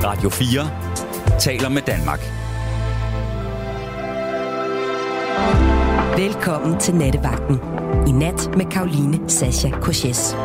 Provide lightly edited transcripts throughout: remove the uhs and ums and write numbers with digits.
Radio 4 taler med Danmark. Velkommen til Nattevagten. I nat med Caroline Sascha Corchess.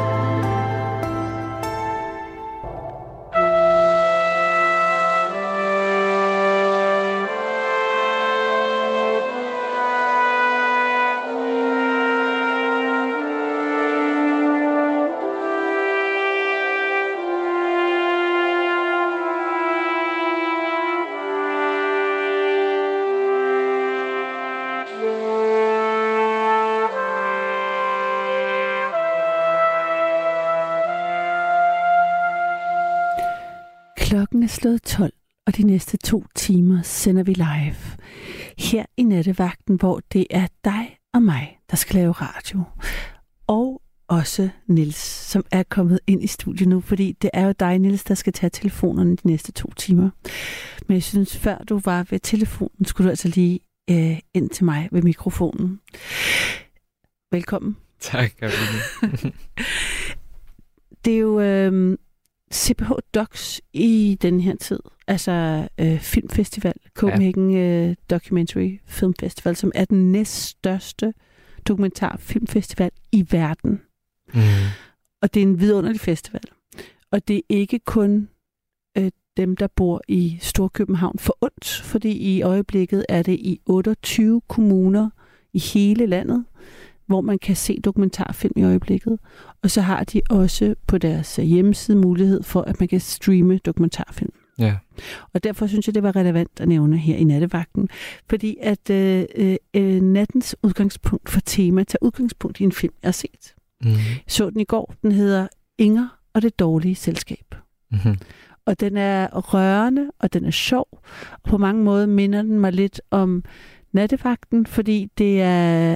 Klokken er slået 12, og de næste 2 timer sender vi live. Her i Nattevagten, hvor det er dig og mig, der skal lave radio. Og også Niels, som er kommet ind i studiet nu, fordi det er jo dig, Niels, der skal tage telefonerne de næste 2 timer. Men jeg synes, før du var ved telefonen, skulle du altså lige ind til mig ved mikrofonen. Velkommen. Tak, Caroline. Det er jo CPH Docs i den her tid, altså filmfestival, Copenhagen Documentary Film Festival, som er den næststørste dokumentarfilmfestival i verden. Mm. Og det er en vidunderlig festival. Og det er ikke kun dem, der bor i Storkøbenhavn for ondt, fordi i øjeblikket er det i 28 kommuner i hele landet, hvor man kan se dokumentarfilm i øjeblikket. Og så har de også på deres hjemmeside mulighed for, at man kan streame dokumentarfilm. Ja. Og derfor synes jeg, det var relevant at nævne her i Nattevagten. Fordi at nattens udgangspunkt for tema tager udgangspunkt i en film, jeg har set. Mm-hmm. Så den i går. Den hedder Inger og det dårlige selskab. Mm-hmm. Og den er rørende, og den er sjov. Og på mange måder minder den mig lidt om Nattevagten, fordi det er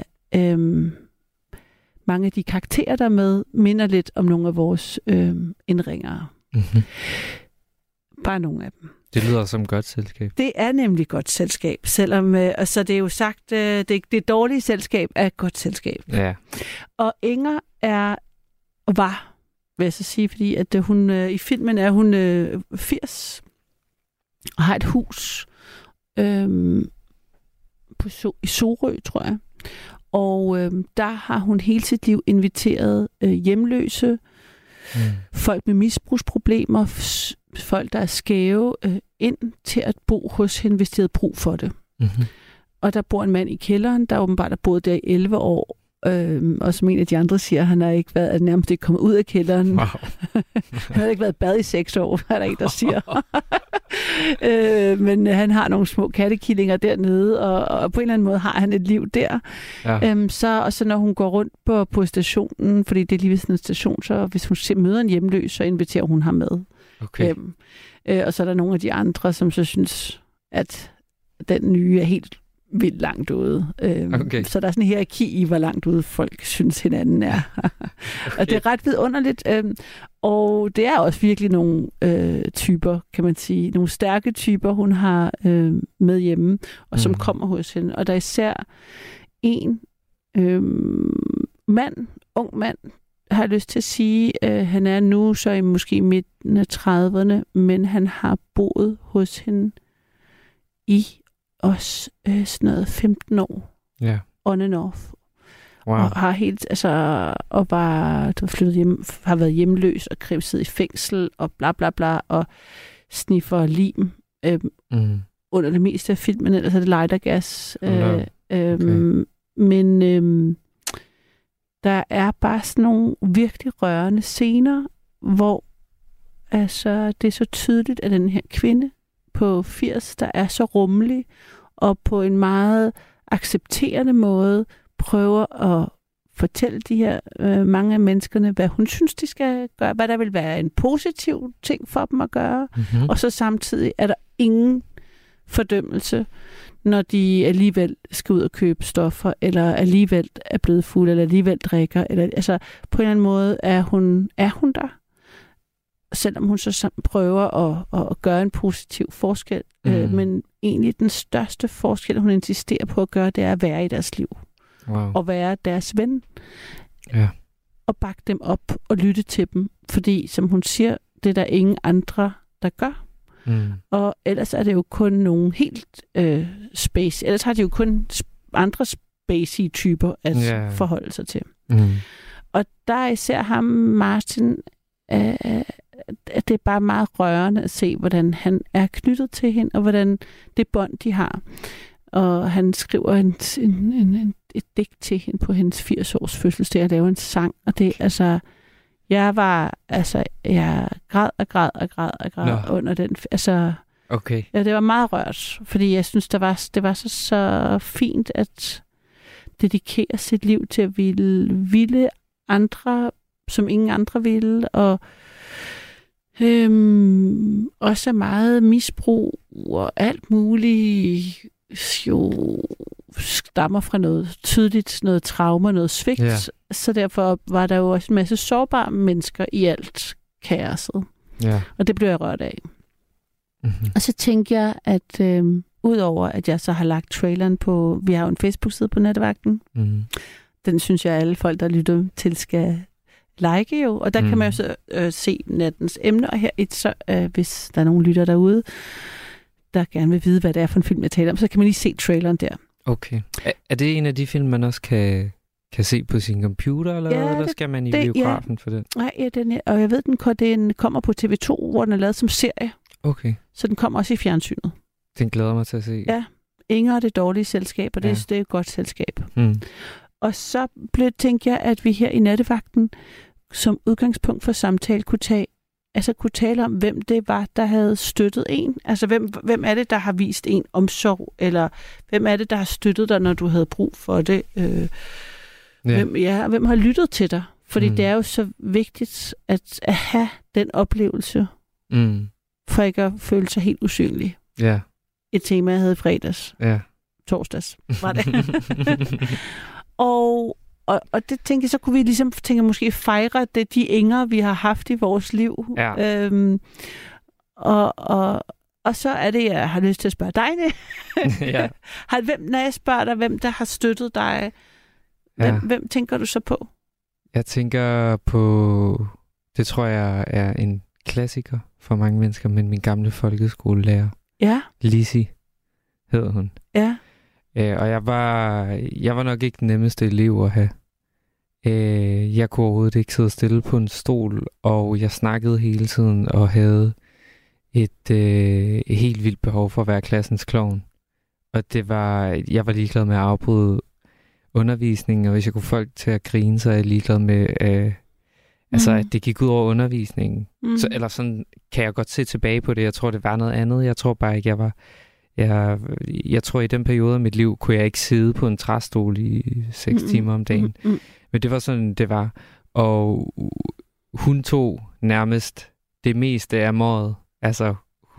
mange af de karakterer, der med, minder lidt om nogle af vores indringere. Mm-hmm. Bare nogle af dem. Det lyder som godt selskab. Det er nemlig godt selskab, selvom, og så det er jo sagt, det dårlige selskab er et godt selskab. Ja. Og Inger var, vil jeg så sige, fordi at hun i filmen er hun 80 og har et hus i Sorø, tror jeg. Og der har hun hele sit liv inviteret hjemløse, folk med misbrugsproblemer, folk, der er skæve, ind til at bo hos hende, hvis de havde brug for det. Mm-hmm. Og der bor en mand i kælderen, der åbenbart har boet der i 11 år, og som en af de andre siger, han har ikke været, nærmest ikke kommet ud af kælderen. Wow. Han har ikke været bad i 6 år, er der en, der siger. Men han har nogle små kattekillinger dernede, og på en eller anden måde har han et liv der. Ja. Så når hun går rundt på stationen, fordi det er lige ved sådan en station, så hvis hun møder en hjemløs, så inviterer hun ham med. Okay. Og så er der nogle af de andre, som så synes, at den nye er helt vildt langt ude. Okay. Så der er sådan en hierarki i, hvor langt ude folk synes hinanden er. Okay. Og det er ret vidunderligt. Og det er også virkelig nogle typer, kan man sige. Nogle stærke typer, hun har med hjemme, og som kommer hos hende. Og der er især en ung mand, har jeg lyst til at sige, han er nu så i måske midten af 30'erne, men han har boet hos hende i også sådan noget 15 år. Yeah. On and off. Wow. Og har helt, og bare flyttet hjem, har været hjemløs og krimset i fængsel og bla bla bla, og sniffer lim under det meste af filmen, ellers er det lightergas. Okay. Men der er bare sådan nogle virkelig rørende scener, hvor det er så tydeligt, at den her kvinde på 80, der er så rummelig, og på en meget accepterende måde prøver at fortælle de her mange af menneskerne, hvad hun synes, de skal gøre, hvad der vil være en positiv ting for dem at gøre, og så samtidig er der ingen fordømmelse, når de alligevel skal ud og købe stoffer, eller alligevel er blevet fuld, eller alligevel drikker, eller på en eller anden måde er hun der, selvom hun så prøver at gøre en positiv forskel. Men egentlig den største forskel, hun insisterer på at gøre, det er at være i deres liv. Wow. Og være deres ven. Ja. Og bakke dem op og lytte til dem. Fordi, som hun siger, det er der ingen andre, der gør. Og ellers er det jo kun nogle helt space. Ellers har de jo kun andre spacey typer at forholde sig til. Og der er især ham, Martin, at det er bare meget rørende at se, hvordan han er knyttet til hende, og hvordan det bånd, de har. Og han skriver et digt til hende på hendes 80-års fødselsdag og laver en sang, og det altså... Jeg græd under den. Altså, okay. Ja, det var meget rørt, fordi jeg synes, det var så fint at dedikere sit liv til at ville andre, som ingen andre ville, og også meget misbrug og alt muligt jo stammer fra noget tydeligt, noget traume, noget svigt. Yeah. Så derfor var der jo også en masse sårbare mennesker i alt kaoset. Yeah. Og det blev jeg rørt af. Mm-hmm. Og så tænkte jeg, at udover at jeg så har lagt traileren på, vi har jo en Facebook-side på Nattevagten. Mm. Den synes jeg, alle folk, der lytter til, skal like jo. Og der kan man jo så se nattens emne. Og her så, hvis der er nogen lytter derude, der gerne vil vide, hvad det er for en film, jeg taler om, så kan man lige se traileren der. Okay. Er det en af de film, man også kan se på sin computer, eller skal man i biografen for den? Nej, og jeg ved, den kommer på TV2, hvor den er lavet som serie. Okay. Så den kommer også i fjernsynet. Den glæder mig til at se. Ja. Inger og det dårlige selskab, og det er et godt selskab. Og så tænkte jeg, at vi her i Nattevagten som udgangspunkt for samtale kunne tale om, hvem det var, der havde støttet en. Altså, hvem er det, der har vist en omsorg? Eller hvem er det, der har støttet dig, når du havde brug for det? Hvem har lyttet til dig? Fordi det er jo så vigtigt at have den oplevelse, for ikke at føle sig helt usynlig. Ja. Et tema, jeg havde i fredags. Ja. Torsdags var det. Og det tænker jeg, så kunne vi ligesom måske fejre det, de Inger, vi har haft i vores liv. Ja. Og så er det, jeg har lyst til at spørge dig det. Ja. Når jeg spørger dig, hvem der har støttet dig, hvem tænker du så på? Jeg tænker på, det tror jeg er en klassiker for mange mennesker, men min gamle folkeskolelærer. Ja. Lizzie hedder hun. Ja. Og jeg var nok ikke den nemmeste elev at have. Jeg kunne overhovedet ikke sidde stille på en stol, og jeg snakkede hele tiden og havde et helt vildt behov for at være klassens klovn. Og jeg var ligeglad med at afbryde undervisningen, og hvis jeg kunne få folk til at grine, så er jeg ligeglad med, at det gik ud over undervisningen. Så, eller sådan kan jeg godt se tilbage på det. Jeg tror, det var noget andet. Jeg tror bare ikke, jeg tror, i den periode af mit liv, kunne jeg ikke sidde på en træstol i 6 timer om dagen. Men det var sådan, det var. Og hun tog nærmest det meste af måret. Altså,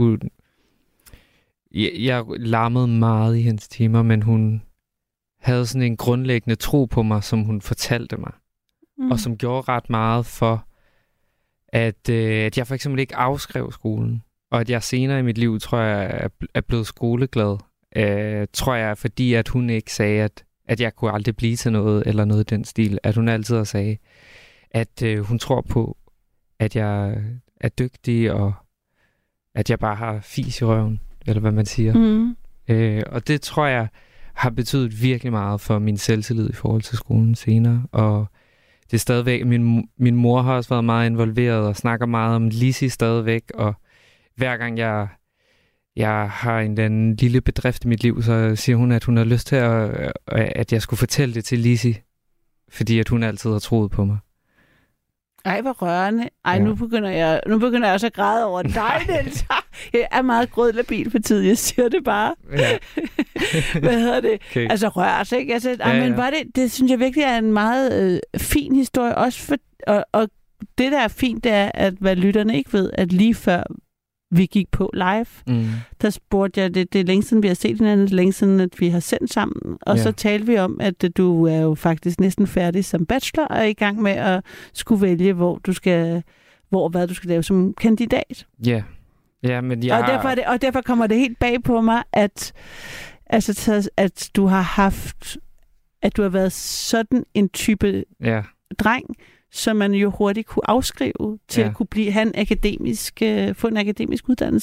jeg larmede meget i hendes timer, men hun havde sådan en grundlæggende tro på mig, som hun fortalte mig. Og som gjorde ret meget for, at jeg for eksempel ikke afskrev skolen. Og at jeg senere i mit liv, tror jeg, er blevet skoleglad. Tror jeg, fordi at hun ikke sagde, at jeg kunne aldrig blive til noget, eller noget i den stil. At hun altid sagde, at hun tror på, at jeg er dygtig, og at jeg bare har fis i røven, eller hvad man siger. Og det tror jeg har betydet virkelig meget for min selvtillid i forhold til skolen senere. Og det er stadigvæk, min mor har også været meget involveret, og snakker meget om Lizzie stadigvæk, og hver gang jeg har en lille bedrift i mit liv, så siger hun, at hun har lyst til, at jeg skulle fortælle det til Lizzie, fordi at hun altid har troet på mig. Ej, hvor rørende. Ej, nu begynder jeg også at græde over dig, Niels. Jeg er meget grødlabil for tiden, jeg siger det bare. Ja. Hvad hedder det? Okay. Altså rørt, ikke? Altså, men var det synes jeg virkelig er en meget fin historie, også for, og det, der er fint, det er, at hvad lytterne ikke ved, at lige før vi gik på live, der spurgte jeg, det er længe siden, vi har set hinanden, det er længe siden, at vi har sendt sammen, og så talte vi om, at du er jo faktisk næsten færdig som bachelor, og er i gang med at skulle vælge, hvad du skal lave som kandidat. Ja. Ja, men og derfor kommer det helt bag på mig, at du har været sådan en type dreng, som man jo hurtigt kunne afskrive til at kunne få en akademisk uddannelse.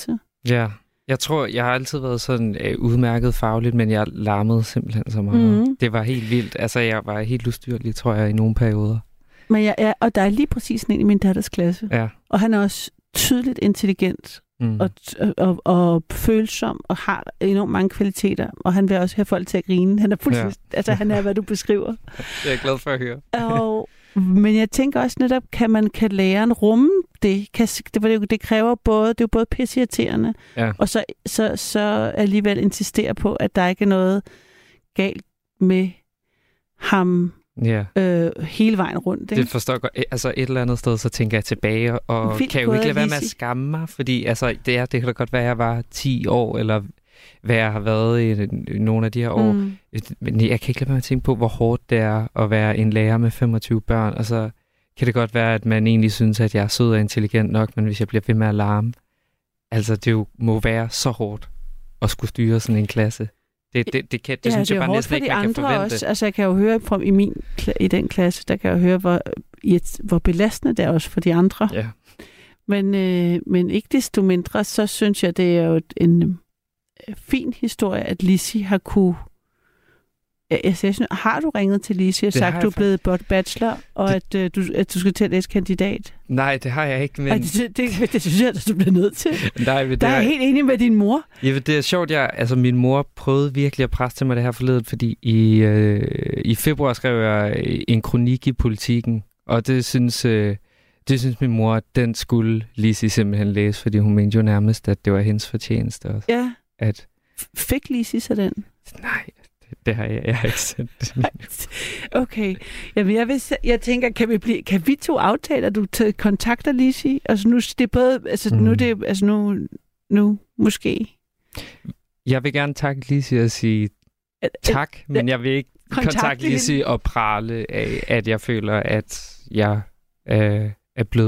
Ja, jeg tror, jeg har altid været sådan udmærket fagligt, men jeg larmede simpelthen så meget. Det var helt vildt. Altså, jeg var helt ustyrlig, tror jeg, i nogle perioder. Men og der er lige præcis en i min datters klasse. Ja. Og han er også tydeligt intelligent og følsom og har enormt mange kvaliteter. Og han vil også have folk til at grine. Han er fuldstændig, altså han er, hvad du beskriver. Det er jeg glad for at høre. Men jeg tænker også netop, kan læreren rumme det? Det kræver både, det er jo både pisseirriterende, og så alligevel insistere på, at der ikke er noget galt med ham hele vejen rundt. Ikke? Det forstår jeg godt. Altså et eller andet sted, så tænker jeg tilbage, og kan jo ikke lade være med at skamme mig, fordi altså, det kan da godt være, at jeg var 10 år, eller hvad jeg har været i nogle af de her år. Men jeg kan ikke lade være med at tænke på, hvor hårdt det er at være en lærer med 25 børn. Og så kan det godt være, at man egentlig synes, at jeg er sød og intelligent nok, men hvis jeg bliver ved med at larme, altså det jo må være så hårdt at skulle styre sådan en klasse. Det synes jeg bare næsten ikke, man kan forvente. Også. Altså jeg kan jo høre i den klasse, der kan jeg høre, hvor belastende det er også for de andre. Ja. Men ikke desto mindre, så synes jeg, det er jo en fin historie, at Lizzie har kunne... har du ringet til Lizzie og sagt, at du er blevet bachelor, og at du skal til at læse kandidat? Nej, det har jeg ikke, men... Det synes jeg, at du bliver nødt til. Nej, der er jeg helt enig med din mor. Ja, det er sjovt, min mor prøvede virkelig at presse til mig det her forleden, fordi i februar skrev jeg en kronik i Politiken, og det synes min mor, at den skulle Lizzie simpelthen læse, fordi hun mente jo nærmest, at det var hendes fortjeneste også. Ja. Fik Lizzie så den? Nej, det har jeg ikke sendt. Okay. Jamen, jeg tænker, kan vi to aftale, at du kontakter Lizzie? Altså nu det er både, nu måske. Jeg vil gerne takke Lizzie og sige tak, men jeg vil ikke kontakte Lizzie og prale af, at jeg føler, at jeg er blevet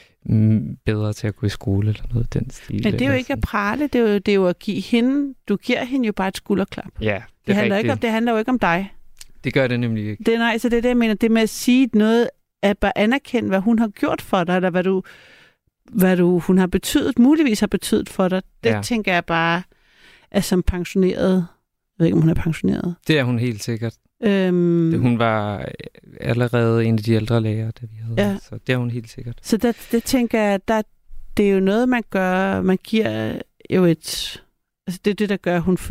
bedre til at gå i skole eller noget af den stil. Men det er jo ikke at prale, det er jo at give hende, du giver hende jo bare et skulderklap. Ja, det handler jo ikke om dig. Det gør det nemlig ikke. Så det er det, jeg mener. Det med at sige noget, at bare anerkende, hvad hun har gjort for dig, eller hvad hun har betydet, muligvis har betydet for dig, det tænker jeg bare er som pensioneret. Jeg ved ikke, om hun er pensioneret. Det er hun helt sikkert. Hun var allerede en af de ældre læger, da vi havde. Så det er hun helt sikkert. Så det tænker jeg, det er jo noget, man gør. Man giver jo et... Altså det er det, der gør, at hun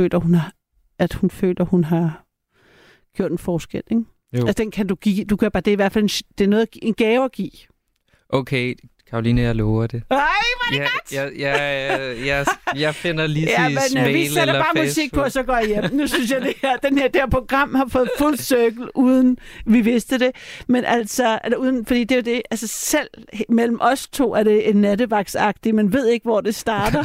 føler, hun har gjort en forskel, ikke? Jo. Altså den kan du give. Du gør bare det i hvert fald en gave at give. Okay, Karoline, jeg lover det. Ej, hvor er det godt! Jeg finder Lizzie's mail vi sætter eller bare Facebook. musik på, så går jeg hjem. Nu synes jeg, den her program har fået fuld cirkel, uden vi vidste det. Men altså, fordi det er jo det, altså selv mellem os to er det en nattevagtsagtigt. Man ved ikke, hvor det starter.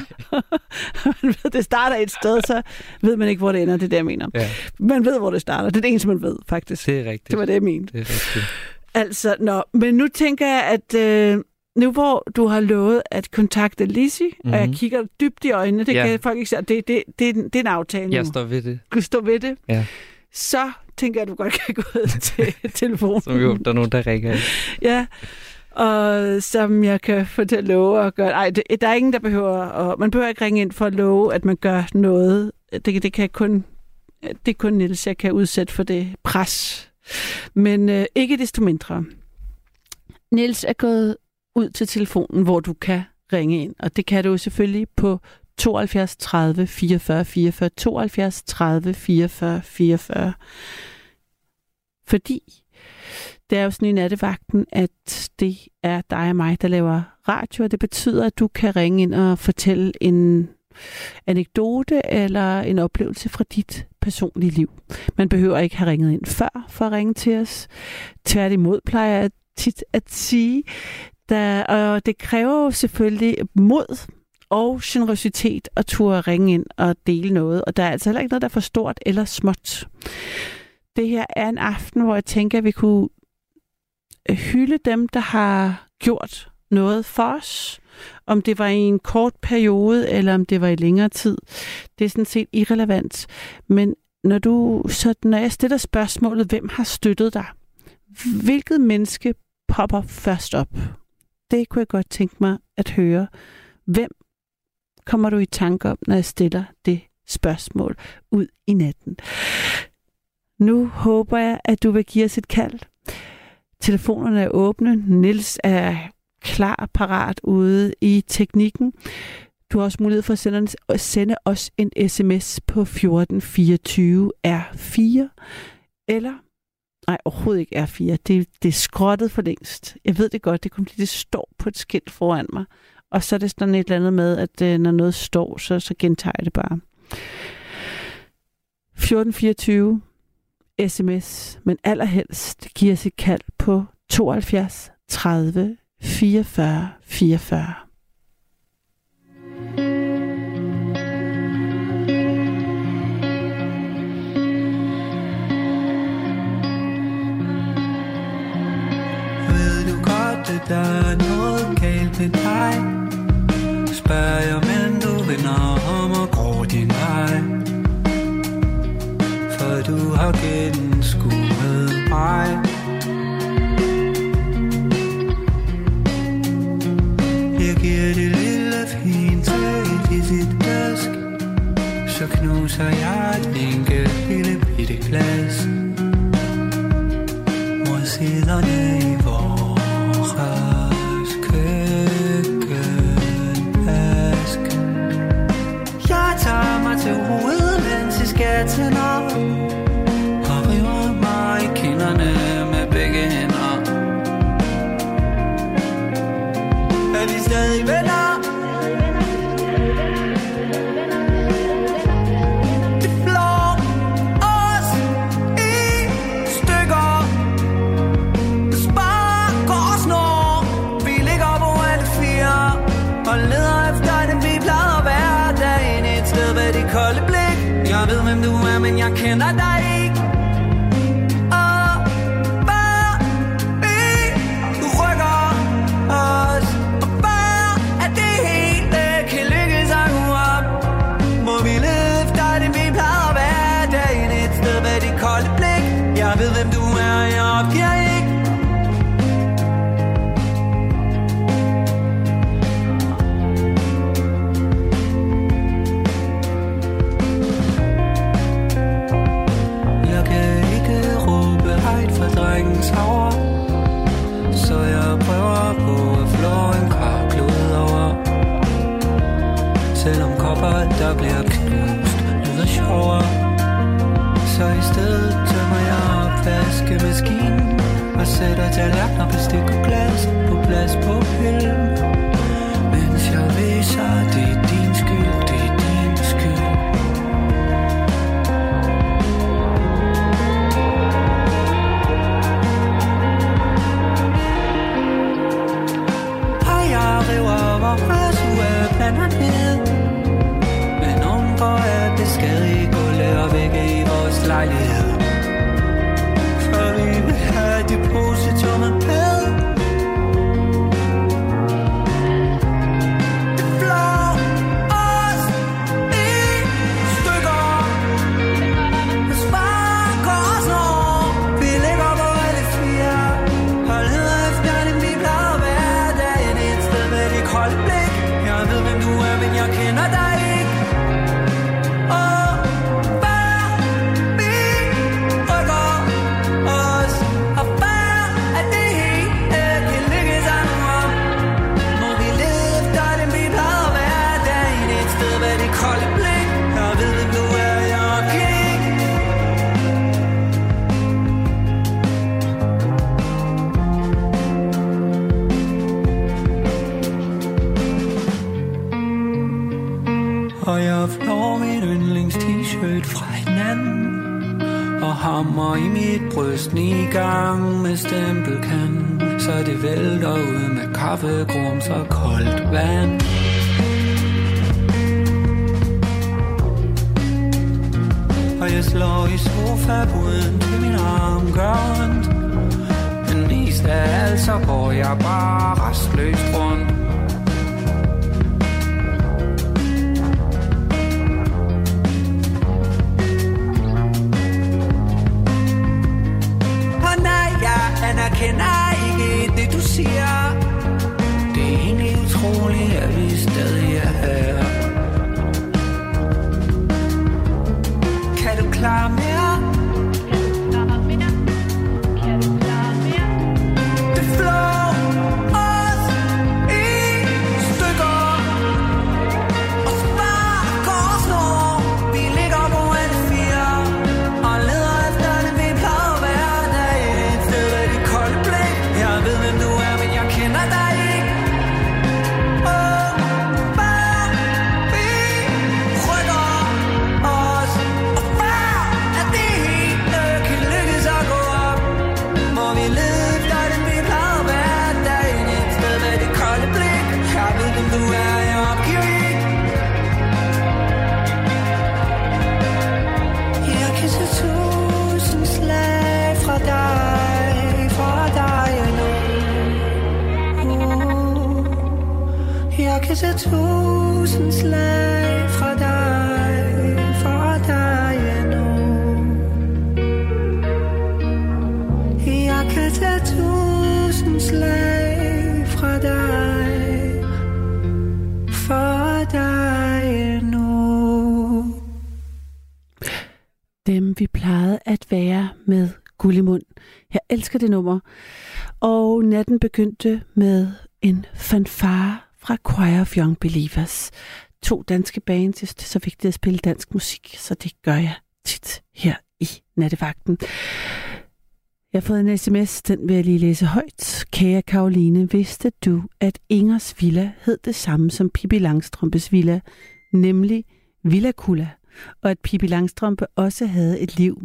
Man ved, det starter et sted, så ved man ikke, hvor det ender. Det er det, jeg mener. Ja. Man ved, hvor det starter. Det er det eneste, man ved, faktisk. Det er rigtigt. Det var det, jeg mente. Det er rigtigt. Altså, men nu tænker jeg, at... Nu hvor du har lovet at kontakte Lizzie, og jeg kigger dybt i øjnene, det kan folk ikke se, det er en aftale nu. Jeg står ved det. Du står ved det? Ja. Så tænker jeg, at du godt kan gå ud til telefonen. Som jo, der er nogen, der ringer. Ja, og som jeg kan få til at love at gøre. Ej, der er ingen, der behøver, man behøver ikke ringe ind for at love, at man gør noget. Det er kun Niels, jeg kan udsætte for det pres. Men ikke desto mindre. Niels er gået ud til telefonen, hvor du kan ringe ind. Og det kan du selvfølgelig på 72 30 44 44, 72 30 44 44. Fordi det er jo sådan i nattevagten, at det er dig og mig, der laver radio, og det betyder, at du kan ringe ind og fortælle en anekdote eller en oplevelse fra dit personlige liv. Man behøver ikke have ringet ind før for at ringe til os. Tværtimod plejer jeg tit at sige, og det kræver jo selvfølgelig mod og generøsitet at turde ringe ind og dele noget. Og der er altså heller ikke noget, der er for stort eller småt. Det her er en aften, hvor jeg tænker, at vi kunne hylde dem, der har gjort noget for os. Om det var i en kort periode, eller om det var i længere tid. Det er sådan set irrelevant. Men når jeg stiller spørgsmålet, hvem har støttet dig? Hvilket menneske popper først op? Det kunne jeg godt tænke mig at høre. Hvem kommer du i tanke om, når jeg stiller det spørgsmål ud i natten? Nu håber jeg, at du vil give os et kald. Telefonerne er åbne. Niels er klar og parat ude i teknikken. Du har også mulighed for at sende os en sms på 1424 R4. Eller, nej, overhovedet ikke R4. Det er skrottet for længst. Jeg ved det godt, det kun fordi det står på et skilt foran mig. Og så er det sådan et eller andet med, at når noget står, så gentager jeg det bare. 1424 sms, men allerhelst giver os et kald på 72 30 44 44. Ved du godt, at der er noget galt med dig? Spørg jeg, men du vender om og går din vej. For du har gennemskuet mig. Jeg giver det lille fint til i sit glas. Så knuser jeg et enkelt lille bitte glas. Mod siderne i vores køkkenask. Jeg tager mig til hovedet, mens I skal tænde op. Og river mig i kinderne med begge hænder. Er vi stadig venner? Det flår os i stykker. Det sparker os, når vi ligger på alle fire og leder efter det, vi plejede at være dagen. Et sted ved det kolde blik. Jeg ved, hvem du er, men jeg kender dig ikke. Og bare vi rykker os. Og bare at det hele kan lykkes sig nu op. Må vi lede efter det, vi plejede at være dagen. Et sted ved det kolde blik. Jeg ved, hvem du er, og jeg opgiver ikke. Så jeg prøver på at flå en karklud over. Selvom kopper der bliver knust lyder sjovere. Så i stedet tømmer jeg opvaskemaskinen og sætter tallerkener, bestik og glas på plads på hylden. Mens jeg viser, det er din skyld, det er din skyld. Men undgår at beskadige gulve og vægge i vores lejlighed. For vi vil have depositummet med. Det flår os i stykker. Det sparker os, når vi ligger på alle fire og leder efter det, vi plejer at være dagen. Et sted med det kolde blik. Jeg ved, hvem du er, men jeg kender dig ikke. Og bare vi rykker os. Og bare at det hele kan lykkes sig nu om. Må vi lede efter det, vi plejede at være dagen. Et sted med det kolde blik. Jeg ved, hvem du er, jeg opgiver ikke. Og jeg flår min yndlings t-shirt fra hinanden og hammer i mit bryst i gang med stempelkan. Så det vælter ud med kaffegrums og koldt vand. Og jeg slår i sofabuden til min arm gør ondt. Men mest af alt så går jeg bare restløst rundt. Jeg kender ikke det, du siger. Det er egentlig utroligt, at vi stadig er her. klare mere? Det flår os i stykker og sparker os når vi ligger på alle fire og leder efter det vi plejer hver dag. Et sted af dit kolde blik. Jeg ved hvem du er, men jeg kender dig ikke. Jeg kan tage 1000 slag fra dig endnu. Jeg kan tage 1000 slag fra dig endnu. Dem vi plejede at være med Guld i mund. Jeg elsker det nummer. Og natten begyndte med en fanfare fra Choir of Young Believers. 2 danske bands. Det er så vigtigt at spille dansk musik, så det gør jeg tit her i Nattevagten. Jeg har fået en sms, den vil jeg lige læse højt. Kære Karoline, vidste du, at Ingers villa hed det samme som Pippi Langstrømpes villa, nemlig Villakulla, og at Pippi Langstrømpe også havde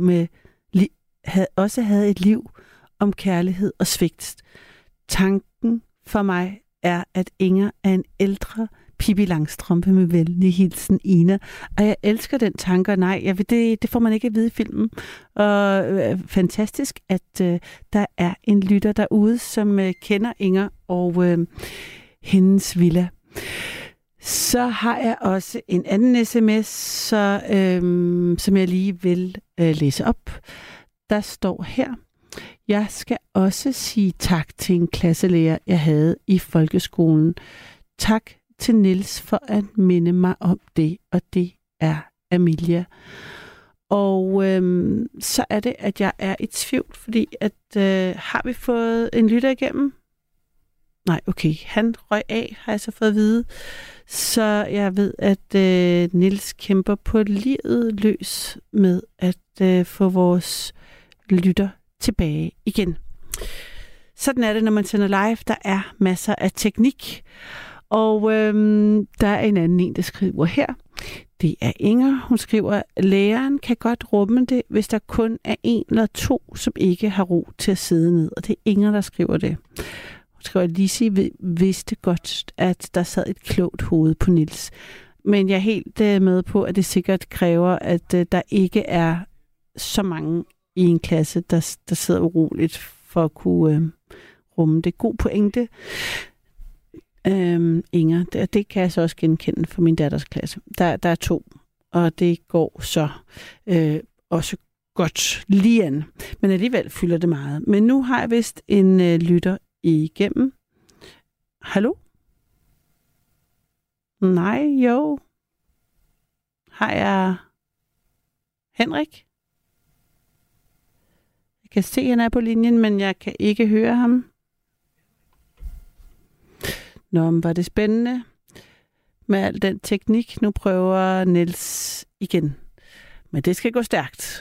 et liv om kærlighed og svigt. Tanken for mig er, at Inger er en ældre Pippi Langstrømpe med venlig hilsen Ina. Og jeg elsker den tanke, og nej, det får man ikke at vide i filmen. Og fantastisk, at der er en lytter derude, som kender Inger og hendes villa. Så har jeg også en anden sms, som jeg lige vil læse op. Der står her: jeg skal også sige tak til en klasselærer, jeg havde i folkeskolen. Tak til Niels for at minde mig om det, og det er Amelia. Og så er det, at jeg er i tvivl, fordi at har vi fået en lytter igennem? Nej, okay, han røg af, har jeg så fået at vide. Så jeg ved, at Niels kæmper på livet løs med at få vores lytter tilbage igen. Sådan er det, når man sender live. Der er masser af teknik. Og der er en anden, der skriver her. Det er Inger. Hun skriver, læreren kan godt rumme det, hvis der kun er 1 eller 2, som ikke har ro til at sidde ned. Og det er Inger, der skriver det. Hun skriver, at Lizzie vidste godt, at der sad et klogt hoved på Niels. Men jeg er helt med på, at det sikkert kræver, at der ikke er så mange i en klasse, der sidder uroligt for at kunne rumme det. God pointe, Inger. Det kan jeg så også genkende for min datters klasse. Der er 2, og det går så også godt lige an. Men alligevel fylder det meget. Men nu har jeg vist en lytter igennem. Hallo? Nej, jo. Har jeg Henrik? Jeg kan se, at han er på linjen, men jeg kan ikke høre ham. Nå, men var det spændende med al den teknik. Nu prøver Niels igen. Men det skal gå stærkt.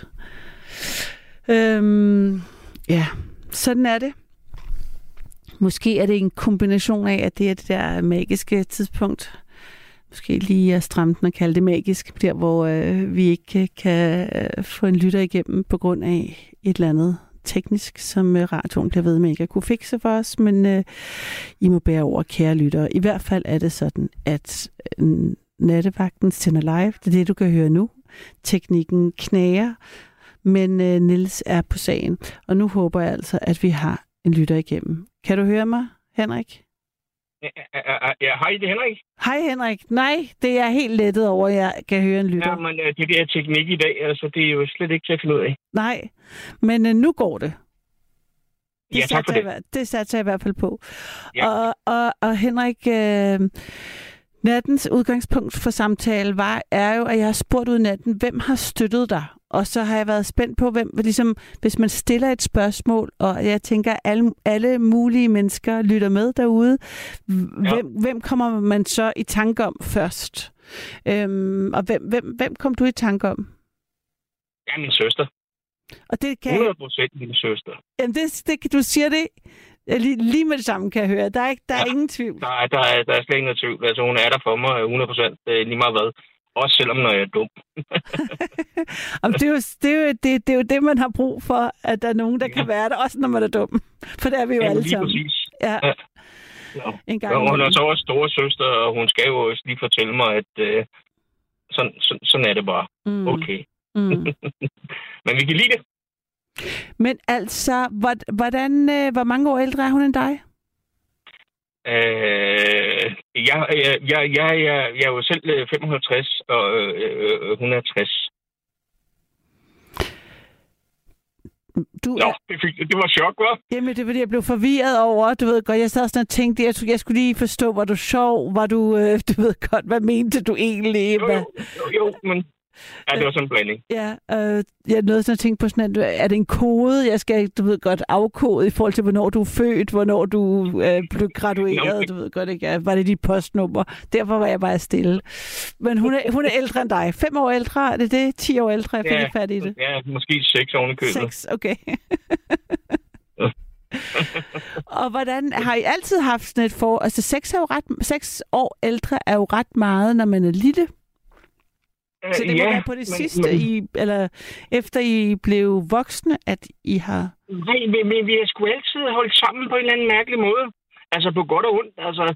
Ja, sådan er det. Måske er det en kombination af, at det er det der magiske tidspunkt. Måske lige at stramme den og kalde det magisk, der hvor vi ikke kan få en lytter igennem på grund af et eller andet teknisk, som radioen bliver ved med ikke at kunne fikse for os, men I må bære over, kære lyttere. I hvert fald er det sådan, at Nattevagten sender live. Det er det, du kan høre nu. Teknikken knager, men Niels er på sagen. Og nu håber jeg altså, at vi har en lytter igennem. Kan du høre mig, Henrik? Ja, hej, det er Henrik. Hej Henrik. Nej, det er helt lettet over, at jeg kan høre en lytter. Ja, men det der teknik i dag, altså, det er jo slet ikke til at finde ud af. Nej, men nu går det. Ja, tak for det. Det satte jeg i hvert fald på. Ja. Og Henrik, nattens udgangspunkt for samtale er jo, at jeg har spurgt ud natten, hvem har støttet dig? Og så har jeg været spændt på, hvem, ligesom, hvis man stiller et spørgsmål, og jeg tænker, alle mulige mennesker lytter med derude, hvem kommer man så i tanke om først? Og hvem kom du i tanke om? Ja, min søster. Og det kan 100% min søster. Jamen, du siger det lige med det samme, kan jeg høre. Der er ingen tvivl. Der er slet ingen tvivl. Altså, hun er der for mig 100% lige meget hvad. Også selvom, når jeg er dum. det er jo det, man har brug for, at der er nogen, der kan være der, også når man er dum. For det er vi jo alle sammen. Præcis. Ja. En gang hun er så også store søster, og hun skal jo også lige fortælle mig, at sådan er det bare. Okay. Men vi kan lide det. Men altså, hvor mange år ældre er hun end dig? Jeg er jo selv 55, og hun er 60. Det var chok, hva'? Jamen, det var det, jeg blev forvirret over. Du ved godt, jeg sad sådan og tænkte, jeg skulle lige forstå, var du sjov? Var du ved godt, hvad mente du egentlig? Jo, men ja, det var sådan en blanding. Ja, jeg nåede sådan at tænke på sådan, at er det en kode, jeg skal, du ved godt, afkode i forhold til, hvornår du er født, hvornår du blev gradueret, du ved godt, ikke? Var det dit postnummer? Derfor var jeg bare stille. Men hun er ældre end dig. 5 år ældre, er det det? 10 år ældre, jeg fik fat i det? Ja, måske 6 år i købet. 6, okay. Og hvordan, har I altid haft sådan et altså 6 år ældre er jo ret meget, når man er lille. Så det må være på det sidste, eller efter I blev voksne, at I har... Nej, men vi har sgu altid holdt sammen på en eller anden mærkelig måde. Altså på godt og ondt. Altså,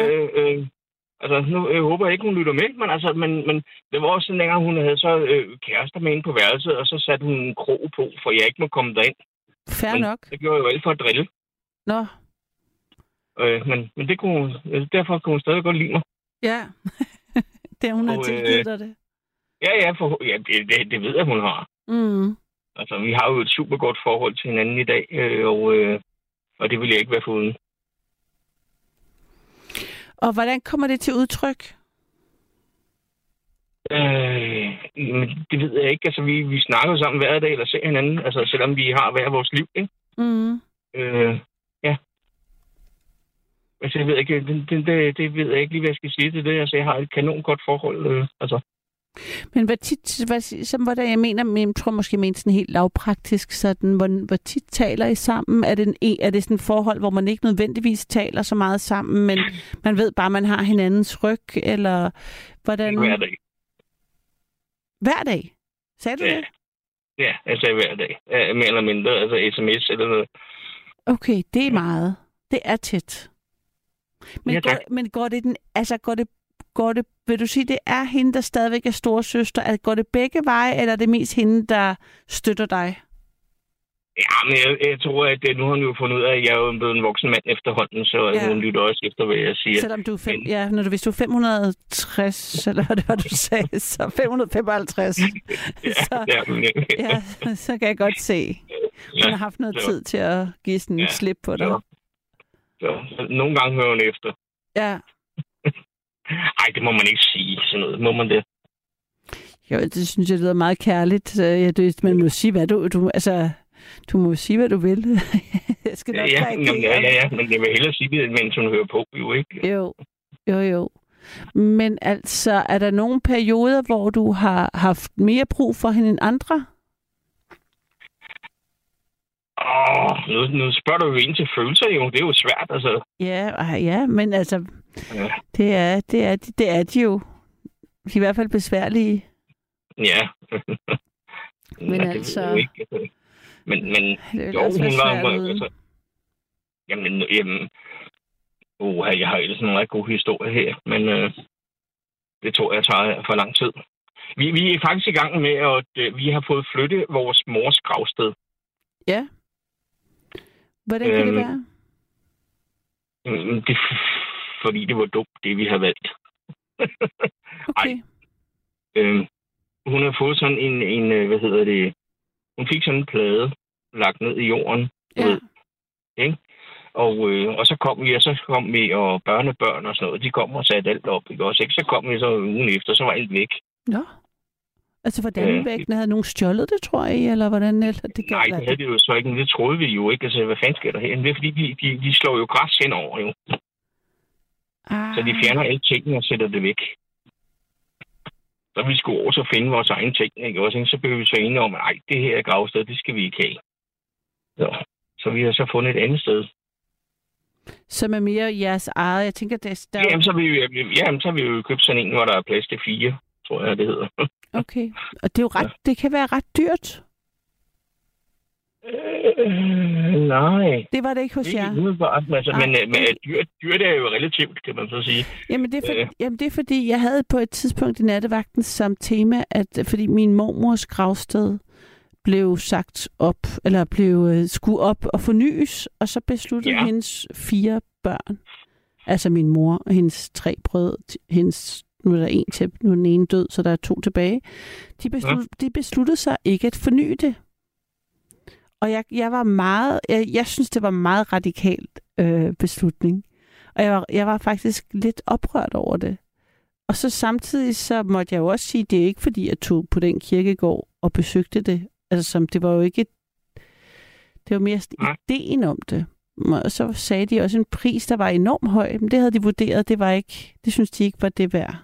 nu jeg håber jeg ikke, hun lytter med, men det var også sådan længere, hun havde så kærester med inde på værelset, og så satte hun en krog på, for jeg ikke må komme derind. Fair nok. Det gjorde jeg jo alt for at drille. Nå. Men det kunne derfor kunne hun stadig godt lide mig. Ja, det hun har tilgivet dig det. Ja, det ved jeg, hun har. Mm. Altså, vi har jo et super godt forhold til hinanden i dag, og det vil jeg ikke være foruden. Og hvordan kommer det til udtryk? Det ved jeg ikke. Altså, vi snakker jo sammen hver dag, eller ser hinanden, altså, selvom vi har hver vores liv, ikke? Mm. Ja. Altså, jeg ved ikke, det ved jeg ikke lige, hvad jeg skal sige til det. Altså, jeg har et kanon godt forhold, altså. Men hvordan jeg mener, jeg tror måske men sådan helt lavpraktisk sådan, hvor tit taler I sammen? Er det sådan et forhold, hvor man ikke nødvendigvis taler så meget sammen, men man ved bare, man har hinandens ryg, eller hvordan? Hver dag. Hver dag? Sagde du det? Ja, altså hver dag. Mere eller mindre, altså sms eller noget. Okay, det er meget. Det er tæt. Men går det, vil du sige, det er hende, der stadigvæk er storesøster? Går det begge veje, eller er det mest hende, der støtter dig? Ja, men jeg tror, at nu har hun jo fundet ud af, at jeg er jo blevet en voksen mand efterhånden, så hun lytter også efter, hvad jeg siger. Selvom du er hvis du er 560, eller hvad det var, du sagde, så 555. Så kan jeg godt se. Hun har haft noget tid til at give sådan en slip på dig. Så nogle gange hører hun efter. Ja. Ej, det må man ikke sige, sådan noget. Må man det? Jo, det synes jeg lyder meget kærligt. Man må sige, hvad du må sige, hvad du vil. Jeg skal nok men jeg vil hellere sige det, mens hun hører på, jo ikke? Jo. Men altså, er der nogle perioder, hvor du har haft mere brug for hende end andre? Nu spørger du jo ind til følelser, jo. Det er jo svært, altså. Ja, men altså, det er de jo. I hvert fald besværlige. Ja. Men altså... Men jo, hun var... Altså, jamen, jeg har ellers en ret god historie her, men det tror jeg tager for lang tid. Vi er faktisk i gang med, at vi har fået flyttet vores mors gravsted. Ja. Hvordan kan det være? Det fordi det var dumt, det vi har valgt. Okay. Hun har fået sådan en hvad hedder det? Hun fik sådan en plade lagt ned i jorden. Ja. Ikke? Og så kom vi, og børnebørn og sådan noget, de kom og satte alt op, ikke også? Ikke? Så kom vi så ugen efter, så var alt væk. Nå. Altså, hvordan væggene havde nogen stjålet det, tror jeg, eller hvordan? Eller det nej, det havde det jo så ikke, men det troede vi jo ikke. Altså, hvad fanden sker der her? Det er fordi, de slår jo græs henover, jo. Så de fjerner alle tingene og sætter det væk. Så vi skulle også finde vores egne ting, ikke? Også, så blev vi så enige om, at det her gravsted, det skal vi ikke have. Så vi har så fundet et andet sted. Som er mere jeres eget. Jeg tænker, det er jamen, så har vi jo købt sådan en, hvor der er plads til 4, tror jeg, det hedder. Okay. Og det er jo det kan være ret dyrt. Nej. Det var det ikke hos jer? Altså, men dyrt er jo relativt, kan man så sige. Jamen, det er fordi, jeg havde på et tidspunkt i nattevagten som tema, at fordi min mormors gravsted blev sagt op, eller blev skudt op og fornyes, og så besluttede hendes 4 børn, altså min mor og hendes 3 brødre, nu er der 1 til, nu er den ene død, så der er 2 tilbage, de besluttede sig ikke at forny det. Og jeg synes, det var en meget radikalt beslutning. Og jeg var faktisk lidt oprørt over det. Og så samtidig så måtte jeg jo også sige, det er ikke fordi, jeg tog på den kirkegård og besøgte det. Altså, det var jo ikke... Det var mere ideen om det. Og så sagde de også en pris, der var enormt høj. Men det havde de vurderet, det synes de ikke var det værd.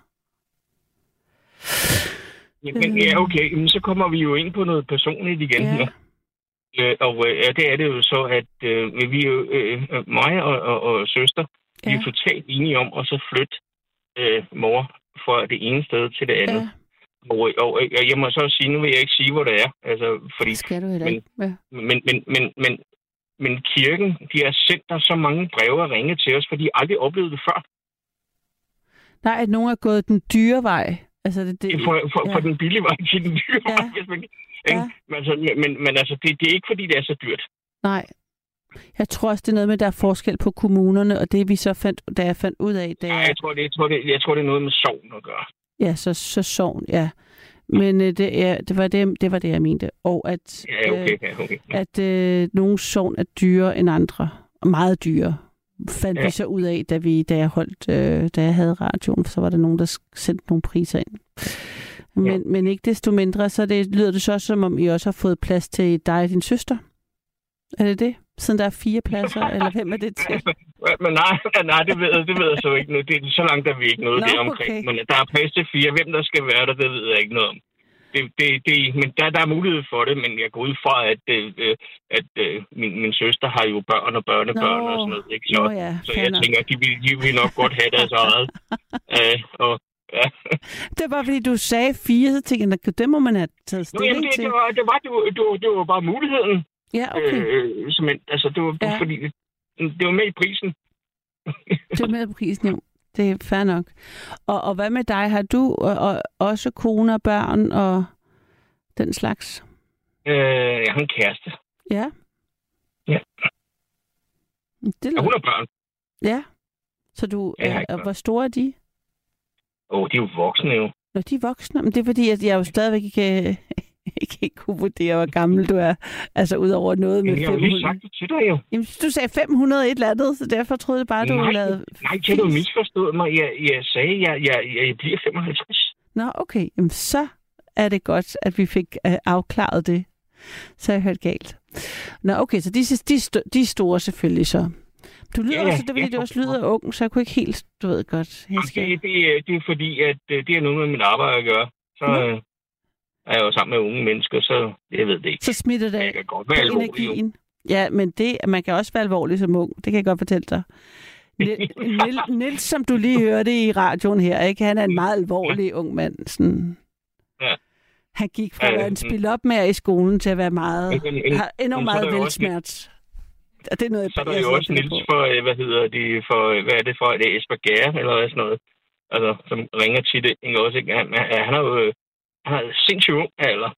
Ja, okay. Men så kommer vi jo ind på noget personligt igen. Ja. Og det er det jo så, at vi jo, mig og søster, vi er totalt enige om at så flytte mor fra det ene sted til det andet. Ja. Og jeg må så sige, nu vil jeg ikke sige, hvor det er. Altså, fordi, skal du heller ikke. Ja. Men kirken, de har sendt der så mange breve og ringe til os, for de har aldrig oplevet det før. Nej, at nogen er gået den dyre vej. Altså, for den billige vej til den dyre vej. Hvis man, men altså, det er ikke, fordi det er så dyrt. Nej. Jeg tror også, det er noget med, der er forskel på kommunerne, og det vi så fandt ud af, det er... Jeg tror, det er noget med sogn at gøre. Ja, så sogn, ja. Men det var det, jeg mente. Og at, at nogle sogn er dyre end andre, og meget dyre, fandt vi så ud af, da jeg havde radioen, så var der nogen, der sendte nogle priser ind. Men ikke desto mindre, så lyder det så, som om I også har fået plads til dig og din søster. Er det det? Siden der er 4 pladser, eller hvem er det til? Men nej, det ved jeg så ikke noget. Det er så langt, der vi ikke noget der omkring. Okay. Men der er plads til 4. Hvem der skal være der, det ved jeg ikke noget om. Men der er mulighed for det, men jeg går ud fra, at min søster har jo børn og børnebørn og sådan noget. Ikke? Så jeg tænker, at de vil nok godt have deres eget. Det var fordi, du sagde 4, så tænkte jeg, det må man have taget stilling til. Det var bare muligheden. Ja, okay. Det var fordi, det var med i prisen. Det var med i prisen, jo. Det er fair nok. Og hvad med dig? Har du også kone og børn og den slags? Jeg har en kæreste. Ja? Ja. Og hun har børn. Ja. Så hvor store er de? De er jo voksne jo. Nå, de er voksne. Men det er fordi, at jeg jo stadigvæk ikke kunne vurdere, hvor gammel du er. Altså, udover noget med 500. Jeg har jo lige sagt det til dig, jo. Jamen, du sagde 500 et eller andet, så derfor troede jeg bare, du havde lavet... Nej, det har du misforstået mig. Jeg sagde, jeg bliver 55. Nå, okay. Jamen, så er det godt, at vi fik afklaret det. Så har jeg hørt galt. Nå, okay, så de er store selvfølgelig så. Du lyder også, det fordi du også lyder ung, så jeg kunne ikke helt, du ved godt. Det er fordi, at det er noget med mit arbejde at gøre. Så er jeg jo sammen med unge mennesker, så jeg ved det ikke. Så smitter det af på energien. Ja, men man kan også være alvorlig som ung. Det kan jeg godt fortælle dig. Niels, som du lige hørte i radioen her, ikke? Han er en meget alvorlig ung mand. Sådan. Ja. Han gik fra at være en spil-op-mager i skolen til at være enormt meget velsmert. Det er noget, så er der jo også Niels for, hvad er det for et Asperger, eller sådan noget, altså, som ringer til det, ikke også, ikke? Han er sindssygt ung alder.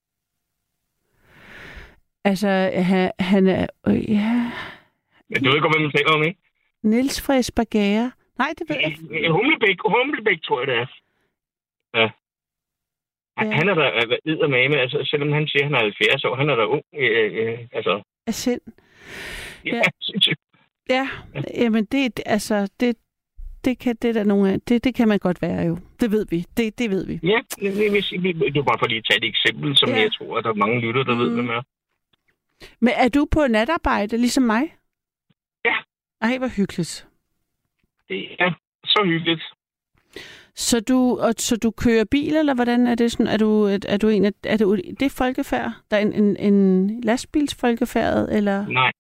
Altså, han er, ja... Du ved godt, hvad man taler om, ikke? Niels fra Asperger. Nej, det ved jeg ikke. Humlebæk, tror jeg, det er. Ja. Han er der eddermame, altså, selvom han siger, han er 70 år, han er der ung, altså... Af sind. Ja, sindssygt. Ja, jamen det, altså, det kan man godt være jo. Det ved vi. Det ved vi. Ja, det er bare for lige at tage et eksempel, som jeg tror, at der er mange lytter, der ved, hvem er. Men er du på natarbejde, ligesom mig? Ja. Ej, hvor hyggeligt. Det er så hyggeligt. Så du kører bil, eller hvordan er det sådan? Er du det folkefærd? Der er en lastbilsfolkefærd, eller? Nej.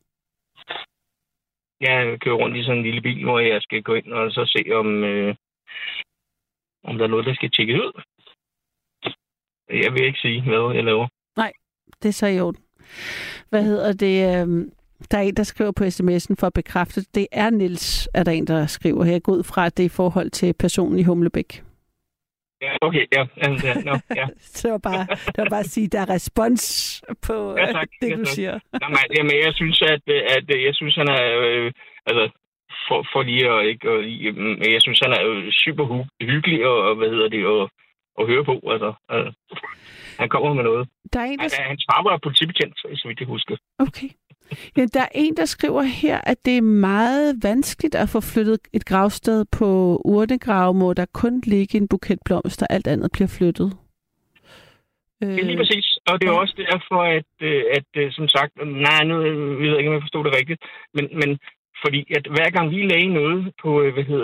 Jeg kører rundt i sådan en lille bil, hvor jeg skal gå ind og så se, om der er noget, der skal tjekkes ud. Jeg vil ikke sige, hvad jeg laver. Nej, det er så i orden. Hvad hedder det? Der er en, der skriver på sms'en for at bekræfte. Det er Niels, er der en, der skriver her. Jeg går ud fra, at det er i forhold til personen i Humlebæk. Ja, okay, ja. Det var bare at sige, at der er respons på det, du siger. Nej, jamen, jeg synes, at han er... for lige at ikke... jeg synes, han er super hyggelig at høre på. Han kommer med noget. Der er en, han svarer på politibetjent, så vidt jeg husker. Okay. Ja, der er en, der skriver her, at det er meget vanskeligt at få flyttet et gravsted på urnegrave, hvor der kun ligger en buket blomster, alt andet bliver flyttet. Det er lige præcis, og det er også derfor, at som sagt, nu ved jeg ikke, om jeg forstår det rigtigt, men fordi at hver gang vi lagde noget på,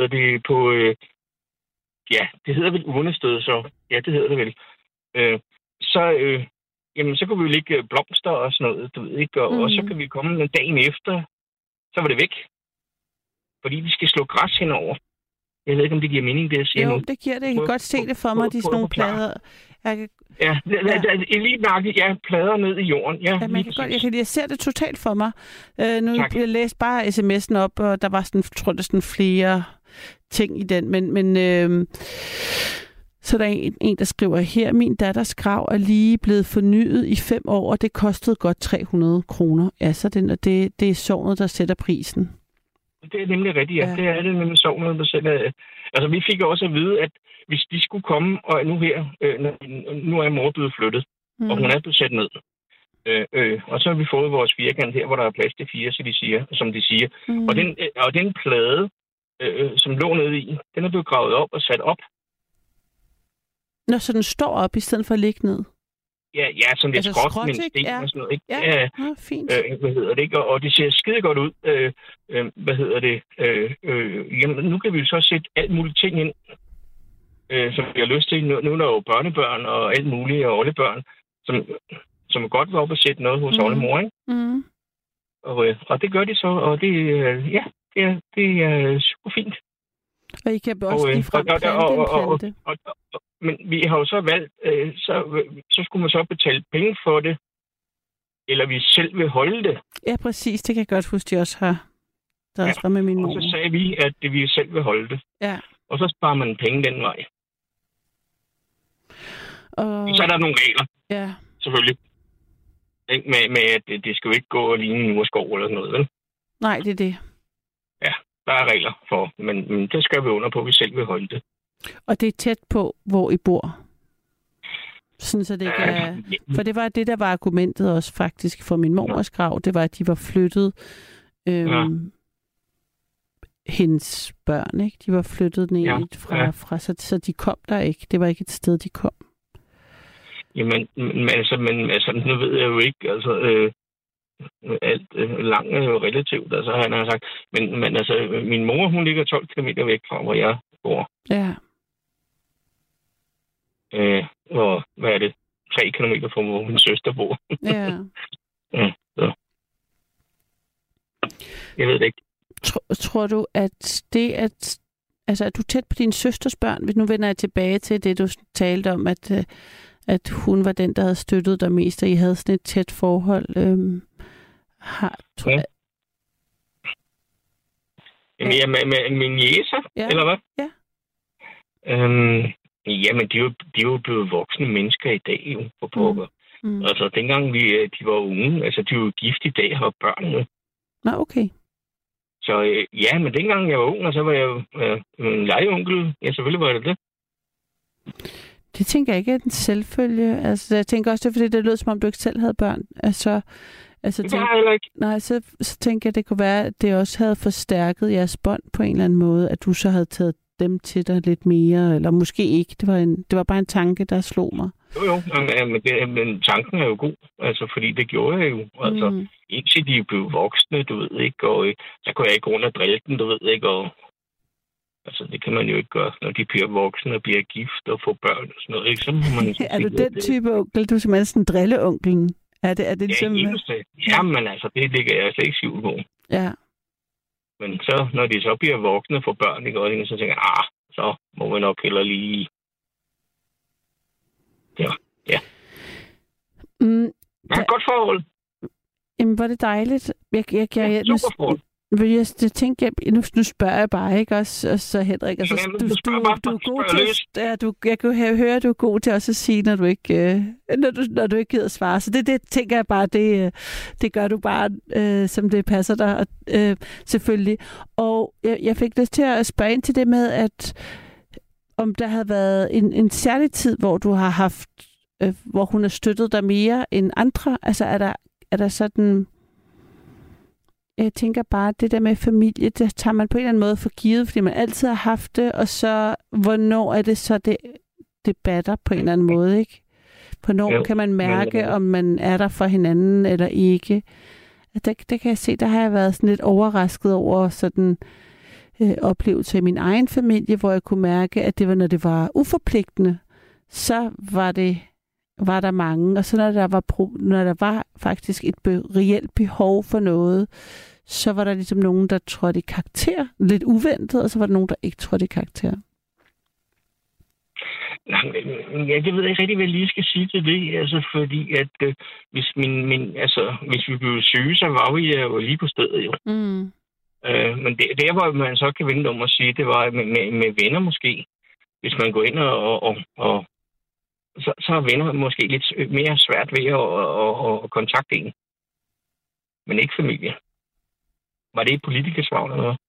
det hedder vel urnested, så ja, det hedder det vel, så kunne vi jo lægge blomster og sådan noget, du ved ikke, og så kan vi komme en dagen efter, så var det væk. Fordi vi skal slå græs henover. Jeg ved ikke, om det giver mening, det jeg siger nu. Jo, det giver det. Jeg kan godt se det for mig, de sådan nogle plader. Lige nakket, plader ned i jorden. Ja, jeg ser det totalt for mig. Jeg læste bare sms'en op, og der var sådan flere ting i den, men så der er en, der skriver her, min datters grav er lige blevet fornyet i 5 år, og det kostede godt 300 kroner. Ja, så det er sognet, der sætter prisen. Det er nemlig rigtigt, ja. Det er det nemlig sognet, der sætter... Altså, vi fik også at vide, at hvis de skulle komme, og nu er mor blevet flyttet, og hun er blevet sat ned. Og så har vi fået vores firkant her, hvor der er plads til 4, som de siger. Og den plade, som lå nede i, den er blevet gravet op og sat op. Nå, så den står op i stedet for at ligge ned? Ja, sådan lidt skråt med en sten og sådan noget, ikke? Ja, fint. Hvad hedder det, ikke? Og det ser skide godt ud. Jamen, nu kan vi jo så sætte alt muligt ting ind, som vi har lyst til. Nu er der jo børnebørn og alt muligt, og oldebørn, som godt vil op og sætte noget hos oldemor, ikke? Mm. Og det gør de så, og det er super fint. Og I kan også ligefrem plante en plante. Men vi har jo så valgt, så skulle man så betale penge for det, eller vi selv vil holde det. Ja, præcis. Det kan jeg godt huske, de også har. Der også var med min mor. Og så sagde vi, at vi selv vil holde det. Ja. Og så sparer man penge den vej. Så er der nogle regler. Ja. Selvfølgelig. Med at det skal jo ikke gå og ligne en urskov eller sådan noget, vel? Nej, det er det. Ja, der er regler for, men det skal vi under på, at vi selv vil holde det. Og det er tæt på, hvor I bor? Sådan, så det ikke er... For det var det, der var argumentet også faktisk for min mormors grav. Det var, at de var flyttet hendes børn, ikke? De var flyttet ned fra så de kom der ikke. Det var ikke et sted, de kom. Jamen, altså, nu ved jeg jo ikke, altså... alt langt er jo relativt, altså han har sagt. Men altså, min mor, hun ligger 12 km væk fra, hvor jeg bor. Ja. Og hvad er det? 3 kilometer fra, hvor min søster bor. Ja. Så. Jeg ved det ikke. Tror du, at det at... Altså, er du tæt på din søsters børn? Nu vender jeg tilbage til det, du talte om, at hun var den, der havde støttet dig mest, og I havde sådan et tæt forhold. Med min jæser, eller hvad? Ja. Jamen, de er jo blevet voksne mennesker i dag, jo, på pokker. Altså, dengang de var unge, altså, de var jo gift i dag og har børn nu. Nå, okay. Så ja, men dengang jeg var ung, og så var jeg jo en legeonkel. Ja, selvfølgelig var det det. Det tænker jeg ikke er en selvfølge. Altså, jeg tænker også, det er, fordi det lød, som om du ikke selv havde børn. Altså, Altså, det har jeg heller ikke. Nej, så tænker jeg, det kunne være, at det også havde forstærket jeres bånd på en eller anden måde, at du så havde taget dem til dig lidt mere, eller måske ikke. Det var bare en tanke, der slog mig. Jo, men tanken er jo god, altså, fordi det gjorde jeg jo. Altså, indtil de blev voksne, du ved ikke, og så kunne jeg ikke rundt og drille dem, du ved ikke, og altså, det kan man jo ikke gøre, når de bliver voksne og bliver gift og får børn og sådan noget, ikke? Så må man er du den type onkel? Du er simpelthen sådan drilleonklen. Er det ligesom... Ja, men altså, det ligger jeg slet ikke skjult på. Ja. Men så, når de så bliver voksne og får børn, ikke, så tænker jeg, så må man nok heller lige... Ja. Jeg har et godt forhold. Jamen, var det dejligt. Super forhold. Jeg tænkte, nu spørger jeg bare, ikke også? Og så Henrik, altså, du er god til... jeg kan høre, at du er god til også at sige, når du ikke, når du ikke gider svare. Så det tænker jeg bare, det gør du bare, som det passer dig, selvfølgelig. Og jeg fik lyst til at spørge ind til det med, at om der havde været en særlig tid, hvor du har haft, hvor hun har støttet dig mere end andre. Altså, er der sådan... Jeg tænker bare, at det der med familie, det tager man på en eller anden måde for givet, fordi man altid har haft det, og så, hvornår er det så, det batter på en eller anden måde, ikke? Hvornår kan man mærke, om man er der for hinanden eller ikke? Der kan jeg se, der har jeg været sådan lidt overrasket over sådan oplevelser i min egen familie, hvor jeg kunne mærke, at det var, når det var uforpligtende, så var der mange, og så når der var faktisk et reelt behov for noget, så var der ligesom nogen, der trådte i karakter, lidt uventet, og så var der nogen, der ikke trådte i karakter. Det ved jeg ikke rigtig, hvad jeg lige skal sige til det, altså fordi at hvis vi blev syge, så var vi jo lige på stedet jo. Men der, hvor man så kan vende om at sige, det var med venner måske, hvis man går ind og så er venner måske lidt mere svært ved at kontakte en. Men ikke familie. Var det et politikersvar eller noget?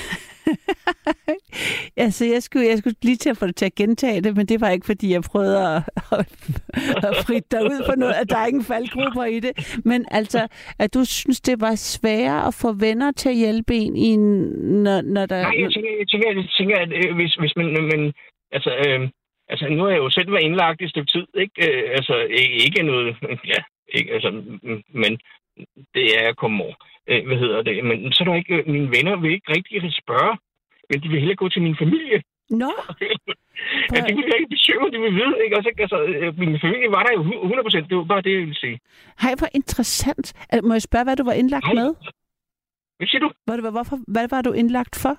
Altså, jeg skulle lige til at få det til at gentage det, men det var ikke, fordi jeg prøvede at fritte dig ud for noget, at der er ingen faldgrupper i det. Men altså, at du synes, det var sværere at få venner til at hjælpe en, når der... Nej, jeg tænker at hvis man... Altså, nu har jeg jo selv været indlagt i et stykke tid, ikke? Ikke noget... Ja, ikke, altså... Men det er jeg kommet over. Men så er der ikke... Mine venner vil ikke rigtig spørge, men de vil hellere gå til min familie. Nå! Ja, det vil jeg ikke besøge, det vil vide, ikke? Altså, min familie var der jo 100%, det var bare det, jeg ville sige. Hej, hvor interessant. Må jeg spørge, hvad du var indlagt med? Hvad siger du? Hvad var du indlagt for?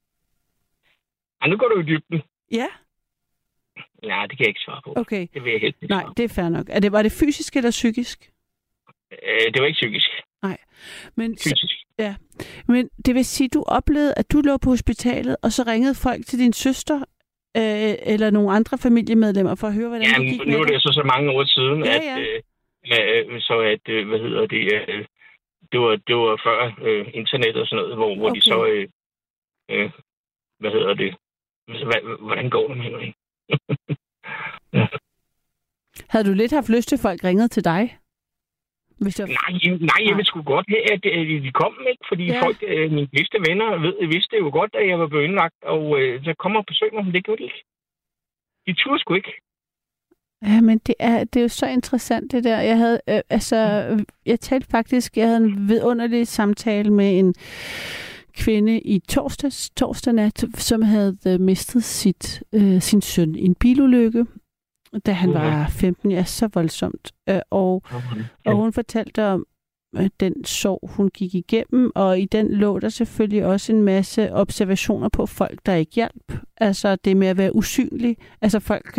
Nu går du i dybden. Ja? Nej, det kan jeg ikke svare på. Okay. Det vil jeg helt ikke svare på. Nej, det er fair nok. Var det fysisk eller psykisk? Det var ikke psykisk. Nej. Men, fysisk. Ja. Men det vil sige, du oplevede, at du lå på hospitalet, og så ringede folk til din søster eller nogle andre familiemedlemmer for at høre, hvordan det gik med det? Nu er det så mange år siden, det var før internet og sådan noget, hvor de så... hvordan går det med det? Ja. Havde du lidt haft lyst til, at folk ringede til dig? Nej, jeg ville sgu godt have, at de kom, ikke? Fordi folk, mine bedste venner, vidste jo godt, at jeg var blevet indlagt, og så kommer og besøg mig, men det gjorde de ikke. De turde sgu ikke. Ja, men det er jo så interessant, det der. Jeg havde, jeg havde en vidunderlig samtale med en kvinde i torsdag nat, som havde mistet sin søn i en bilulykke, da han var 15. Ja, så voldsomt. Og hun fortalte om den sorg, hun gik igennem, og i den lå der selvfølgelig også en masse observationer på folk, der ikke hjalp. Altså det med at være usynlig. Altså folk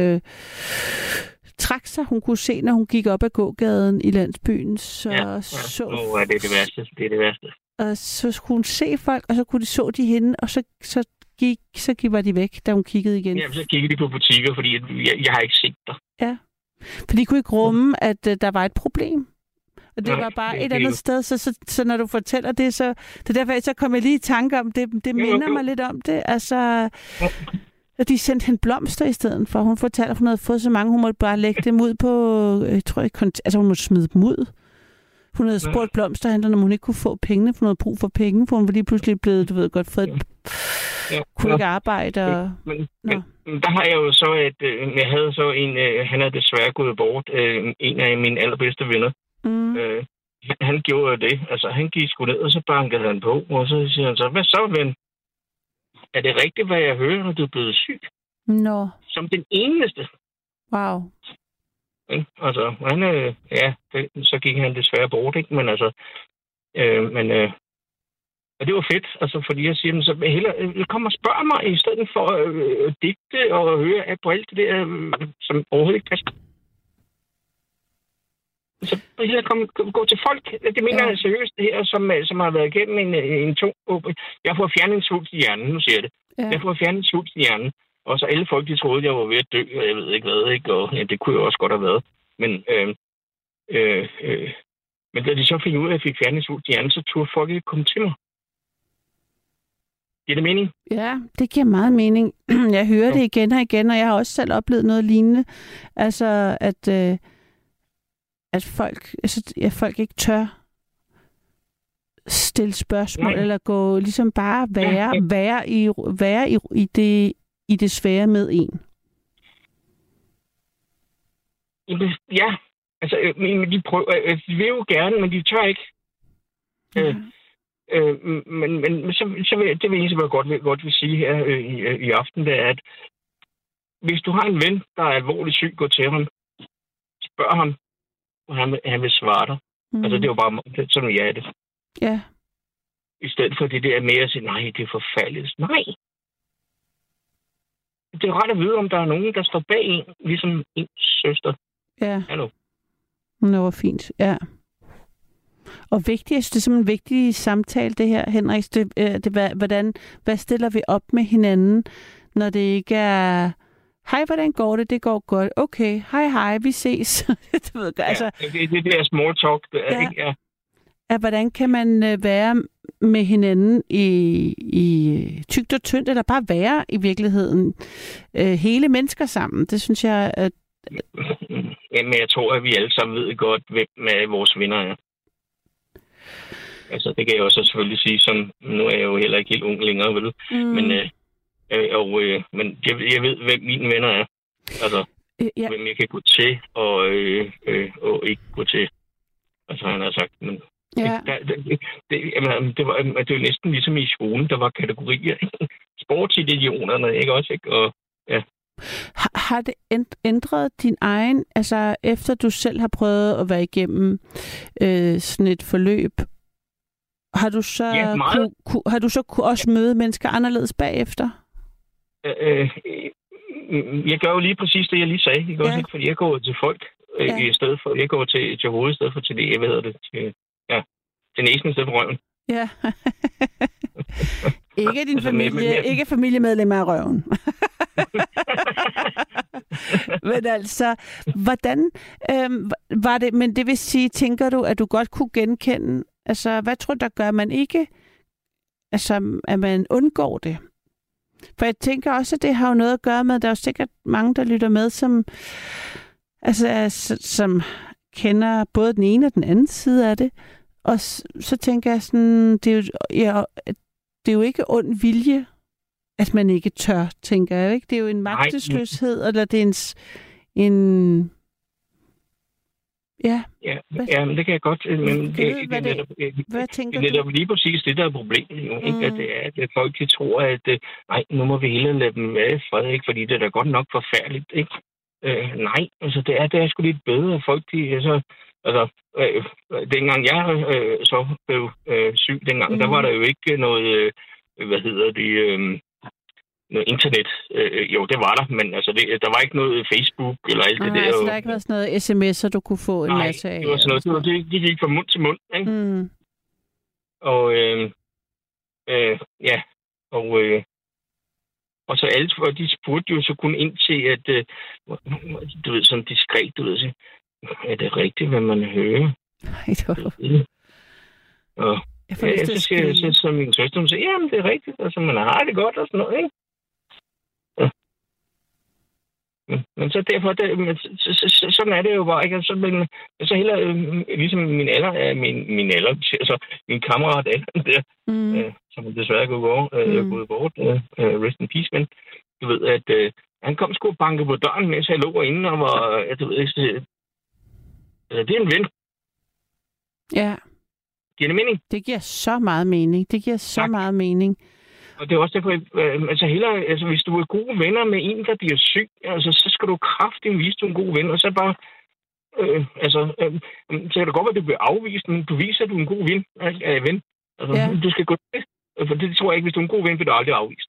trak sig. Hun kunne se, når hun gik op ad gågaden i landsbyen. Så det er det værste. Det er det værste. Og så kunne hun se folk, og så kunne de så de hende, og så var de væk, da hun kiggede igen. Ja, så kiggede de på butikker, fordi jeg har ikke set dig. Ja, for de kunne ikke rumme, at der var et problem. Og det var bare et andet sted, så når du fortæller det, så det er derfor, så kommer jeg lige i tanke om det. Det minder mig lidt om det. Altså, at de sendte hende blomster i stedet for. Hun fortalte, at hun havde fået så mange, hun måtte bare lægge dem ud på, hun måtte smide dem ud. Hun havde spurgt blomsterhandleren, om hun ikke kunne få pengene, for noget brug for penge, for hun var lige pludselig blevet, du ved godt, for kunne ikke arbejde. Og... Men der har jeg jo så, at jeg havde så en, han er desværre gået bort, en af mine allerbedste venner. Han gjorde det. Altså, han gik sgu ned, og så bankede han på, og så siger han så, hvad så, ven? Er det rigtigt, hvad jeg hører, når du er blevet syg? Nå. Som den eneste. Wow. Altså, han, så gik han desværre bort, ikke? Men altså, og det var fedt, altså, fordi jeg siger, så hellere, kom og spørg mig, i stedet for at digte og høre på alt det der, som overhovedet ikke passer. Så hellere gå til folk. Det mener jeg seriøst, det her, som har været igennem en tung... Jeg har fået fjernet en svulst i hjernen, nu siger jeg det. Ja. Jeg har fået fjernet en svulst i hjernen. Og så alle folk, de troede, jeg var ved at dø, og jeg ved ikke hvad, ikke? Og ja, det kunne jeg også godt have været. Men da de så fik ud af, at jeg fik fjernet en svulst i hjernen, så turde folk ikke komme til mig. Giver det mening? Ja, det giver meget mening. Jeg hører det igen og igen, og jeg har også selv oplevet noget lignende. Altså, at folk ikke tør stille spørgsmål, eller gå ligesom bare være i det svære med en. Ja, altså, de prøver, de vil jo gerne, men de tør ikke. Men så vil det eneste, hvad jeg godt vil sige her i aften, det er, at hvis du har en ven, der er alvorligt syg, gå til ham, spørg ham, og han vil svare dig. Altså, det er jo bare sådan, jeg er det. Ja. I stedet for det der med at sige, nej, det er forfærdeligt. Nej. Det er ret at vide, om der er nogen, der står bag en, ligesom en søster. Ja. Hallo. Det var fint, ja. Og vigtigst, det er simpelthen en vigtig samtale, det her, Henrik. Hvad stiller vi op med hinanden, når det ikke er... Hej, hvordan går det? Det går godt. Okay, hej, vi ses. Du ved, altså, det der small talk, det er, ikke? Ja. Ja, hvordan kan man være med hinanden i tykt og tyndt, eller bare være i virkeligheden hele mennesker sammen? Det synes jeg, at... Jamen, jeg tror, at vi alle sammen ved godt, hvem af vores venner er. Altså, det kan jeg også selvfølgelig sige, som nu er jeg jo heller ikke helt ung længere, vel? Men jeg ved, hvem mine venner er. Altså, hvem jeg kan gå til og ikke gå til. Altså, han har sagt, men... Ja. Det var næsten ligesom i skolen, der var kategorier. Sportsidionerne, ikke også? Ikke? Og, ja. Har det ændret din egen, altså efter du selv har prøvet at være igennem sådan et forløb, har du så også møde mennesker anderledes bagefter? Jeg gør jo lige præcis det, jeg lige sagde. Ikke også? Fordi jeg går til folk i stedet for, jeg går til hovedet i stedet for til det, hvad hedder det, til næsen i stedet for røven. Ja. Ikke din familie, ikke familiemedlemmer af røven. Men altså, hvordan var det, men det vil sige, tænker du, at du godt kunne genkende, altså, hvad tror du, der gør, at man ikke, altså, at man undgår det? For jeg tænker også, at det har jo noget at gøre med, at der er jo sikkert mange, der lytter med, som kender både den ene og den anden side af det. Og så tænker jeg sådan, det er jo ikke ond vilje, at man ikke tør, tænker jeg, ikke? Det er jo en magtesløshed, eller det er en... Ja. Ja, men det kan jeg godt... Men hvad tænker du? Det er lige præcis det, der er problemet, jo, ikke? At det er, at folk de tror, at nu må vi hellere lade dem være i fred, ikke? Fordi det er da godt nok forfærdeligt, ikke? Nej, altså det er sgu lidt bedre, at folk de... Altså, dengang jeg så blev syg dengang, der var der jo ikke noget, noget internet. Jo, det var der, men altså der var ikke noget Facebook eller alt det der. Altså, der har ikke været sådan noget sms'er, du kunne få en masse af? Nej, det var sådan noget. Det gik fra mund til mund, ikke? Og så alle, de spurgte jo så kun ind til, at du ved, sådan diskret, du ved, er det rigtigt, hvad man hører? Nej, det var... Og så siger jeg så min søster, hun siger, jamen det er rigtigt, altså man har det godt og sådan noget, ikke? Ja. Men så derfor, sådan er det jo bare, ikke? Så heller, ligesom min alder, altså min kammerat Allan der, som desværre er gået bort, rest in peace, men du ved, at han kom sgu og banke på døren, mens jeg lå inde og var, du ved ikke, det er en ven. Ja. Giver det mening? Det giver så meget mening. Meget mening. Og det er også derfor, altså hvis du er gode venner med en, der bliver syg, altså, så skal du kraftigt vise, du er en god ven, og så bare, så kan det godt være, at du bliver afvist, men du viser, at du er en god ven. Altså, du skal gå til. For det tror jeg ikke, hvis du er en god ven, bliver du aldrig afvist.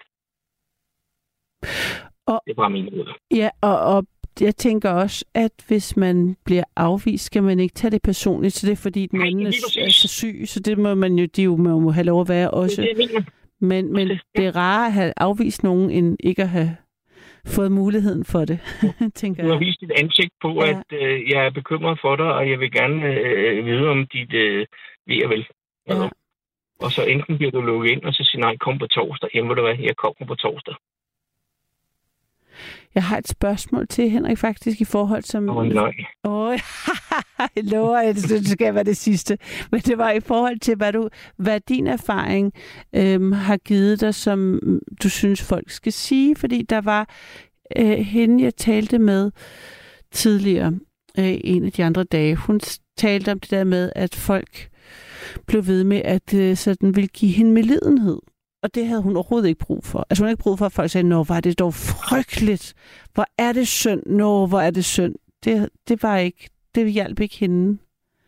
Det er bare mine ord. Ja, og jeg tænker også, at hvis man bliver afvist, skal man ikke tage det personligt, så det er fordi, den anden er så syg, så det må man jo, man må have lov at være også. Men det er rarere at have afvist nogen, end ikke at have fået muligheden for det, tænker jeg. Du har vist dit ansigt på, at jeg er bekymret for dig, og jeg vil gerne vide om dit ved og vel. Ja. Og så enten bliver du lukket ind, og så siger nej, kom på torsdag. Jamen, ved du hvad, jeg kommer på torsdag. Jeg har et spørgsmål til Henrik faktisk i forhold som... Nej. Jeg lover, at det skal være det sidste. Men det var i forhold til, hvad din erfaring har givet dig, som du synes, folk skal sige. Fordi der var hende, jeg talte med tidligere, en af de andre dage. Hun talte om det der med, at folk blev ved med, at sådan ville give hende medlidenhed. Og det havde hun overhovedet ikke brug for. Altså hun havde ikke brug for, at folk sagde, nå, hvor er det dog frygteligt. Hvor er det synd? Nå, hvor er det synd? Det var ikke, det hjalp ikke hende.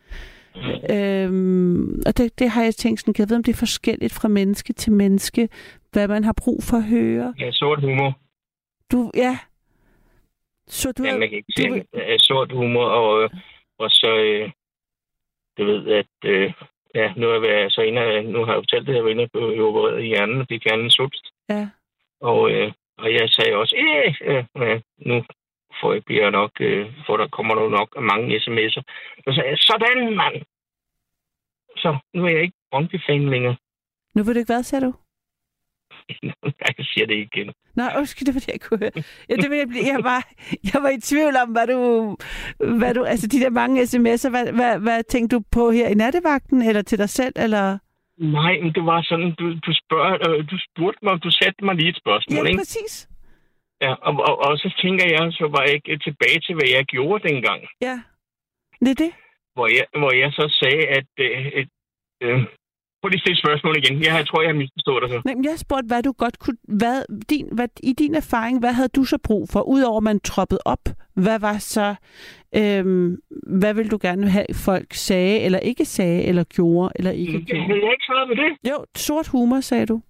Og det har jeg tænkt sådan, kan jeg vide, om det er forskelligt fra menneske til menneske, hvad man har brug for at høre? Ja, sort humor. Så du man kan ikke sige sort humor, og så, du ved, at... nu har jeg fortalt det, at jeg var inde og opereret i hjernen, og fik hjernen svulst. Ja. Og jeg sagde også, nu bliver nok, for der kommer nok mange sms'er. Så sagde jeg, sådan mand! Så nu er jeg ikke Brøndby-fan længere. Nu vil du ikke hvad, sagde du? Jeg siger det igen. Nej, undskyld, det var det, jeg kunne høre. Ja, det vil jeg blive. Jeg var i tvivl om, hvad du altså de der mange sms'er, hvad tænkte du på her i nattevagten, eller til dig selv, eller? Nej, men det var sådan, du spurgte mig, du satte mig lige et spørgsmål, ikke? Ja, præcis. Ja, og så tænker jeg, så var jeg tilbage til, hvad jeg gjorde dengang. Ja, det er det. Hvor jeg så sagde, at... Prøv lige at stille spørgsmål igen. Jeg tror, jeg har misforstået dig så. Nej, men jeg spurgte, hvad du godt kunne... I din erfaring, hvad havde du så brug for? Udover at man troppede op, hvad var så... hvad ville du gerne have, folk sagde, eller ikke sagde, eller gjorde, eller ikke gjorde? Jeg har ikke svaret med det. Jo, sort humor, sagde du.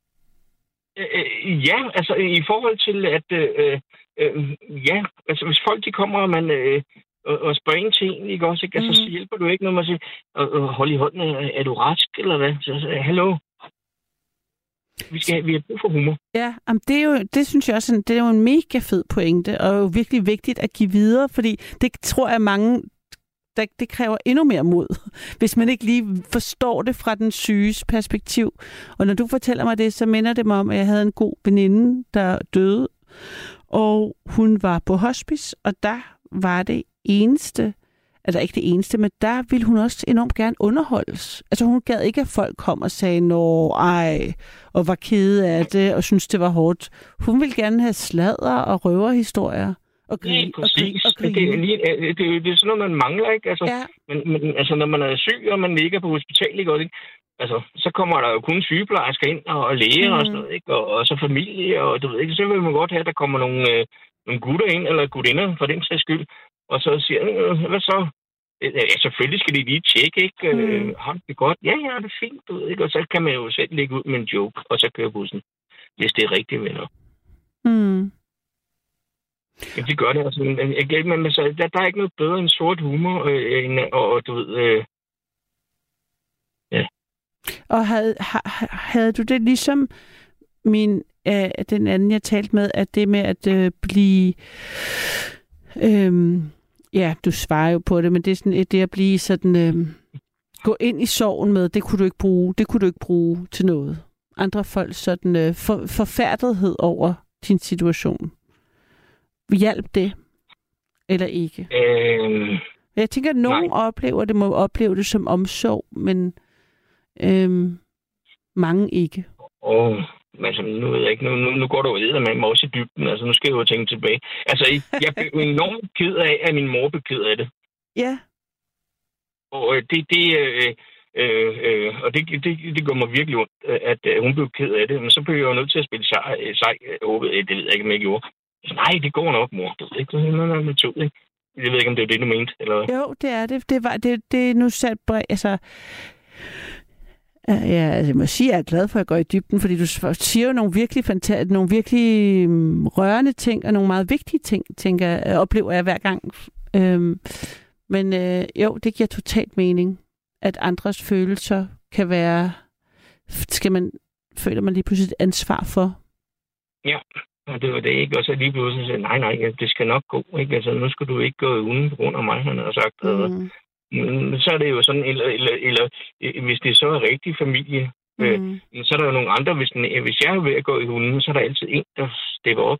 Ja, altså i forhold til, at... ja, altså hvis folk de kommer, og man... og spørge en til en, ikke også? Ikke? Altså, så hjælper du ikke, når man siger, hold i hånden, er du rask, eller hvad? Så hallo? Vi har brug for humor. Ja, det synes jeg også, det er jo en mega fed pointe, og jo virkelig vigtigt at give videre, fordi det tror jeg mange, det kræver endnu mere mod, hvis man ikke lige forstår det fra den syges perspektiv. Og når du fortæller mig det, så minder det mig om, at jeg havde en god veninde, der døde, og hun var på hospice, og der var det eneste, altså ikke det eneste, men der ville hun også enormt gerne underholdes. Altså hun gad ikke, at folk kom og sagde, og var kede af det, og syntes, det var hårdt. Hun ville gerne have sladder og røverhistorier. Og grine. Det er sådan noget, man mangler, ikke? Altså, ja. Men altså, når man er syg, og man ligger på hospital, ikke? Altså, så kommer der jo kun sygeplejersker ind, og læger og sådan noget, ikke? Og så familie, og du ved ikke, så vil man godt have, at der kommer nogle gutter ind, eller gutinder for den sags skyld, og så siger, hvad så? Ja, selvfølgelig skal de lige tjekke, ikke? Har det godt? Ja, det er fint, du ved, ikke? Og så kan man jo selv lægge ud med en joke, og så køre bussen, hvis det er rigtige venner. Ja, det gør det. Altså, der er ikke noget bedre end sort humor, og du ved... ja. Og havde du det ligesom den anden, jeg talte med, at det med at blive... ja, du svarer jo på det, men det er sådan det at blive sådan... gå ind i sorgen med, det kunne du ikke bruge til noget. Andre folk sådan forfærdighed over din situation. hjalp det? Eller ikke? Jeg tænker, at nogen må opleve det som omsorg, men mange ikke. Altså, nu ved jeg ikke, nu går du ud med mig også i dybden. Altså, nu skal jeg jo tænke tilbage. Altså, jeg blev enormt ked af, at min mor blev ked af det. Ja. Og det gør mig virkelig ondt, at hun blev ked af det. Men så blev jeg jo nødt til at spille sej. Det ved jeg ikke, om jeg gjorde. Så, nej, det går nok, mor. Det er ikke noget metode, ikke? Jeg ved ikke, om det er det, du mente, eller hvad? Jo, det er det. Det er nu sat på, altså... Ja, altså, jeg må sige, at jeg er glad for, at jeg går i dybden, fordi du siger jo nogle virkelig rørende ting, og nogle meget vigtige ting, oplever jeg hver gang. Men jo, det giver totalt mening, at andres følelser kan være... føler man lige pludselig et ansvar for? Ja, og det var det ikke. Og så lige pludselig sagde, nej, det skal nok gå. Ikke? Altså, nu skal du ikke gå uden på grund af mig, han har sagt. Så er det jo sådan, eller hvis det så er rigtig familie, så er der jo nogle andre. Hvis jeg er ved at gå i hunden, så er der altid en, der stepper op.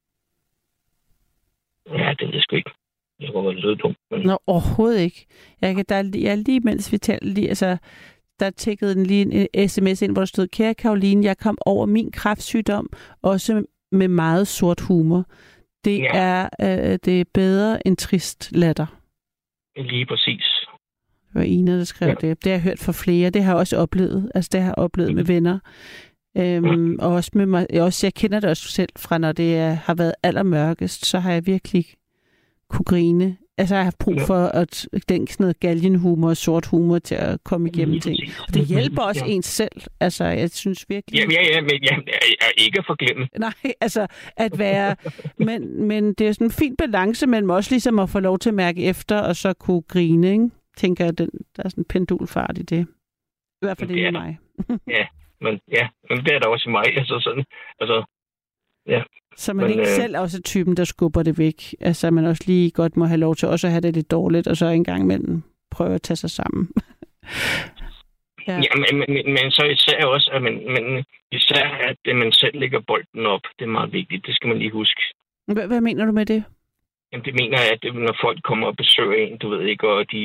Ja, det ved jeg sgu ikke. Jeg var lidt dum. Men... Nå, overhovedet ikke. Jeg lige mens vi talte, altså, der tækkede lige en sms ind, hvor der stod, kære Caroline, jeg kom over min kræftsygdom, også med meget sort humor. Det er bedre end trist latter. Lige præcis. Det var Ina, der skrev det. Det har jeg hørt fra flere. Det har jeg også oplevet. Altså, det har jeg oplevet med venner. Og også med mig. Jeg kender det også selv fra, når det har været allermørkest, så har jeg virkelig kunne grine. Altså, jeg har haft brug for at den sådan noget galgenhumor og sort humor til at komme igennem ting. Og det hjælper også ens selv. Altså, jeg synes virkelig... Ja, men ikke at forglemme. Nej, altså, at være... men det er sådan en fin balance mellem også ligesom at få lov til at mærke efter, og så kunne grine, ikke? Tænker jeg, der er sådan en pendulfart i det. I hvert fald det er mig. men det er der også i mig. Altså sådan, Så man ikke selv også er typen, der skubber det væk. Altså, man også lige godt må have lov til også at have det lidt dårligt, og så en gang imellem prøve at tage sig sammen. Ja, men så især også, at man selv lægger bolden op. Det er meget vigtigt. Det skal man lige huske. Hvad mener du med det? Jamen, det mener jeg, at når folk kommer og besøger en, du ved ikke, og de,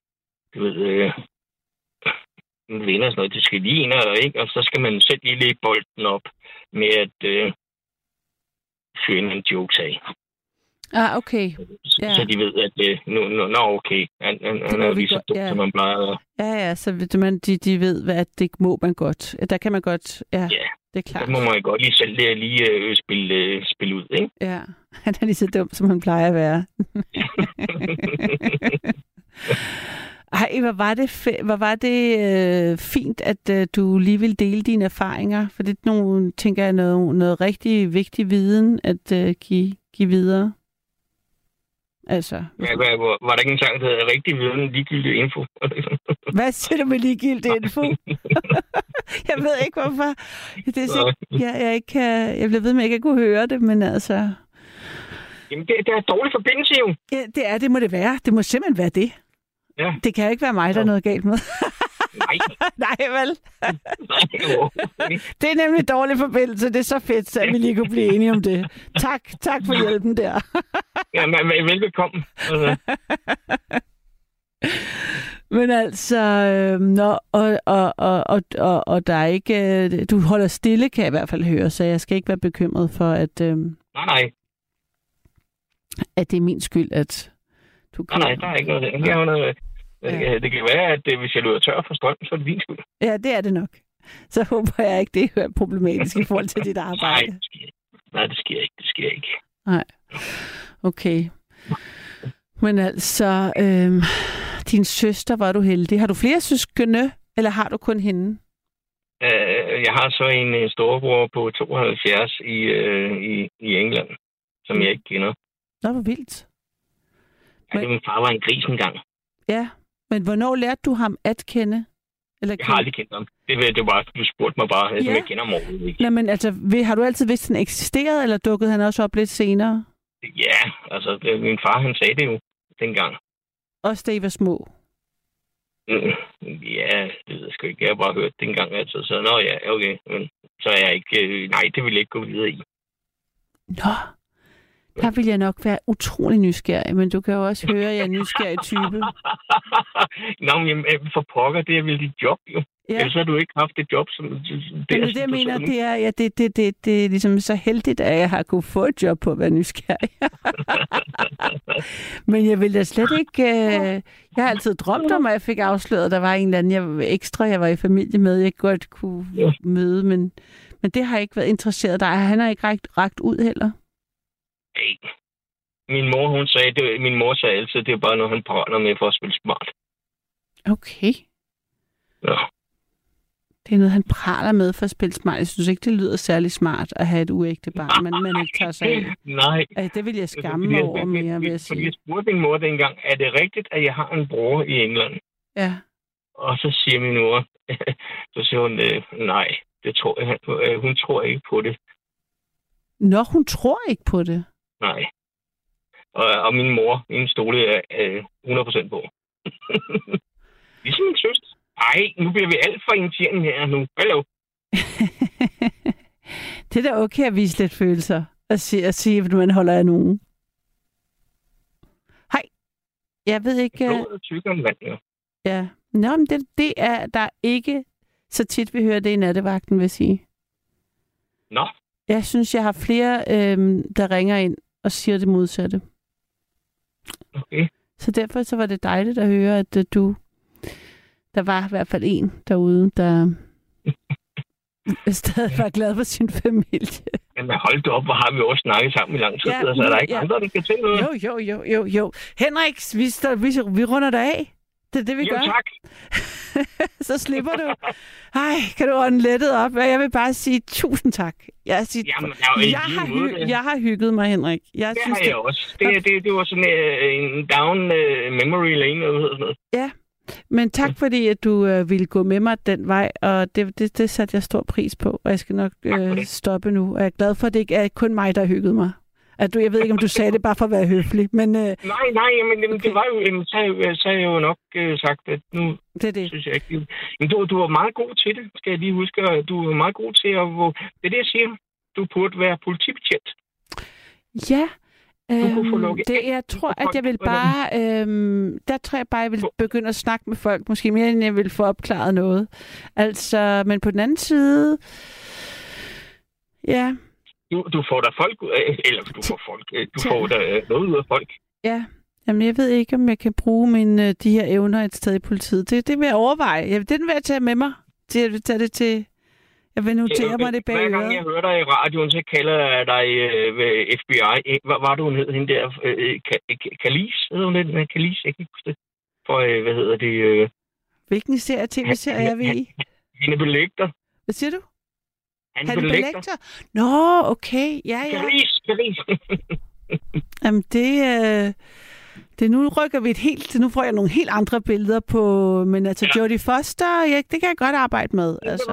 venner sådan noget, det skal lige ind, ikke? Og så skal man selv lige lægge bolden op med at fyre en joke af. Ah, okay. Så de ved, at okay, han er lige så dum, som man plejer. Ja, så de ved, at det må man godt. Der kan man godt, det er klart. Så må man godt lige selv spille ud, ikke? Ja, han er lige så dum, som han plejer at være. Ej, hvor var det fint, at du lige vil dele dine erfaringer, for det er tænker jeg, noget rigtig vigtig viden at give videre. Altså. Ja, var der ikke en sang, der hedder rigtig viden, ligegyldig info? Hvad siger du med ligegyldig info? Jeg ved ikke, hvorfor. Det er sikkert, jeg bliver ved med ikke at kunne høre det, men altså... Jamen, det er dårlig forbindelse jo. Ja, det må det være. Det må simpelthen være det. Ja. Det kan jo ikke være mig, der er noget galt med. Nej. Nej, vel? Det er nemlig dårlig forbindelse. Det er så fedt, så vi lige kunne blive enige om det. Tak for hjælpen der. Ja, men velbekomme. Altså. Men altså, og der er ikke... Du holder stille, kan jeg i hvert fald høre, så jeg skal ikke være bekymret for, at... Nej. At det er min skyld, at du kan... Nej, der er ikke noget. Det kan være, at hvis jeg løber tør for strøm, så er det din skyld. Ja, det er det nok. Så håber jeg ikke, det er problematisk i forhold til dit arbejde. Nej, det sker ikke. Nej, okay. Men altså, din søster, var du heldig. Har du flere søskende, eller har du kun hende? Jeg har så en storebror på 72 i England, som jeg ikke kender. Nå, hvor vildt. Men... min far var en gris engang. Ja, men hvornår lærte du ham at kende? Eller jeg har aldrig kendt ham. Det var, du spurgte mig bare, jeg kender ham overhovedet ikke. Nå, men altså, har du altid vidst, at han eksisterede, eller dukkede han også op lidt senere? Ja, altså, min far, han sagde det jo dengang. Også da I var små? Ja, det ved jeg sgu ikke. Jeg har bare hørt dengang, altså. Så okay. Men så er jeg ikke... nej, det vil jeg ikke gå videre i. Nå, Der vil jeg nok være utrolig nysgerrig, men du kan jo også høre, at jeg er nysgerrig type. Nå, men for pokker, det er vel dit job, jo. Ja. Ellers har du ikke haft et job, som... Det jeg mener, det er, ja, det er ligesom så heldigt, at jeg har kunnet få et job på at være nysgerrig. Men jeg ville da slet ikke... Jeg har altid drømt om, at jeg fik afsløret, at der var en eller anden jeg var i familie med, jeg godt kunne møde, men det har ikke været interesseret dig. Han har ikke rakt ud heller. Nej. Min mor sagde altid, det er bare noget, han praler med for at spille smart. Okay. Ja. Det er noget, han praler med for at spille smart. Jeg synes ikke, det lyder særlig smart at have et uægte barn, men man ikke tager sig af. Nej. Det vil jeg skamme mig over mere, vil jeg sige. Fordi jeg spurgte min mor dengang, er det rigtigt, at jeg har en bror i England? Ja. Og så siger min mor, så siger hun, nej, det tror jeg. Hun tror ikke på det. Nå, hun tror ikke på det? Nej. Og min mor, min stole er 100% på. Ligesom min søster. Ej, nu bliver vi alt for irriterende her nu. Hallo. Det er da okay at vise lidt følelser. At sige, at man holder af nogen. Hej. Jeg ved ikke... Ja. Nå, men det er der ikke så tit, vi hører det i nattevagten, vil jeg sige. Nå. Jeg synes, jeg har flere, der ringer ind og siger det modsatte. Okay. Så derfor så var det dejligt at høre, at du... Der var i hvert fald en derude, der stadig var glad for sin familie. Men hold da op, hvor har vi også snakket sammen i lang tid, så er der ikke andre, der kan til noget. Jo. Henrik, vi runder dig af. Det er det, vi gør. Tak. Så slipper du. Ej, kan du ånde lettet op? Jeg vil bare sige tusind tak. Jeg har hygget mig, Henrik. Jeg også. Det var sådan en down memory lane, eller hvad hedder noget. Ja. Men tak fordi, at du ville gå med mig den vej, og det satte jeg stor pris på, og jeg skal nok stoppe nu. Og jeg er glad for, at det ikke er kun mig, der har hygget mig. Jeg ved ikke, om du sagde det bare for at være høflig, men... Nej, men okay. Det var jo... Så har jeg jo nok sagt, at nu det. Synes jeg ikke... Men du var meget god til det, skal jeg lige huske. Du var meget god til at... Det er det, jeg siger. Du burde være politibetjent. Ja, jeg tror, at jeg vil bare... der tror jeg bare, jeg vil begynde at snakke med folk, måske mere, end jeg vil få opklaret noget. Altså, men på den anden side... Ja... Du får da folk ud af, eller du får da noget ud af folk. Ja, jamen jeg ved ikke, om jeg kan bruge de her evner et sted i politiet. Det vil jeg overveje. Den vil jeg tage med mig. Jeg vil tage det til... Jeg vil notere mig det bag øret. Hver gang jeg hører dig i radioen, så kalder jeg dig FBI. Hvad var du, hun hed hende der? Kalis? Hedder hun den? Kalis? Jeg kan ikke huske det. For, hvad hedder det? Hvilken tv-serie er vi i? Hannibal Lecter. Hvad siger du? Hannibal Lecter? Nå, okay. Ja. Kalis. Jamen, det nu rykker vi nu får jeg nogle helt andre billeder på, men altså Jodie Foster, det kan jeg godt arbejde med. Altså,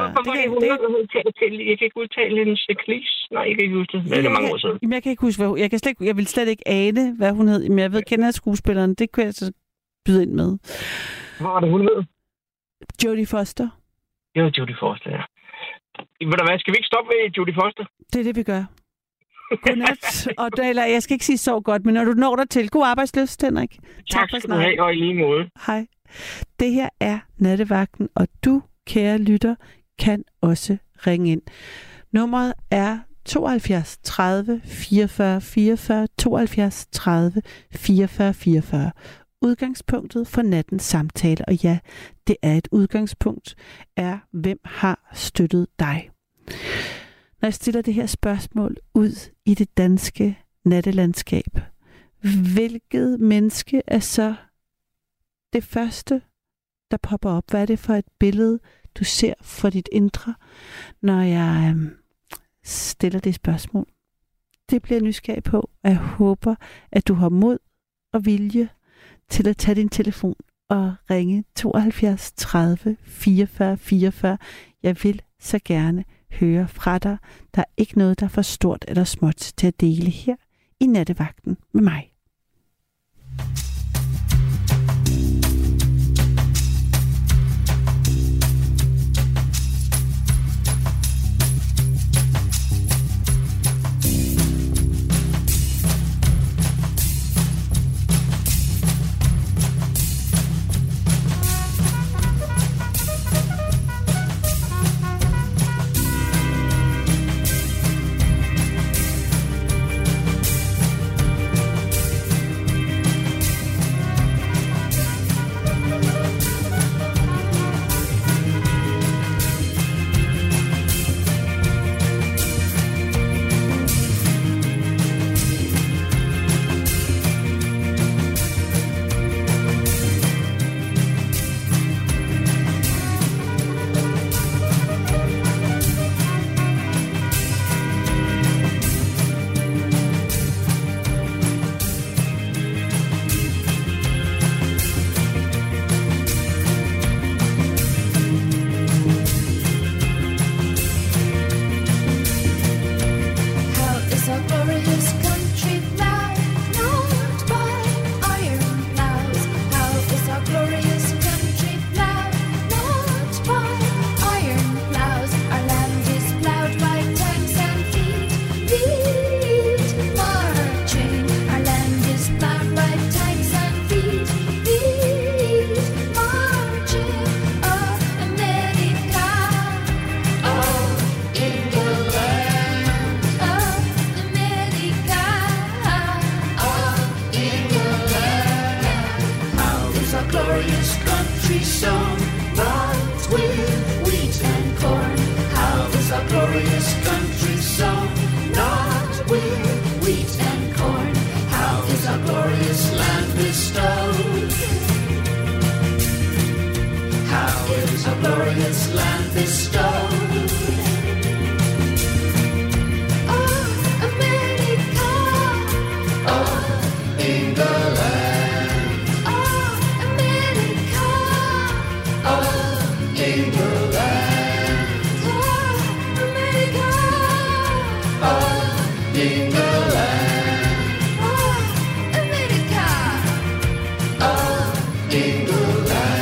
jeg kan ikke udtale hendes Kalis. Nej, jeg kan ikke huske det. Det er mange år siden. Jamen, jeg kan ikke huske, jeg vil slet ikke ane, hvad hun hed. Men jeg kender jeg skuespilleren. Det kunne jeg så byde ind med. Hvad var det, hun hed? Jodie Foster. Det var Jodie Foster, ja. Ved du hvad, skal vi ikke stoppe ved Jodie Foster? Det er det, vi gør. Godnat. Jeg skal ikke sige så godt, men når du når dig til. God arbejdslyst, Henrik. Tak skal du have, og i lige måde. Hej. Det her er Nattevagten, og du, kære lytter, kan også ringe ind. Nummeret er 72 30 44 44, 72 30 44 44. Udgangspunktet for nattens samtale, og ja, det er et udgangspunkt, er, hvem har støttet dig? Når jeg stiller det her spørgsmål ud i det danske nattelandskab, hvilket menneske er så det første, der popper op? Hvad er det for et billede, du ser for dit indre, når jeg stiller det spørgsmål? Det bliver jeg nysgerrig på, og jeg håber, at du har mod og vilje til at tage din telefon og ringe 72 30 44 44. Jeg vil så gerne høre fra dig. Der er ikke noget, der er for stort eller småt til at dele her i Nattevagten med mig. wheat and corn. How is our glorious land bestowed? How is our glorious land bestowed? Oh, America! Oh, England! Oh, America! Oh, England! Oh, America! Oh, England! Oh, America! Oh, England!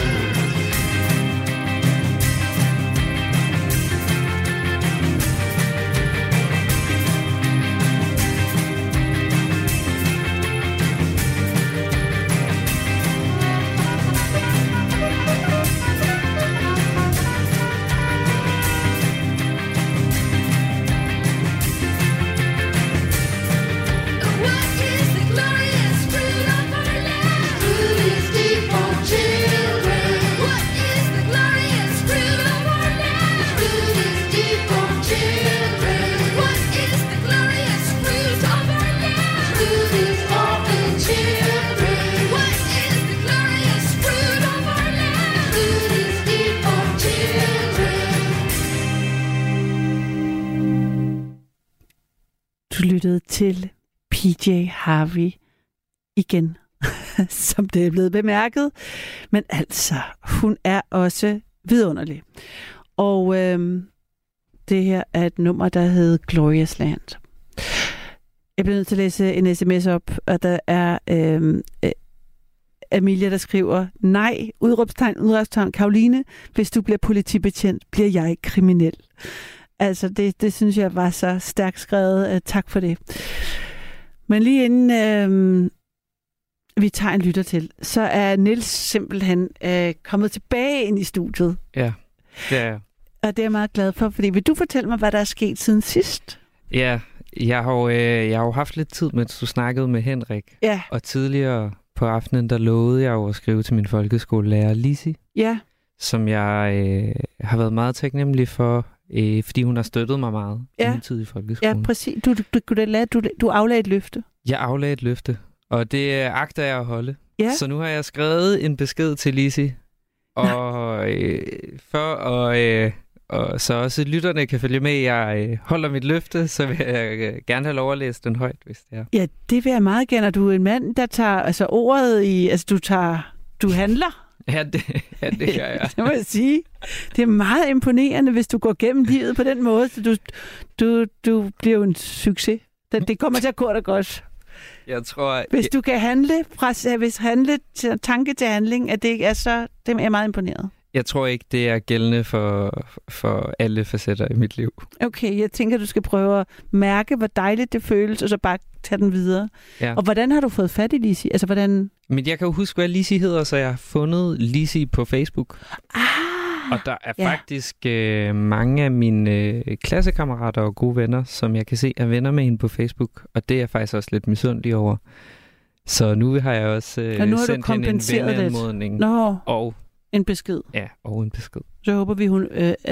What is the glorious fruit of our land? Fruit is deep for children. What is the glorious fruit of our land? Fruit is deep for children. What is the glorious fruit of our land? Fruit is often children. What is the glorious fruit of our land? Fruit is deep for children. Du lyttede til PJ Harvey igen, som det er blevet bemærket. Men altså, hun er også vidunderlig. Og det her er et nummer, der hedder Glorious Land. Jeg bliver nødt til at læse en sms op, og der er Amelia, der skriver, nej, udråbstegn, Karoline, hvis du bliver politibetjent, bliver jeg kriminel. Altså, det synes jeg var så stærkt skrevet. Tak for det. Men lige inden vi tager en lytter til, så er Niels simpelthen kommet tilbage ind i studiet. Ja, det er jeg. Og det er jeg meget glad for, fordi vil du fortælle mig, hvad der er sket siden sidst? Ja, jeg har jo haft lidt tid, mens du snakkede med Henrik. Ja. Og tidligere på aftenen, der lovede jeg jo at skrive til min folkeskolelærer Lisi. Ja. Som jeg har været meget taknemmelig for, fordi hun har støttet mig meget i min tid i folkeskolen. Ja, præcis. Du aflagde et løfte. Jeg aflagde et løfte, og det agter jeg at holde. Ja. Så nu har jeg skrevet en besked til Lisi, og og så også lytterne kan følge med. Jeg holder mit løfte, så vil jeg gerne have lov at læse den højt, hvis det er. Ja, det vil jeg meget gerne. Og du er en mand, der tager ordet i... Altså, du handler. Ja, det gør jeg. Det må jeg sige. Det er meget imponerende, hvis du går gennem livet på den måde. Så du bliver jo en succes. Det kommer til at gå dig godt. Jeg tror... Hvis du kan handle fra tanke til handling, at det er så... Det er jeg meget imponeret. Jeg tror ikke, det er gældende for alle facetter i mit liv. Okay, jeg tænker, du skal prøve at mærke, hvor dejligt det føles, og så bare tage den videre. Ja. Og hvordan har du fået fat i Lisi? Altså, hvordan... Men jeg kan jo huske, hvad Lisi hedder, så jeg har fundet Lisi på Facebook. Og der er faktisk mange af mine klassekammerater og gode venner, som jeg kan se er venner med hende på Facebook. Og det er jeg faktisk også lidt misundelig over. Så nu har jeg også sendt hende en venneanmodning. Og en besked. Ja, og en besked. Så håber vi, hun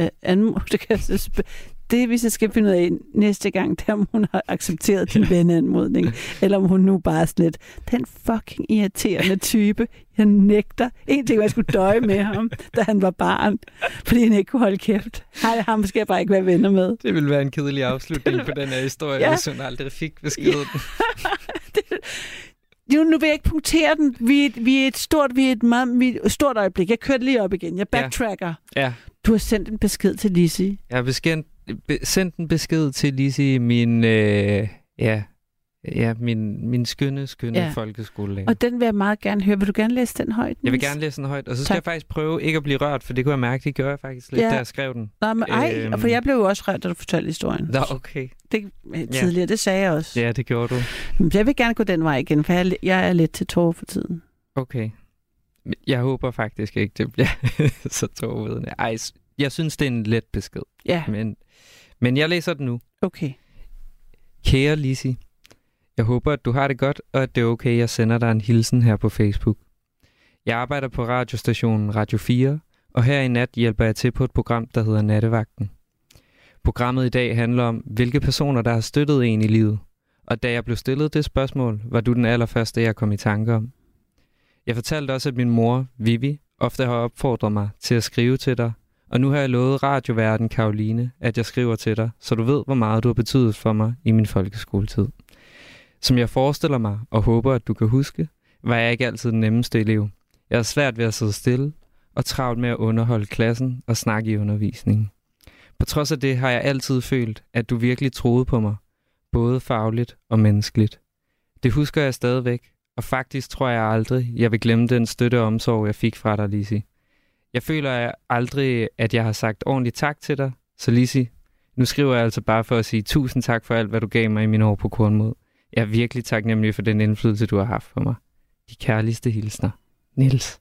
det vi så skal finde ud af næste gang, det er, om hun har accepteret din venneanmodning, eller om hun nu bare slet den fucking irriterende type. Jeg nægter. En ting var, jeg skulle døje med ham, da han var barn, fordi han ikke kunne holde kæft. Ham skal jeg bare ikke være venner med. Det ville være en kedelig afslutning på den her historie, hvis hun aldrig fik beskeden. Nu vil jeg ikke punktere den. Vi er et stort øjeblik. Jeg kørte lige op igen. Jeg backtracker. Ja. Du har sendt en besked til Lisi. Jeg har sendt en besked til Lisi, min skønne folkeskolelærer. Og den vil jeg meget gerne høre. Vil du gerne læse den højt? Jeg vil gerne læse den højt, og så skal jeg faktisk prøve ikke at blive rørt, for det kunne jeg mærke, det gjorde jeg faktisk lidt, da jeg skrev den. Nå, men for jeg blev jo også rørt, da du fortalte historien. Nå, okay. Tidligere, det sagde jeg også. Ja, det gjorde du. Jeg vil gerne gå den vej igen, for jeg er lidt til tårer for tiden. Okay. Jeg håber faktisk ikke, det bliver så tårvedende. Ej, jeg synes, det er en let besked. Ja. Men jeg læser den nu. Okay. Kære Lisi, jeg håber, at du har det godt, og at det er okay, jeg sender dig en hilsen her på Facebook. Jeg arbejder på radiostationen Radio 4, og her i nat hjælper jeg til på et program, der hedder Nattevagten. Programmet i dag handler om, hvilke personer, der har støttet en i livet, Og da jeg blev stillet det spørgsmål, var du den allerførste, jeg kom i tanke om. Jeg fortalte også, at min mor, Vivi, ofte har opfordret mig til at skrive til dig, og nu har jeg lovet radioværten Caroline, at jeg skriver til dig, så du ved, hvor meget du har betydet for mig i min folkeskoletid. Som jeg forestiller mig og håber, at du kan huske, var jeg ikke altid den nemmeste elev. Jeg havde svært ved at sidde stille og travlt med at underholde klassen og snakke i undervisningen. På trods af det har jeg altid følt, at du virkelig troede på mig, både fagligt og menneskeligt. Det husker jeg stadigvæk, og faktisk tror jeg aldrig, jeg vil glemme den støtte og omsorg, jeg fik fra dig, Lizzie. Jeg føler aldrig, at jeg har sagt ordentligt tak til dig, så Lizzie, nu skriver jeg altså bare for at sige tusind tak for alt, hvad du gav mig i mine år på Kornmod. Jeg er virkelig taknemmelig for den indflydelse, du har haft på mig. De kærligste hilsner. Niels.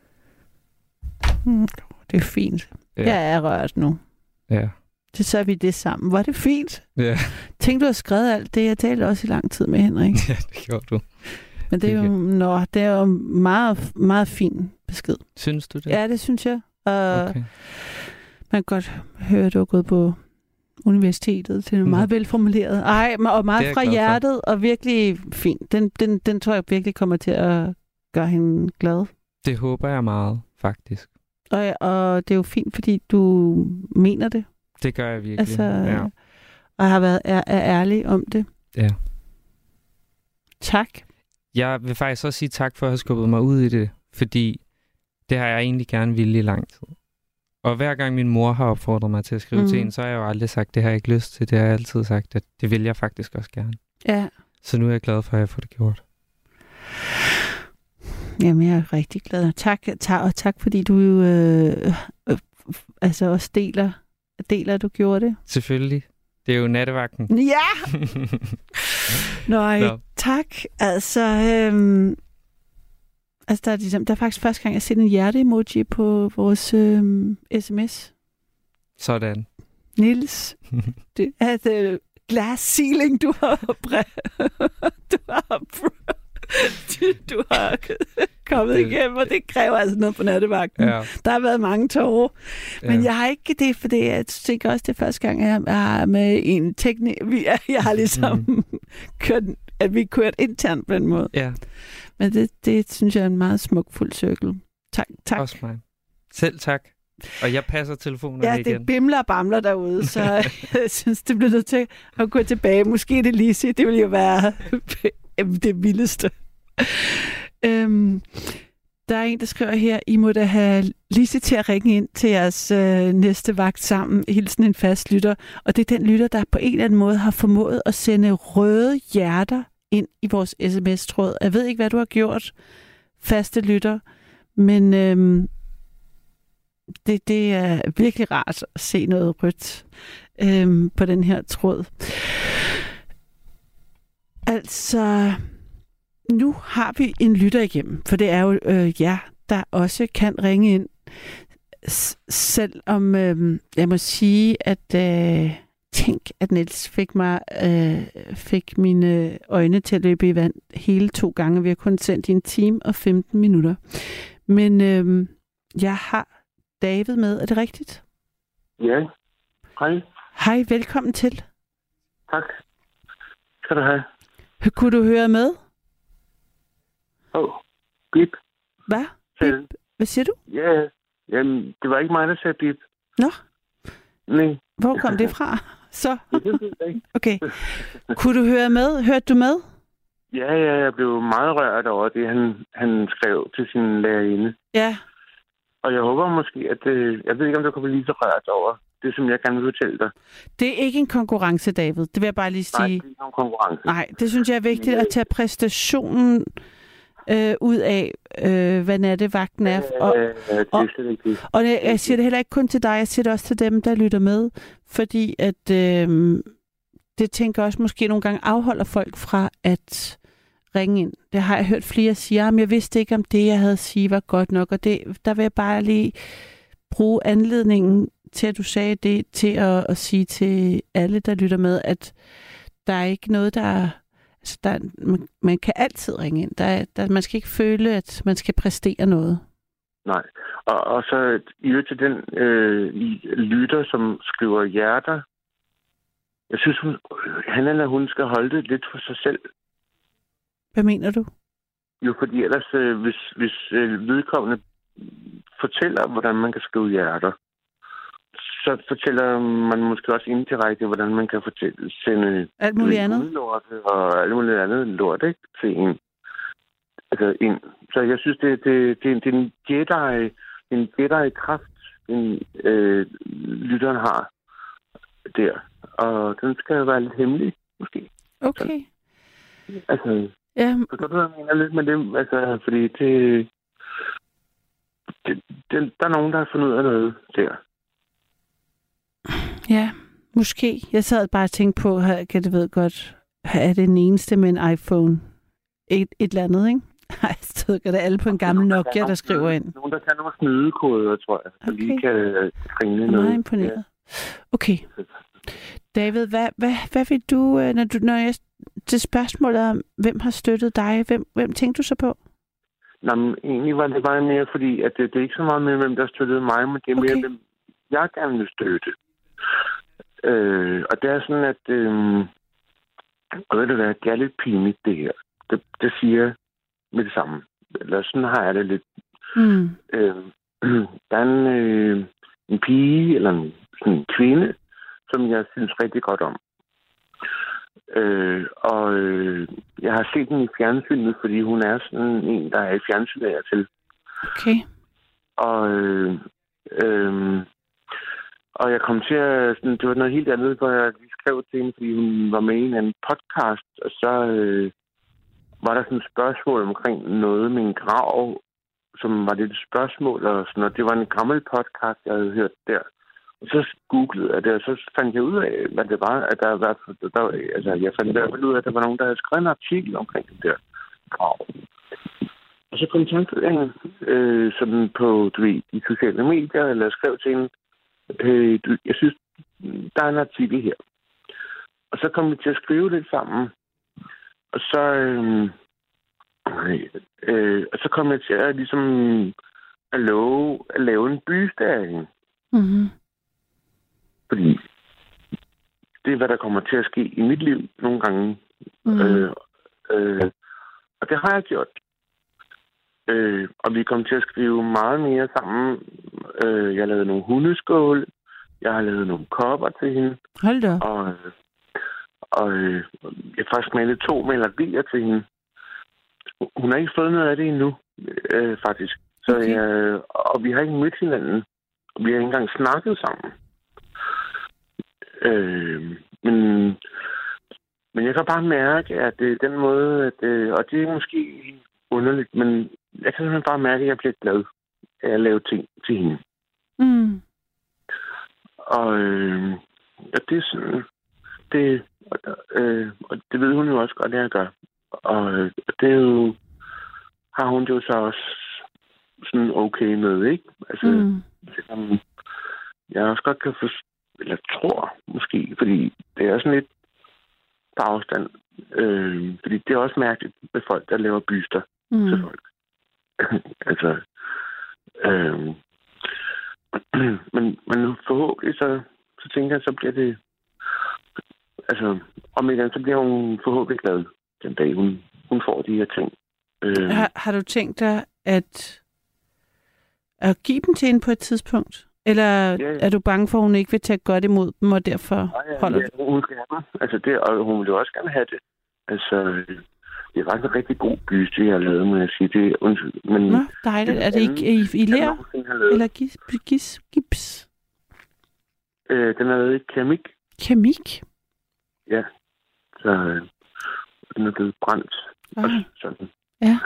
Det er fint. Ja. Jeg er rørt nu. Ja. Så er vi det sammen. Var det fint? Ja. Tænk, du har skrevet alt det. Jeg talte også i lang tid med Henrik. Ja, det gjorde du. Men det er jo meget, meget fin besked. Synes du det? Ja, det synes jeg. Okay. Man kan godt høre, at du har gået på universitetet til noget meget velformuleret. Og meget fra hjertet, og virkelig fint. Den tror jeg virkelig kommer til at gøre hende glad. Det håber jeg meget, faktisk. Og det er jo fint, fordi du mener det. Det gør jeg virkelig, altså, ja. Og har været er ærlig om det. Ja. Tak. Jeg vil faktisk også sige tak for at have skubbet mig ud i det, fordi det har jeg egentlig gerne ville i lang tid. Og hver gang min mor har opfordret mig til at skrive til en, så har jeg jo aldrig sagt, det har jeg ikke lyst til. Det har jeg altid sagt, at det vil jeg faktisk også gerne. Ja. Så nu er jeg glad for, at jeg får det gjort. Jamen, jeg er rigtig glad. Tak fordi du jo altså også deler, du gjorde det. Selvfølgelig. Det er jo nattevagten. Ja! Tak. Altså, der er faktisk første gang, jeg ser en hjerte-emoji på vores sms. Sådan. Niels, det er the glass ceiling, du har du har kommet igennem, og det kræver altså noget på nattevagten. Ja. Der har været mange tårer. Men jeg har ikke det, for jeg tænker også, det er første gang, jeg er med en teknik. Jeg har ligesom kørt internt på den måde. Ja. Men det synes jeg er en meget smukfuld cirkel. Tak. Også mig. Selv tak. Og jeg passer telefonen igen. Ja, det bimler og bamler derude, så jeg synes, det bliver nødt til at gå tilbage. Måske det Lizzie, det vil jo være det vildeste. Der er en, der skriver her, I må da have Lizzie til at ringe ind til jeres næste vagt sammen. Hilsen en fast lytter. Og det er den lytter, der på en eller anden måde har formået at sende røde hjerter ind i vores sms-tråd. Jeg ved ikke, hvad du har gjort, faste lytter, men det er virkelig rart at se noget rødt på den her tråd. Altså, nu har vi en lytter igennem, for det er jo der også kan ringe ind, selvom jeg må sige, at tænk, at Niels fik mine øjne til at løbe i vand hele 2 gange. Vi har kun sendt i 1 time og 15 minutter. Men jeg har David med. Er det rigtigt? Ja. Hej. Hej, velkommen til. Tak. Skal du have. Kunne du høre med? Bip. Hvad? Bip? Hvad siger du? Ja, jamen, det var ikke mig, der sagde bip. Nå? Nej. Hvor kom det fra? Så? Okay. Kunne du høre med? Hørte du med? Ja, jeg blev meget rørt over det, han skrev til sin lærerinde. Ja. Og jeg håber måske, at jeg ved ikke, om du kan blive lige så rørt over det, som jeg gerne vil fortælle dig. Det er ikke en konkurrence, David. Det vil jeg bare lige sige. Nej, det er ikke nogen konkurrence. Nej, det synes jeg er vigtigt at tage præstationen ud af, hvad nattevagten er. Og jeg siger det heller ikke kun til dig, jeg siger det også til dem, der lytter med, fordi at det tænker også måske nogle gange afholder folk fra at ringe ind. Det har jeg hørt flere sige, men jeg vidste ikke, om det, jeg havde sige, var godt nok, og der vil jeg bare lige bruge anledningen til, at du sagde det, til at sige til alle, der lytter med, at der er ikke noget, man kan altid ringe ind. Man skal ikke føle, at man skal præstere noget. Nej. Og så i øvrigt til den lytter, som skriver hjerter, Jeg synes, han eller hun skal holde det lidt for sig selv. Hvad mener du? Jo, fordi ellers, hvis vedkommende fortæller, hvordan man kan skrive hjerter, så fortæller man måske også indirekte, hvordan man kan sende alt muligt andet lort og alt muligt andet lort, ikke? Til en. Altså ind. Så jeg synes, det er en Jedi-kraft, lytteren har der. Og den skal være lidt hemmelig, måske. Okay. Så, altså, ja. Forstår du, hvad jeg mener lidt med det? Altså, fordi der er nogen, der har fundet ud af noget der. Ja, måske. Jeg sad bare og tænkte på, kan det ved godt, er det den eneste med en iPhone? Et eller andet, ikke? Nej, så er det alle på en gammel Nokia, der skriver ind. Nogen, der kan nogle snydekoder, tror jeg, der lige kan kringle noget. Meget imponeret. Okay. David, hvad vil du, når jeg til spørgsmålet om, hvem har støttet dig, hvem tænkte du så på? Nå, men egentlig var det bare mere, fordi at det er ikke så meget med, hvem der støttede mig, men det er mere, hvem jeg gerne vil støtte. Og det er sådan, at og ved du hvad, det er lidt pinligt, det her. Det siger jeg med det samme. Eller sådan har jeg det lidt. Der er en pige, eller en kvinde, som jeg synes rigtig godt om. Jeg har set hende i fjernsynet, fordi hun er sådan en, der er i fjernsynet af til. Okay. Og jeg kom til at... Sådan, det var noget helt andet, hvor jeg lige skrev til hende, fordi hun var med i en podcast, og så var der sådan et spørgsmål omkring noget med en grav, som var lidt et spørgsmål, og sådan, og det var en gammel podcast, jeg havde hørt der. Og så googlede jeg det, og så fandt jeg ud af, hvad det var, at jeg fandt i hvert fald ud af, at der var nogen, der havde skrevet en artikel omkring det der grav. Og så kontaktede jeg sådan på, de sociale medier, eller skrev til hende, jeg synes, der er en artikel her. Og så kom vi til at skrive lidt sammen. Og så kom jeg til at at lave en byste af hende. Mm-hmm. Fordi det er, hvad der kommer til at ske i mit liv nogle gange. Og det har jeg gjort. Og vi kom til at skrive meget mere sammen. Jeg lavede nogle hundeskål. Jeg har lavet nogle kopper til hende. Hold da. Og jeg har faktisk malet 2 malerier til hende. Hun har ikke fået noget af det endnu, faktisk. Så okay. Og vi har ikke mødt hinanden. Vi har ikke engang snakket sammen. Men jeg kan bare mærke, at det er den måde, og det er måske underligt, men jeg kan simpelthen bare mærke, at jeg bliver glad af at lave ting til hende. Mm. Og det er sådan, og det ved hun jo også godt, at jeg gør. Og det er jo, har hun det jo så også sådan okay med, ikke? Altså, jeg også godt kan eller tror måske, fordi det er sådan lidt på afstand. Fordi det er også mærkeligt med folk, der laver byster til folk. Altså, men forhåbentlig så tænker jeg, så bliver det, altså, om igen, så bliver hun forhåbentlig glad den dag, hun får de her ting. Har du tænkt dig at give dem til hende på et tidspunkt? Eller er du bange for, at hun ikke vil tage godt imod dem, og derfor holder du? Hun skal have dem. Altså det, og hun vil jo også gerne have det. Altså, det er faktisk en rigtig god byste, jeg har lavet, må jeg sige. Det undskyld. Men nå, dejligt. Er det ikke i ler? Eller gips? Den er lavet i keramik. Keramik? Ja. Så den er blevet brændt. Og sådan. Ja.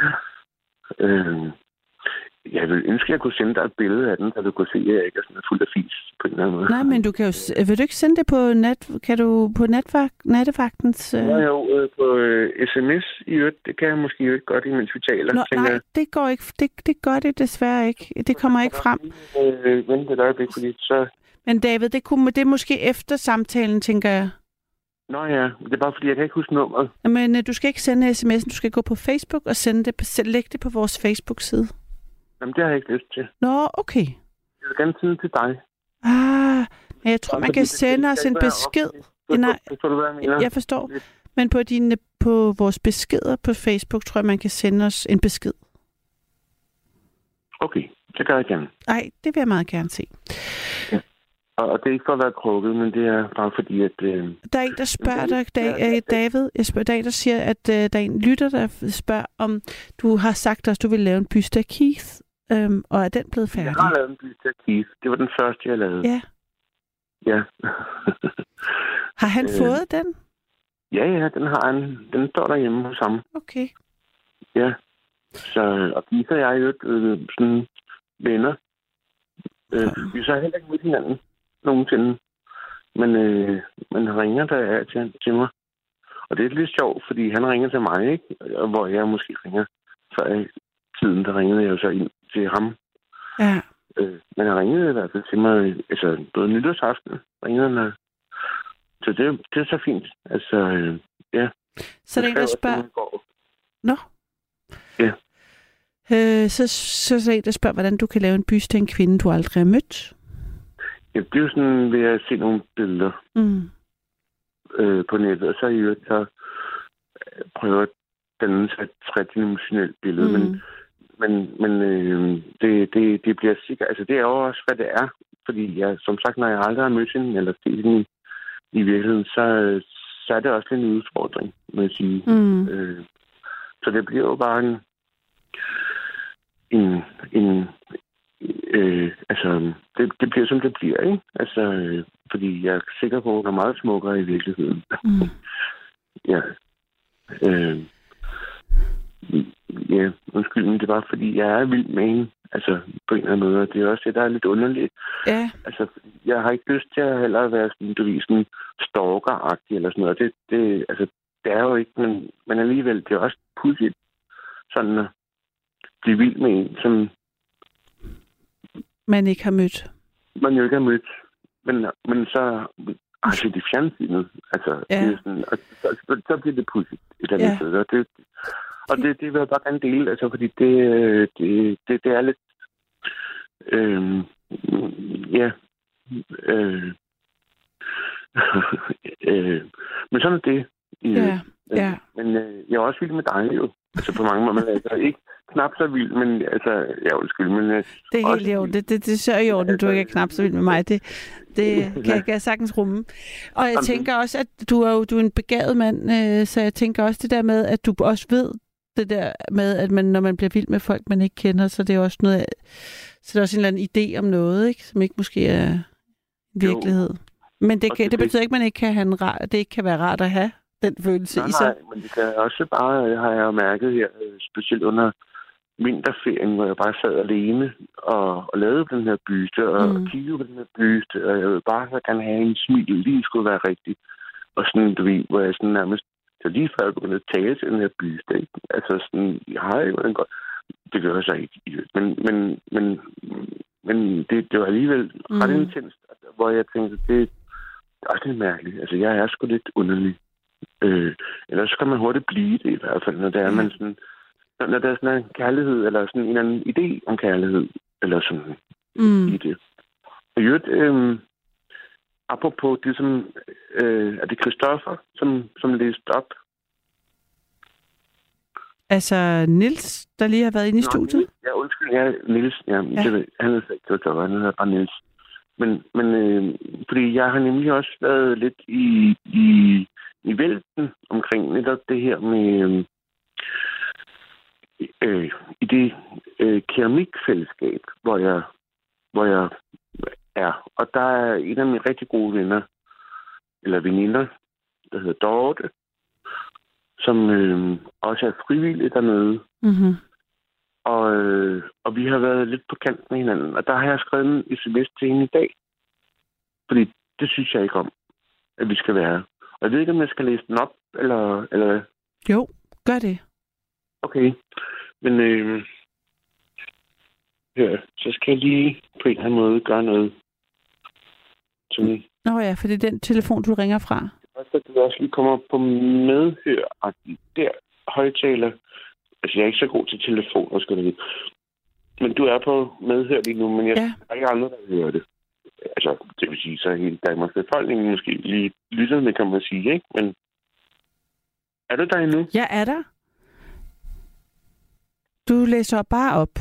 Jeg vil ønske, at jeg kunne sende dig et billede af den, så du kunne se, at jeg ikke er sådan fuld af fis på en eller anden måde. Nej, men du kan jo... Vil du ikke sende det på nattevagtens... Jo, på sms i øvrigt. Det kan jeg måske jo ikke godt, imens vi taler. Nå, nej, det går ikke. Det gør det desværre ikke. Det kommer ikke frem. Vent et øjeblik, fordi så... Men David, det er måske efter samtalen, tænker jeg. Nå ja, det er bare fordi, jeg kan ikke huske nummeret. Men du skal ikke sende sms'en. Du skal gå på Facebook og lægge det på vores Facebook-side. Jamen, det har jeg ikke lyst til. Nå, okay. Jeg vil gerne sende til dig. Men jeg tror, man kan sende os en besked. Forstår du, hvad jeg mener? Jeg forstår. Men på vores beskeder på Facebook, tror jeg, man kan sende os en besked. Okay, det gør jeg gerne. Nej, det vil jeg meget gerne se. Ja. Og det er ikke for at være krukket, men det er bare fordi, at... Der er en, der spørger dig, David. Der er en, der siger, at der er en lytter, der spørger, om du har sagt os, du vil lave en byste af Keith, og er den blevet færdig? Jeg har lavet en byste af Keith. Det var den første, jeg lavede. Ja. Ja. Har han fået den? Ja, den har han. Den står derhjemme hos ham. Okay. Ja. Så, og Keith og jeg er jo sådan venner. Vi så heller ikke mødt hinanden nogensinde. Men han ringer der af til mig. Og det er lidt sjovt, fordi han ringer til mig, ikke? Og hvor jeg måske ringer før i tiden, der ringede jeg jo så ind til ham. Ja. Men han ringede i hvert fald til mig, altså både nytårsaften ringede han. Så det er så fint. Altså, ja. Så er der en, der spørger... Nå. Ja. Så er der en, der spørger, hvordan du kan lave en byste af en kvinde, du aldrig har mødt. Ja, det er jo sådan ved at se nogle billeder på nettet, og så prøver den sig et tredimensionelt billede, men det bliver sikkert, altså det er jo også, hvad det er, fordi jeg, som sagt, når jeg aldrig har mødt hende, eller set hende i virkeligheden, så er det også en udfordring, må jeg sige. Så det bliver jo bare altså, det bliver, som det bliver, ikke? Altså, fordi jeg er sikker på, at hun er meget smukkere i virkeligheden. Ja. Ja, undskyld, men det er bare, fordi jeg er vild med hende. Altså, på en eller anden måde. Det er også det, der er lidt underligt. Ja. Altså, jeg har ikke lyst til at heller være sådan, du ved, sådan stalker-agtig eller sådan noget. Det er jo ikke, men alligevel, det er også pudsigt sådan at blive vild med en, som man ikke har mødt. Man jo ikke har mødt. Men så altså det fjernsynet. Altså, ja. Det er sådan, og så bliver det pudsigt et eller andet sted. Og det vil jeg bare gerne dele, altså, fordi det er lidt men sådan er det. Ja. Men jeg er også vild med dig jo. Altså på mange måder. Altså, ikke knap så vild, men altså, ja, undskyld, men... det er helt i orden. Det er så i orden, du ikke er knap så vild med mig. Det kan jeg sagtens rumme. Og jeg tænker også, at du er en begavet mand, så jeg tænker også det der med, at du også ved det der med, at når man bliver vild med folk, man ikke kender, så det er også noget, så det er også en eller anden idé om noget, ikke, som ikke måske er virkelighed. Men det betyder ikke, at man ikke kan have det ikke kan være rart at have den følelse i sig. Nej, men det kan også bare, har jeg jo mærket her, specielt under vinterferien, hvor jeg bare sad alene og lavede den her byste, og kiggede på den her byste, og jeg ville bare så gerne have en smil, lige skulle være rigtig. Og sådan, du ved, hvor jeg sådan nærmest, så lige før jeg begyndte at tale til den her byste, ikke? Altså sådan, jeg har jo en godt, det gør jeg så ikke, men det var alligevel ret intenst, hvor jeg tænkte, det er også lidt mærkeligt. Altså, jeg er sgu lidt underlig. Ellers så kan man hurtigt blive det i hvert fald, når der er man sådan, når der er sådan en kærlighed, eller sådan en eller anden idé om kærlighed, eller sådan i det. Og jo, apropos det, som er det Christoffer, som læste op. Altså Niels, der lige har været inde i studiet? Ja, undskyld, Niels. Ja. Det ved, han hedder ikke Christoffer, han hedder bare Niels. Men fordi jeg har nemlig også været lidt i vælten omkring netop det her med i det keramikfællesskab, hvor jeg er. Og der er en af mine rigtig gode venner, eller veninder, der hedder Dorte, som også er frivillig dernede. Mm-hmm. Og vi har været lidt på kant med hinanden. Og der har jeg skrevet en sms til hende i dag. Fordi det synes jeg ikke om, at vi skal være. Og jeg ved ikke, om jeg skal læse den op, eller... Jo, gør det. Okay. Men så skal jeg lige på en eller anden måde gøre noget. Sådan. Nå ja, for det er den telefon, du ringer fra. Så du også lige kommer på medhør, og der højtaler. Altså, jeg er ikke så god til telefoner, skal du vide. Men du er på medhør lige nu, men jeg er ikke andre, der hører det. Altså, det vil sige, så hele Danmarks befolkning måske lige lytterne, kan man sige, ikke? Men er du der endnu? Jeg er der. Du læser bare op.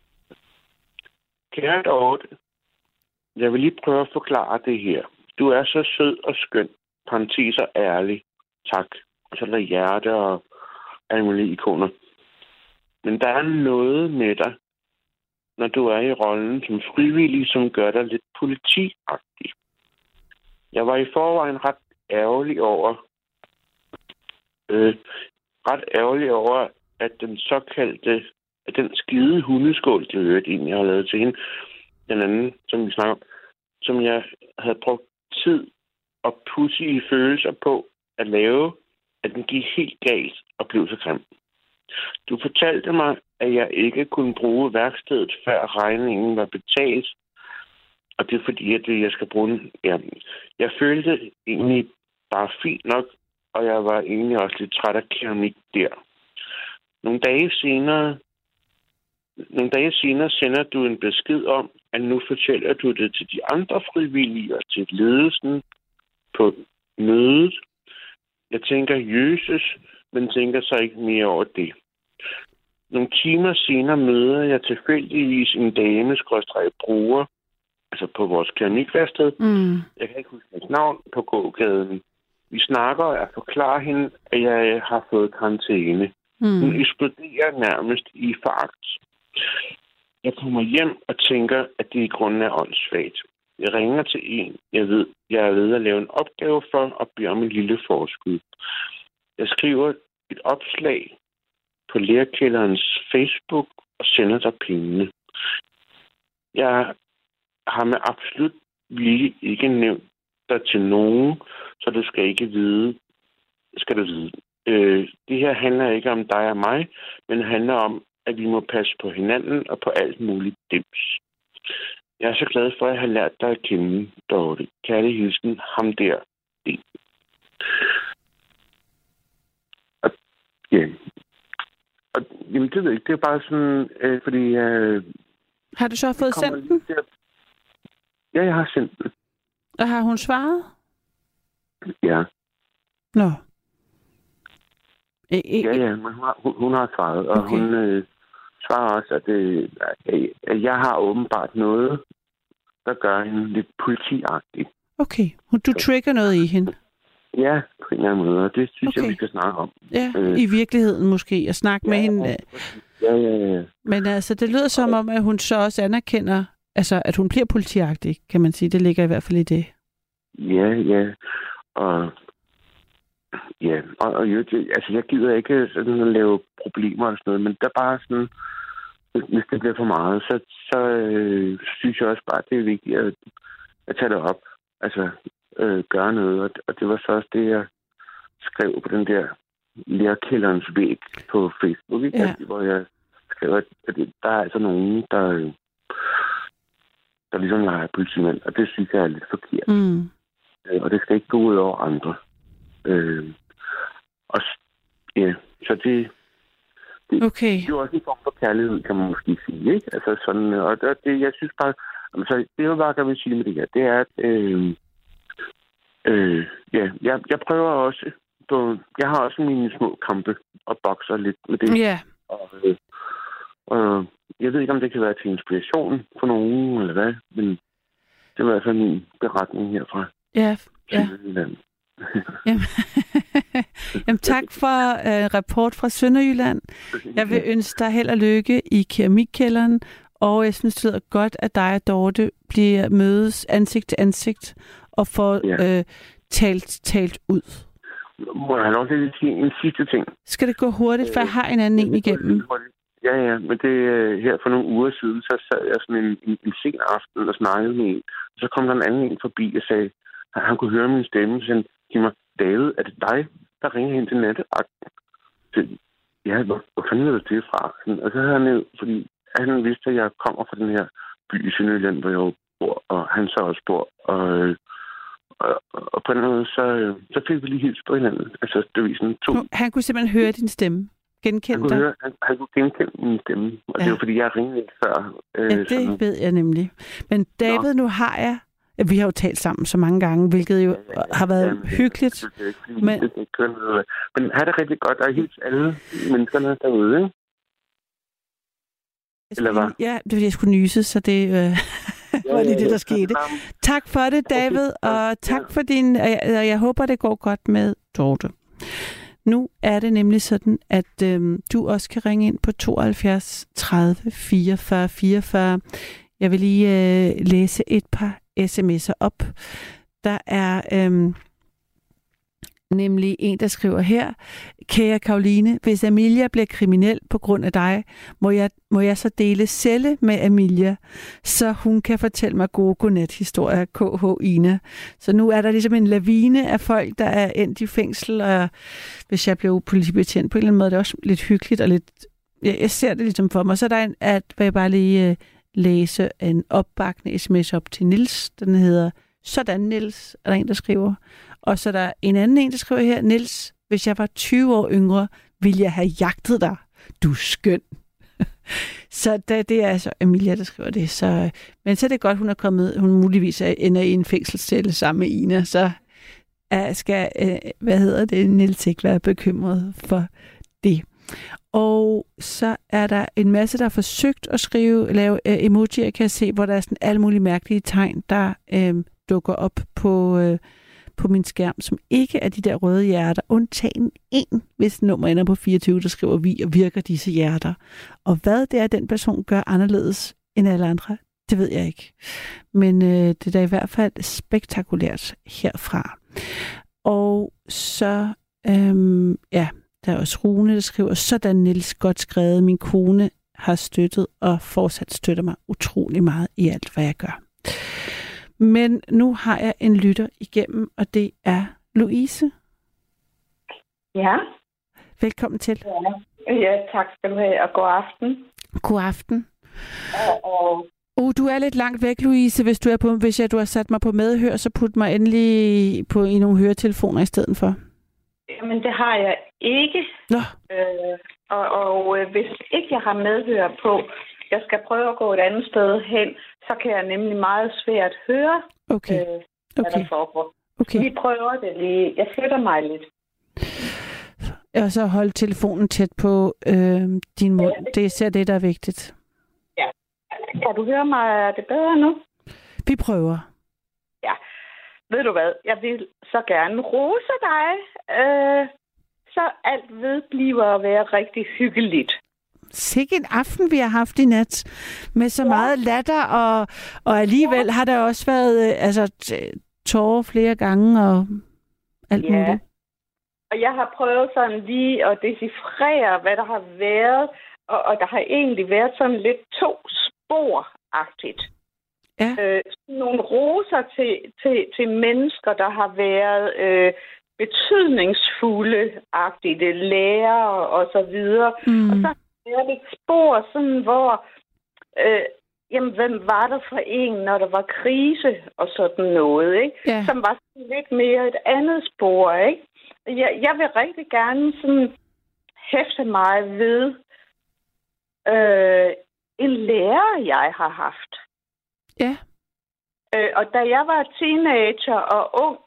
Kære Dorte, jeg vil lige prøve at forklare det her. Du er så sød og skøn, parenteser ærlig. Tak. Og så der hjerte og alle mulige ikoner. Men der er noget med dig, når du er i rollen som frivillig, som gør dig lidt politiagtig. Jeg var i forvejen ret ærgerlig over, at den såkaldte, at den skide hundeskål, det hørte egentlig, jeg har lavet til hende, den anden, som vi snakker om, som jeg havde brugt tid og pudsige følelser på at lave, at den gik helt galt og blev så grim. Du fortalte mig, at jeg ikke kunne bruge værkstedet, før regningen var betalt. Og det er fordi, at jeg skal bruge den. Ja, jeg følte egentlig bare fint nok, og jeg var egentlig også lidt træt af keramik der. Nogle dage senere sender du en besked om, at nu fortæller du det til de andre frivillige og til ledelsen på mødet. Jeg tænker Jesus, men tænker så ikke mere over det. Nogle timer senere møder jeg tilfældigvis en dame-bruger, altså på vores klinikværsted. Jeg kan ikke huske hans navn, på gågaden. Vi snakker, og jeg forklarer hende, at jeg har fået karantæne. Hun eksploderer nærmest i foragt. Jeg kommer hjem og tænker, at det i grunden er åndssvagt. Jeg ringer til en, jeg er ved at lave en opgave for, og beder om en lille forskud. Jeg skriver et opslag på lærerkælderens Facebook og sender dig pengene. Jeg har med absolut vilje ikke nævnt dig til nogen, så du skal ikke vide. Det her handler ikke om dig og mig, men handler om, at vi må passe på hinanden og på alt muligt dims. Jeg er så glad for, at jeg har lært dig at kende, Dorte. Kærlig hilsen, ham der. Ja. Og, jamen, det ved jeg ikke. Det er bare sådan, fordi... Har du så fået sendt den? Ja, jeg har sendt den. Og har hun svaret? Ja. Nå. Ja, men hun har svaret, og okay. Hun svarer også, at jeg har åbenbart noget, der gør hende lidt politiagtig. Okay. Du trigger noget i hende? Ja, på en eller anden måde, og det synes jeg, vi skal snakke om. Ja, i virkeligheden måske, at snakke med hende. Ja. Men altså, det lyder som om, at hun så også anerkender, altså, at hun bliver politiagtig, kan man sige. Det ligger i hvert fald i det. Ja. Og altså, jeg gider ikke sådan at lave problemer og sådan noget, men der er bare sådan, hvis det bliver for meget, så synes jeg også bare, at det er vigtigt at tage det op. Altså, gøre noget. Og det var så også det, jeg skrev på den der lærerkælderens væg på Facebook, ikke? Ja. Hvor jeg skrev, at der er altså nogen, der ligesom leger politimænd, og det synes jeg er lidt forkert. Og det skal ikke gå ud over andre. Så det er jo også en form for kærlighed, kan man måske sige, ikke? Altså sådan, og det, jeg synes bare, altså, det jeg bare gerne vil sige med det her, det er, at jeg prøver også jeg har også mine små kampe og bokser lidt med det. Ja. Og jeg ved ikke, om det kan være til inspiration for nogen, eller hvad, men det var i hvert fald min beretning herfra. Ja. Jamen, tak for rapport fra Sønderjylland. Jeg vil ønske dig held og lykke i keramikkælderen, og jeg synes, det lyder godt, at dig og Dorte bliver mødes ansigt til ansigt og får talt ud. Må jeg have lov til at sige en sidste ting? Skal det gå hurtigt, for jeg har en anden igennem? Ja, men det her for nogle uger siden, så sad jeg sådan en sen aften og snakkede med en. Så kom der en anden en forbi og sagde, han kunne høre min stemme, så han sagde mig, David, er det dig, der ringer hen til nattevagten? Ja, hvor fanden er det det fra? Og så havde han fordi han vidste, at jeg kommer fra den her by i Sønderjylland, hvor jeg bor, og han så også bor. Og på den måde, så fik vi lige hils på hinanden. Altså, det var sådan to. Han kunne simpelthen høre din stemme? Genkende dig? Han kunne genkende min stemme. Og det var, fordi jeg ringede ikke før. Det ved jeg nemlig. Men David, nu har jeg Vi har jo talt sammen så mange gange, hvilket jo har været hyggeligt. Men har det rigtig godt, og helt alle menneskerne derude, ikke? Eller hvad? Ja, det var jeg skulle nyse, så det var lige det, der skete. Tak for det, David, og tak for din... Jeg håber, det går godt med Dorte. Nu er det nemlig sådan, at du også kan ringe ind på 72 30 44 44. Jeg vil lige læse et par sms'er op. Der er nemlig en, der skriver her: Kære Karoline, hvis Amelia bliver kriminel på grund af dig, må jeg så dele celle med Amelia, så hun kan fortælle mig gode godnat-historier. KH Ina. Så nu er der ligesom en lavine af folk, der er endt i fængsel, og hvis jeg blev politibetjent på en eller anden måde, det er også lidt hyggeligt, og lidt... Jeg ser det ligesom for mig. Så er der en, vil jeg bare lige læse en opbakkende sms op til Nils. Den hedder Sådan Nils, er der en, der skriver. Og så er der en anden, der skriver her: Niels, hvis jeg var 20 år yngre, ville jeg have jagtet dig. Du er skøn. Så det er altså Amelia, der skriver det. Så, men så er det godt, hun muligvis ender i en fængselscelle sammen med Ina. Så skal, Niels ikke være bekymret for det. Og så er der en masse, der har forsøgt at lave emojier, kan jeg se, hvor der er sådan alle mulige mærkelige tegn, der dukker op på min skærm, som ikke er de der røde hjerter, undtagen en, hvis nummer ender på 24, der skriver vi, og virker disse hjerter. Og hvad det er, den person gør anderledes end alle andre, det ved jeg ikke. Men det er da i hvert fald spektakulært herfra. Og så, der er også Rune, der skriver: Sådan Niels, godt skrevet. Min kone har støttet og fortsat støtter mig utrolig meget i alt, hvad jeg gør. Men nu har jeg en lytter igennem, og det er Louise. Ja. Velkommen til. Ja, tak skal du have, og god aften. God aften. Du er lidt langt væk, Louise. Hvis du har sat mig på medhør, så put mig endelig i nogle høretelefoner i stedet for. Jamen, det har jeg ikke. Nå. Hvis ikke jeg har medhør på, jeg skal prøve at gå et andet sted hen, så kan jeg nemlig meget svært høre, hvad der foregår. Okay. Vi prøver det lige. Jeg flytter mig lidt. Og så hold telefonen tæt på din mund. Ja, det er det, der er vigtigt. Ja. Kan du høre mig? Er det bedre nu? Vi prøver. Ja. Ved du hvad? Jeg vil så gerne rose dig, så alt vedbliver at være rigtig hyggeligt. Sikke en aften, vi har haft i nat, med så meget latter, og alligevel har der også været tårer flere gange og alt muligt. Og jeg har prøvet sådan lige at decifrere, hvad der har været, og der har egentlig været sådan lidt to spor-agtigt. Ja. Nogle roser til mennesker, der har været betydningsfulde-agtigt, lærer og så videre. Mm. Og så er det et spor, sådan, hvor hvem var der for en, når der var krise og sådan noget, ikke? Ja. Som var sådan lidt mere et andet spor, ikke? Jeg vil rigtig gerne sådan hæfte mig ved en lærer, jeg har haft. Ja. Og da jeg var teenager og ung,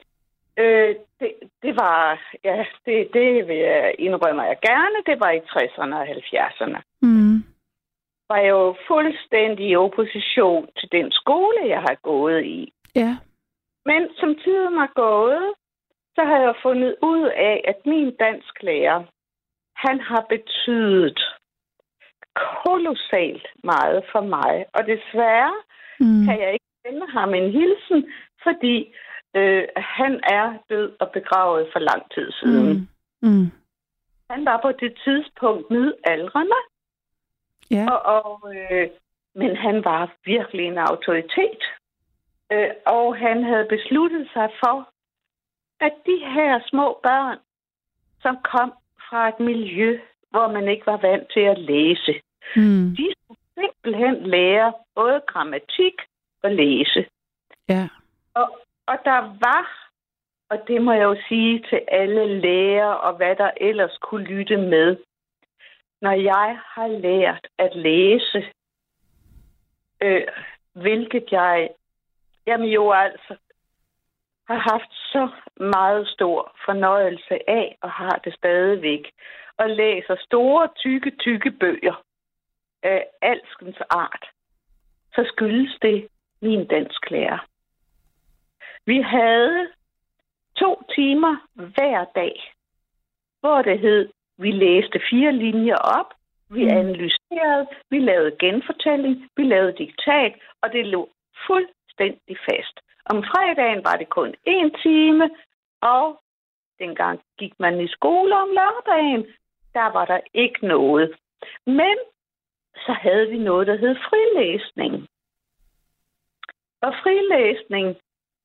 det var, det vil jeg indrømme jeg gerne, det var i 60'erne og 70'erne. Mm. Var jeg jo fuldstændig i opposition til den skole, jeg har gået i. Ja. Men som tiden er gået, så har jeg fundet ud af, at min dansklærer, han har betydet kolossalt meget for mig. Og desværre kan jeg ikke sende ham en hilsen, fordi han er død og begravet for lang tid siden. Mm. Han var på det tidspunkt midaldrende. Ja. Men han var virkelig en autoritet. Og han havde besluttet sig for, at de her små børn, som kom fra et miljø, hvor man ikke var vant til at læse, de skulle simpelthen lære både grammatik og læse. Ja. Og der var, og det må jeg jo sige til alle lærere og hvad der ellers kunne lytte med, når jeg har lært at læse, hvilket jeg Jamen jo, altså, har haft så meget stor fornøjelse af, og har det stadigvæk, og læser store, tykke bøger af alskens art, så skyldes det min dansklærer. Vi havde 2 timer hver dag, hvor det hed, vi læste 4 linjer op, vi analyserede, vi lavede genfortælling, vi lavede diktat, og det lå fuldstændig fast. Om fredagen var det kun 1 time, og dengang gik man i skole om lørdagen, der var der ikke noget. Men så havde vi noget, der hed frilæsning. Og frilæsning,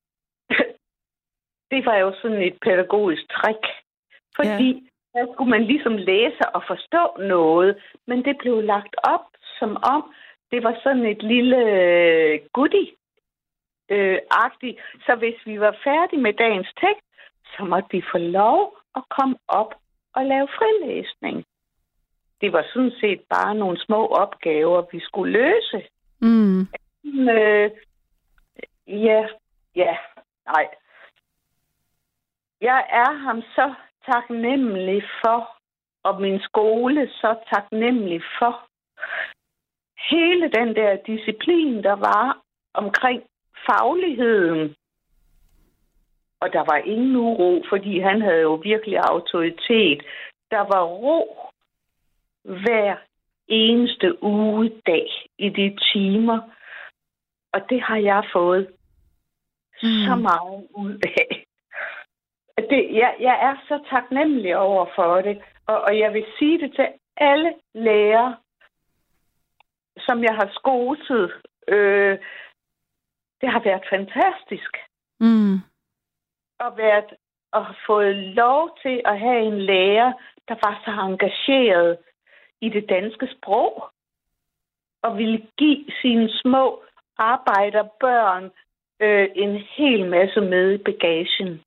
det var jo sådan et pædagogisk trick, fordi der skulle man ligesom læse og forstå noget, men det blev lagt op som om, det var sådan et lille goodie-agtigt. Så hvis vi var færdige med dagens tekst, så måtte vi få lov at komme op og lave frilæsning. Det var sådan set bare nogle små opgaver, vi skulle løse. Nej. Jeg er ham så taknemmelig for, og min skole så taknemmelig for, hele den der disciplin, der var omkring fagligheden. Og der var ingen uro, fordi han havde jo virkelig autoritet. Der var ro hver eneste ugedag i de timer. Og det har jeg fået så meget ud af. Jeg er så taknemmelig over for det. Og jeg vil sige det til alle lærere, som jeg har skoset. Det har været fantastisk. Og have fået lov til at have en lærer, der var så engageret i det danske sprog, og ville give sine små arbejderbørn en hel masse med i bagagen.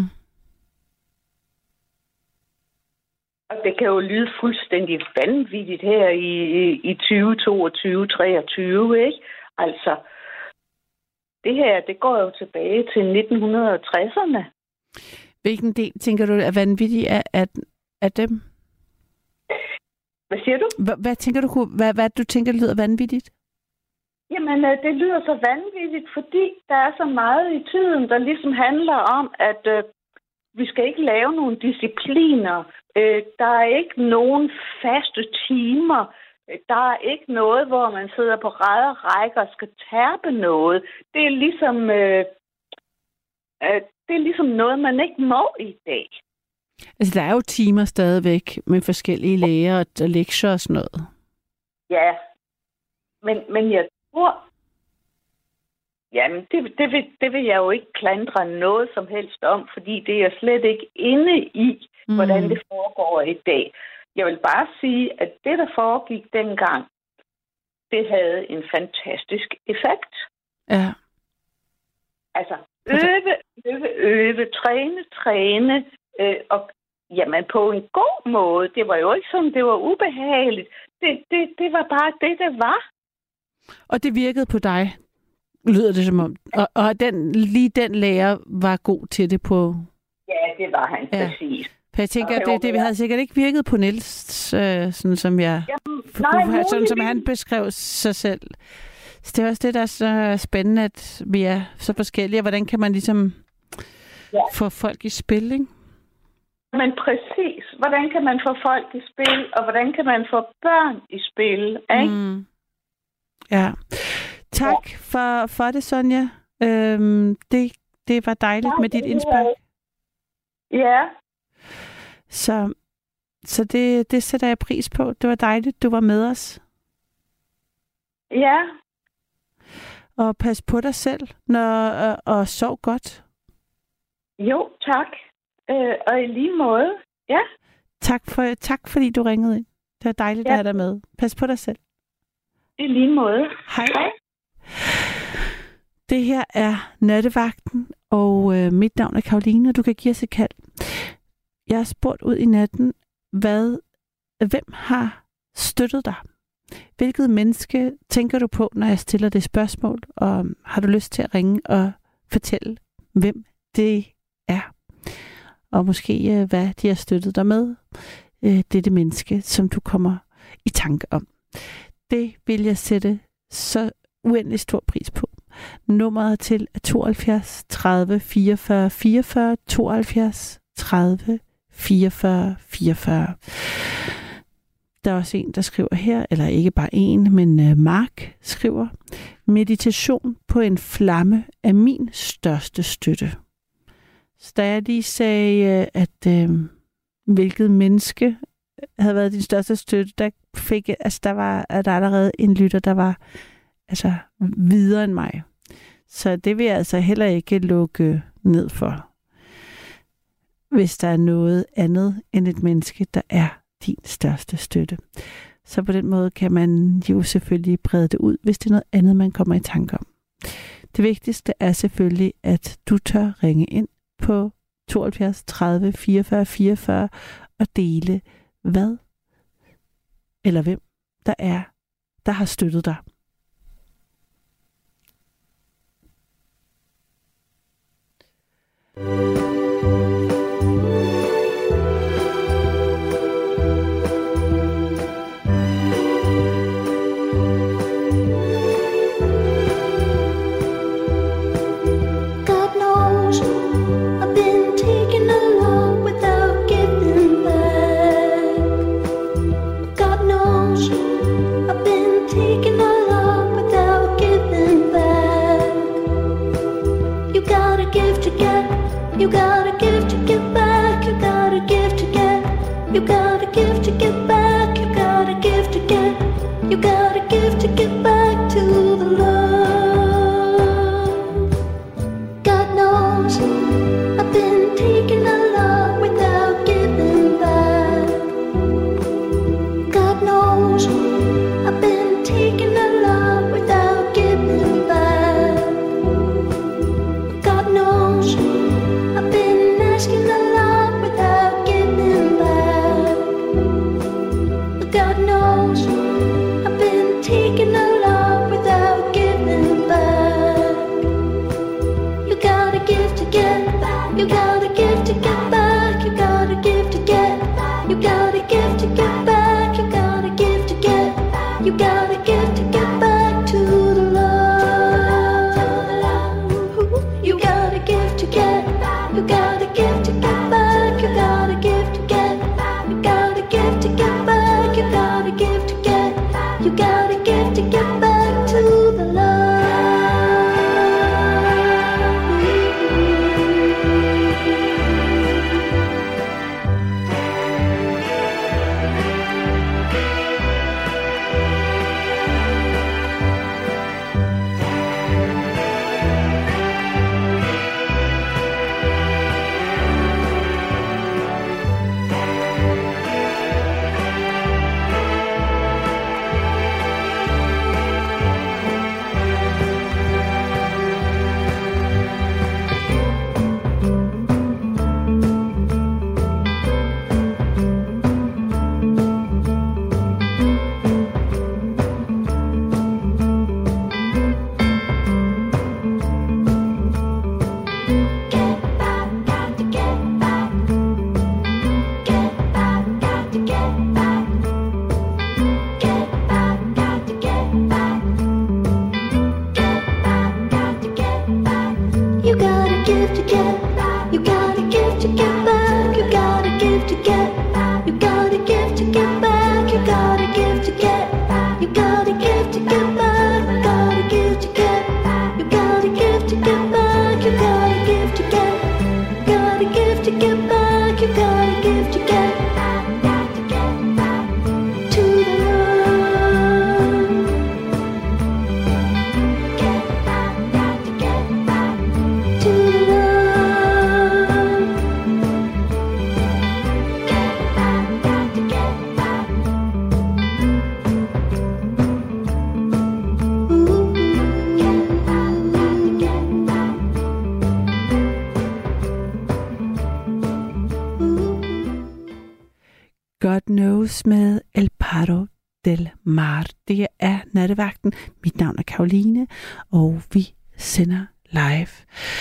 Og det kan jo lyde fuldstændig vanvittigt her i 2022-23, ikke? Altså, det her, det går jo tilbage til 1960'erne. Hvilken del tænker du er vanvittig af dem? Hvad siger du? Hvad tænker du, hvad du tænker lyder vanvittigt? Jamen, det lyder så vanvittigt, fordi der er så meget i tiden, der ligesom handler om, at vi skal ikke lave nogle discipliner. Der er ikke nogen faste timer. Der er ikke noget, hvor man sidder på ræd og række og skal tærpe noget. Det er ligesom noget, man ikke må i dag. Altså, der er jo timer stadigvæk med forskellige læger og lektier og sådan noget. Ja, men jeg tror... Jamen, det vil jeg jo ikke klandre noget som helst om, fordi det er slet ikke inde i, hvordan det foregår i dag. Jeg vil bare sige, at det, der foregik dengang, det havde en fantastisk effekt. Ja. Altså, øve, træne, og jamen, på en god måde. Det var jo ikke sådan, det var ubehageligt. Det var bare det var. Og det virkede på dig, lyder det som om. Og lige den lærer var god til det på... Ja, det var han, præcis. For jeg tænker, at det havde sikkert ikke virket på Niels, sådan som sådan som han beskrev sig selv. Så det er også det, der er så spændende, at vi er så forskellige. Hvordan kan man ligesom få folk i spil, ikke? Men præcis. Hvordan kan man få folk i spil, og hvordan kan man få børn i spil, ikke? Ja. Tak for det, Sonja. Det var dejligt med dit indspark. Ja. Så det sætter jeg pris på. Det var dejligt, du var med os. Ja. Og pas på dig selv, og sov godt. Jo, tak. Og i lige måde. Ja. Tak fordi du ringede ind. Det var dejligt at have dig med. Pas på dig selv. I lige måde. Hej. Det her er Nattevagten, og mit navn er Karoline, og du kan give os et kald. Jeg har spurgt ud i natten, hvem har støttet dig? hvilket menneske tænker du på, når jeg stiller det spørgsmål? Og har du lyst til at ringe og fortælle, hvem det er? Og måske, hvad de har støttet dig med? Det er det menneske, som du kommer i tanke om. Det vil jeg sætte så uendelig stor pris på. Nummeret til er 72 30 44 44, 72 30 44 44. Der er også en, der skriver her, eller ikke bare en, men Mark skriver, meditation på en flamme er min største støtte. Så da jeg lige sagde, at hvilket menneske havde været din største støtte, der var allerede en lytter, der var altså videre end mig. Så det vil jeg altså heller ikke lukke ned for, hvis der er noget andet end et menneske, der er din største støtte. Så på den måde kan man jo selvfølgelig brede det ud, hvis det er noget andet, man kommer i tanke om. Det vigtigste er selvfølgelig, at du tør ringe ind på 72 30 44 44 og dele hvad eller hvem der har støttet dig. You gotta give to get back. You gotta give to get. You gotta give to get back. You gotta give to get. You gotta give to get back to the love. God knows I've been taking a lot without giving back. God knows I've been taking a lot without giving back. God knows I've been asking a lot without giving back. God knows I've been taking a lot without giving back. You gotta give to get. You gotta give to get back. You gotta give to get. You gotta give to get back. You gotta give to get. You gotta give to get back to the love. You gotta give to get. You gotta give to get back. You gotta give to get. You gotta give to get back. You gotta give to get. You gotta give to get back to the love. You gotta give to get. You gotta give to get back. You gotta give to get. You gotta give to get back. You gotta give to get. You gotta give to get back. You gotta give to get. You gotta give to get back. You gotta give to get. You gotta give to get back. You gotta give to get. To the love. To the love. God Knows med El Paro del Mar. Det er Nattevagten. Mit navn er Karoline, og vi sender live.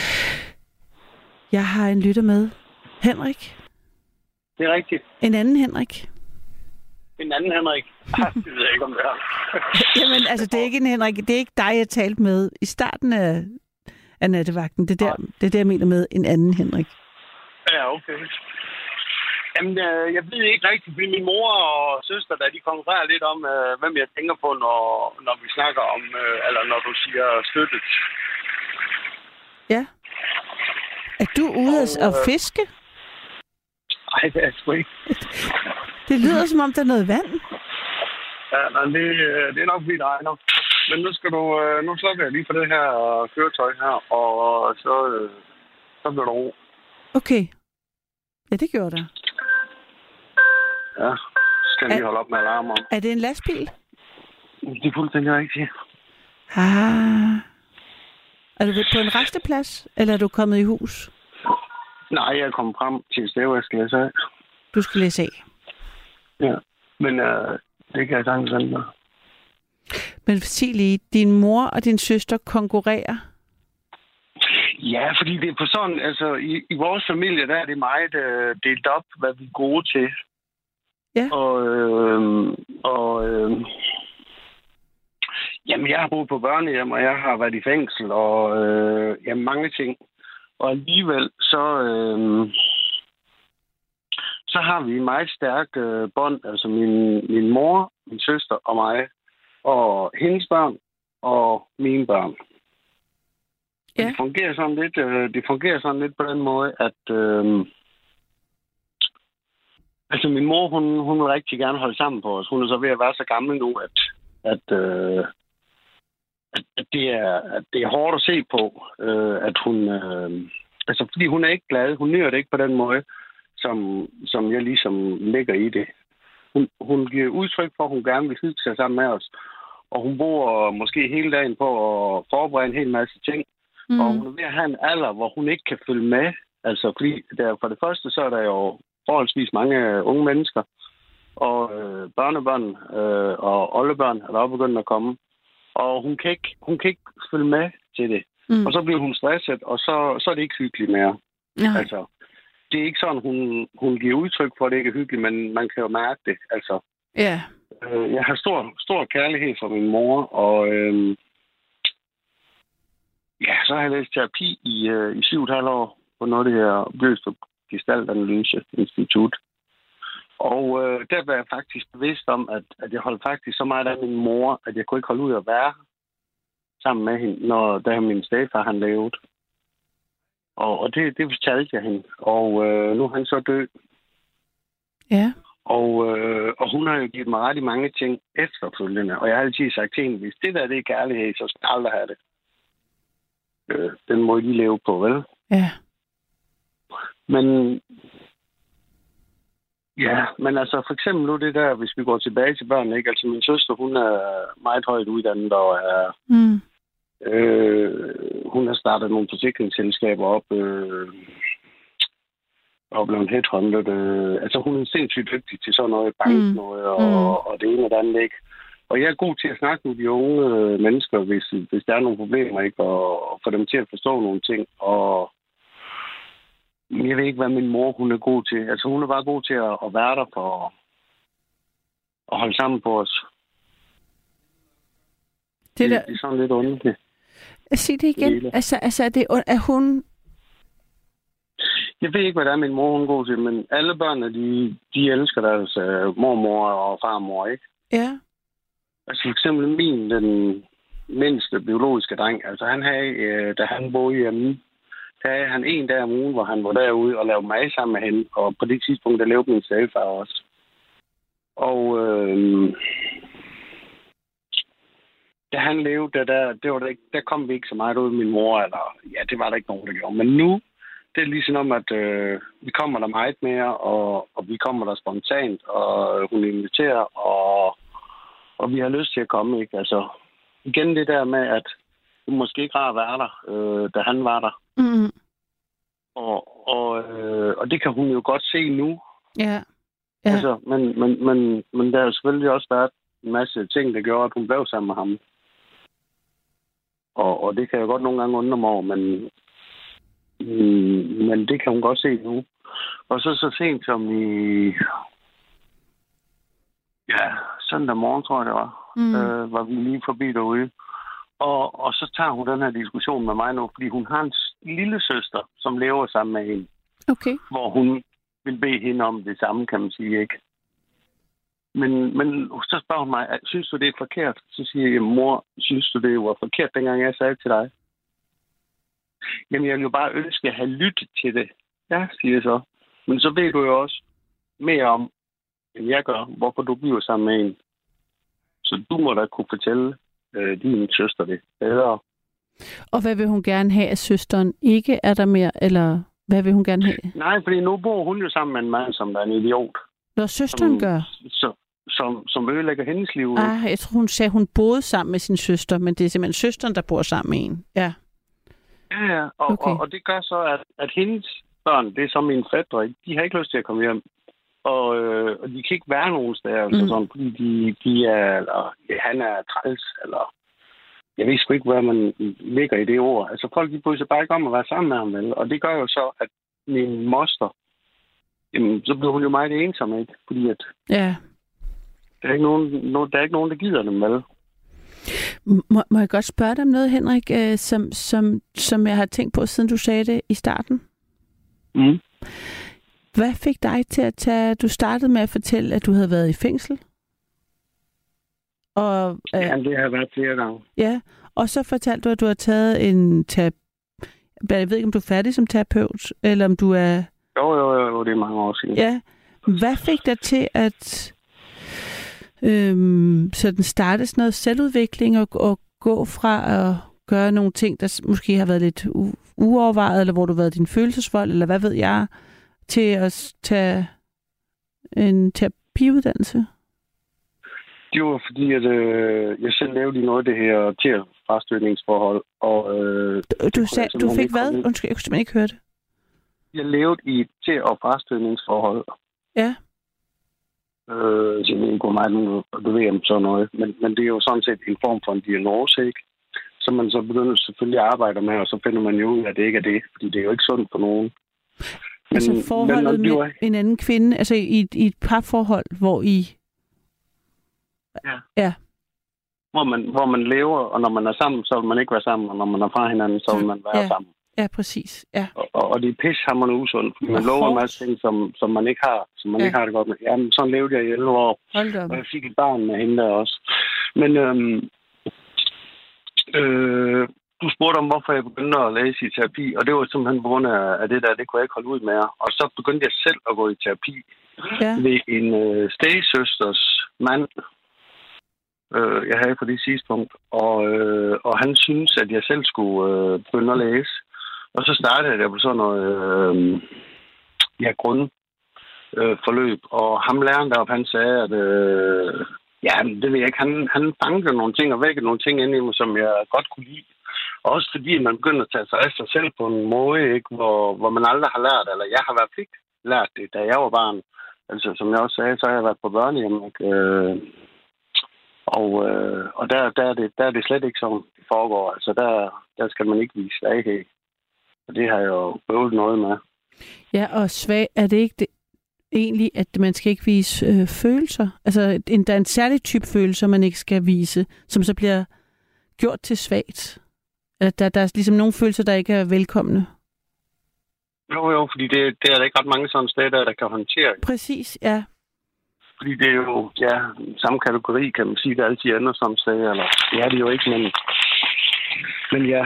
Jeg har en lytter med. Henrik. Det er rigtigt. En anden Henrik. En anden Henrik. Det ved jeg ikke, om det er. Jamen, altså, det er ikke en Henrik. Det er ikke dig, jeg talte med i starten af Nattevagten. Det er der, jeg mener med en anden Henrik. Ja, okay. Jamen, jeg ved ikke rigtigt, fordi min mor og søster, da de konkurrerer lidt om, hvem jeg tænker på, når vi snakker om, eller når du siger støttet. Ja. Er du ude at fiske? Nej, det er sgu ikke. Det lyder, som om der er noget vand. Ja, nej, det er nok, fordi det regner. Men nu slukker jeg lige for det her køretøj her, og så bliver der ro. Okay. Ja, det gjorde der. Ja, så skal jeg lige holde op med alarmer. Er det en lastbil? Det er fuldstændig rigtigt. Er du på en resteplads, eller er du kommet i hus? Nej, jeg er kommet frem til et sted, hvor jeg skal læse af. Du skal læse af? Ja, men det kan jeg sagtens vente med. Men sig lige, din mor og din søster konkurrerer? Ja, fordi det er på sådan, altså i vores familie, der er det meget delt op, hvad vi er gode til. Ja. Jamen, jeg har boet på børnehjem, og jeg har været i fængsel, og mange ting. Og alligevel, så har vi en meget stærk bånd, altså min mor, min søster og mig, og hendes børn og mine børn. Ja. Det fungerer sådan lidt på den måde, at altså min mor, hun vil rigtig gerne holde sammen på os. Hun er så ved at være så gammel nu, at det er hårdt at se på, at hun altså fordi hun er ikke glad, hun nyder det ikke på den måde, som jeg ligesom lægger i det. Hun giver udtryk for, at hun gerne vil hygge sig sammen med os, og hun bruger måske hele dagen på at forberede en hel masse ting, og hun er ved at have en alder, hvor hun ikke kan følge med. Altså fordi for det første, så er der jo forholdsvis mange unge mennesker, og børnebørn og oldebørn er der også begyndt at komme. Og hun kan ikke følge med til det. Og så bliver hun stresset, og så er det ikke hyggeligt mere. Ja. Altså, det er ikke sådan, hun giver udtryk for, at det ikke er hyggeligt, men man kan jo mærke det. Altså, ja. Jeg har stor kærlighed for min mor, og så har jeg læst terapi i 7,5 år på noget af det her Bløstrup Gestaltanalyse Institut. Og der var jeg faktisk bevidst om, at jeg holdt faktisk så meget af min mor, at jeg kunne ikke holde ud at være sammen med hende, da min stedfar han levede. Og det fortalte jeg hende. Og nu er han så død. Ja. Og hun har jo givet mig ret mange ting efterfølgende. Og jeg har altid sagt til hende, hvis det der det er kærlighed, så skal jeg aldrig have det. Den må I lige leve på, vel? Ja. Men altså for eksempel nu det der, hvis vi går tilbage til børnene, ikke? Altså min søster, hun er meget højt uddannet og er... hun har startet nogle forsikringsselskaber op og blevet headhunted. Altså hun er sindssygt dygtig til sådan noget bank noget og det ene og det andet, ikke? Og jeg er god til at snakke med de unge mennesker, hvis der er nogle problemer, ikke? Og få dem til at forstå nogle ting. Og jeg ved ikke, hvad min mor hun er god til. Altså hun er bare god til at være der for at holde sammen på os. Det er sådan lidt underligt. Sig det igen. Altså er hun... Jeg ved ikke, hvad det er, min mor hun er god til, men alle børnene, de elsker deres mormor og farmor, ikke? Ja. Altså for eksempel den mindste biologiske dreng, altså han havde, da han boede hjemme, der havde han en dag om ugen, hvor han var derude og lavede mad sammen med hende, og på det tidspunkt, der levede min stedfar også. Og da han levede, der kom vi ikke så meget ud med min mor, eller ja, det var der ikke nogen, der gjorde. Men nu, det er ligesom om, at vi kommer der meget mere, og vi kommer der spontant, og hun inviterer, og vi har lyst til at komme, ikke? Altså, igen det der med, at det måske ikke rart at være der, da han var der. Mm. Og det kan hun jo godt se nu. Ja. Altså, men der har jo selvfølgelig også været en masse ting, der gjorde, at hun blev sammen med ham. Og det kan jeg godt nogle gange undre mig over, men det kan hun godt se nu. Og så sent som i søndag morgen, tror jeg det var, var vi lige forbi derude. Og så tager hun den her diskussion med mig nu, fordi hun har en lille søster, som lever sammen med hende. Okay. Hvor hun vil bede hende om det samme, kan man sige, ikke? Men så spørger hun mig, synes du, det er forkert? Så siger jeg, mor, synes du, det var forkert, dengang jeg sagde til dig? Jamen, jeg vil jo bare ønske at have lyttet til det. Ja, siger jeg så. Men så ved du jo også mere om, end jeg gør, hvorfor du bliver sammen med en. Så du må da kunne fortælle din søster det bedre. Og hvad vil hun gerne have, at søsteren ikke er der mere, eller hvad vil hun gerne have? Nej, fordi nu bor hun jo sammen med en mand, som der er en idiot. Når søsteren gør? Som ødelægger hendes liv. Jeg tror, hun sagde, hun boede sammen med sin søster, men det er simpelthen søsteren, der bor sammen med en. Ja. Ja, og det gør så, at hendes børn, det er som mine fætre, de har ikke lyst til at komme hjem. Og de kan ikke være nogen steder, altså sådan, fordi de er, eller han er træls, eller jeg ved sgu ikke, hvad man ligger i det ord. Altså folk, de bryder sig bare ikke om at være sammen med ham, vel? Og det gør jo så, at min moster, jamen, så bliver hun jo meget ensom, ikke? Fordi at der er ikke nogen, der gider dem, vel? Må jeg godt spørge dig om noget, Henrik, som jeg har tænkt på, siden du sagde det i starten? Hvad fik dig til at tage... Du startede med at fortælle, at du havde været i fængsel. Og, ja, det har været flere gange. Ja, og så fortalte du, at du har taget en jeg ved ikke, om du er færdig som terapeut, eller om du er... Jo, det er mange år siden. Ja. Hvad fik dig til at sådan starte sådan noget selvudvikling og gå fra at gøre nogle ting, der måske har været lidt uovervejet, eller hvor du har været din følelsesvold, eller hvad ved jeg, til at tage en terapiuddannelse? Det var fordi, at jeg selv lavede noget af det her til- og frastøtningsforhold. Og, du fik hvad? Undskyld, jeg kunne simpelthen ikke høre det. Jeg levede i et til- og frastøtningsforhold. Ja. Så jeg ved ikke, hvor meget du ved om sådan noget. Men det er jo sådan set en form for en diagnose, ikke? Som man så begynder selvfølgelig at arbejde med, og så finder man jo ud af, at det ikke er det. Fordi det er jo ikke sundt for nogen. Altså forholdet med en anden kvinde, altså i et parforhold, hvor I... Ja. Hvor man lever, og når man er sammen, så vil man ikke være sammen, og når man er fra hinanden, så vil man være sammen. Ja, præcis. Ja. Og det er pissehammerende usundt, fordi man lover en masse ting, som man ikke har, som man ikke har det godt med. Jamen, sådan levede jeg i 11 år, og jeg fik et barn med hende der også. Men du spurgte om, hvorfor jeg begyndte at læse i terapi, og det var simpelthen på grund af det der, det kunne jeg ikke holde ud med. Og så begyndte jeg selv at gå i terapi ved en stedsøsters mand, jeg havde på det tidspunkt, og han synes, at jeg selv skulle begynde at læse. Og så startede jeg på sådan noget grundforløb, og ham læreren deroppe, han sagde, at det ved jeg ikke, han fangede nogle ting og vækkede nogle ting ind i mig, som jeg godt kunne lide. Også fordi man begynder at tage sig af sig selv på en måde, ikke, hvor man aldrig har lært, eller jeg har i hvert fald ikke lært det, da jeg var barn. Altså, som jeg også sagde, så har jeg været på børnehjem, ikke? Og der er det slet ikke sådan, det foregår. Altså, der skal man ikke vise svaghed. Og det har jeg jo bøvlet noget med. Ja, og svag, er det ikke det, egentlig, at man skal ikke vise følelser? Altså, der er en særlig type følelser, man ikke skal vise, som så bliver gjort til svagt. Der er ligesom nogle følelser, der ikke er velkomne. Jo, fordi det er der ikke ret mange sådan steder, der kan håndtere. Præcis, ja. Fordi det er jo, samme kategori, kan man sige, der altid ender som steder, eller det er det jo ikke, men ja,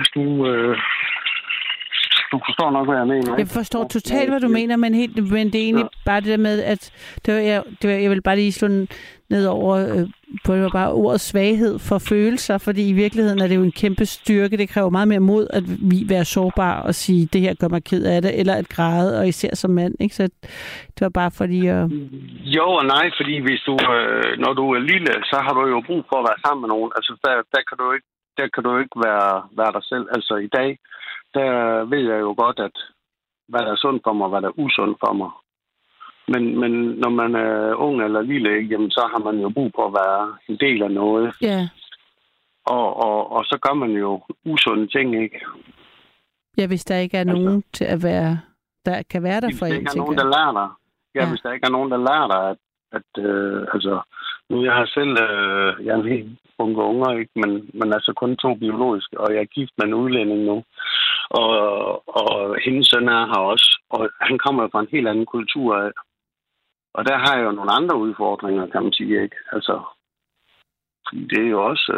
du forstår nok, hvad jeg mener. Jeg forstår totalt, hvad du mener, men det er egentlig bare det der med, at jeg vil bare lige slå ned over på det var bare ordet svaghed for følelser, fordi i virkeligheden er det jo en kæmpe styrke. Det kræver meget mere mod at være sårbar og sige, det her gør mig ked af det, eller at græde, og især som mand, ikke? Så det var bare fordi at... Jo og nej, fordi hvis du, når du er lille, så har du jo brug for at være sammen med nogen. Altså, der kan du ikke være dig selv. Altså, i dag, der ved jeg jo godt, at hvad der er sundt for mig, og hvad der er usundt for mig. Men når man er ung eller lille, ikke, jamen, så har man jo brug for at være en del af noget. Ja. Og så gør man jo usunde ting, ikke? Ja, hvis der ikke er nogen til at være, der kan være der for en, hvis der ikke er nogen, der lærer dig. Ja, hvis der ikke er nogen, der lærer dig, at nu jeg har selv, jeg er en helt bunke unger, ikke? Men altså kun 2 biologiske, og jeg er gift med en udlænding nu. Og hendes søn er her også, og han kommer fra en helt anden kultur af. Og der har jeg jo nogle andre udfordringer, kan man sige, ikke? Altså, det er jo også,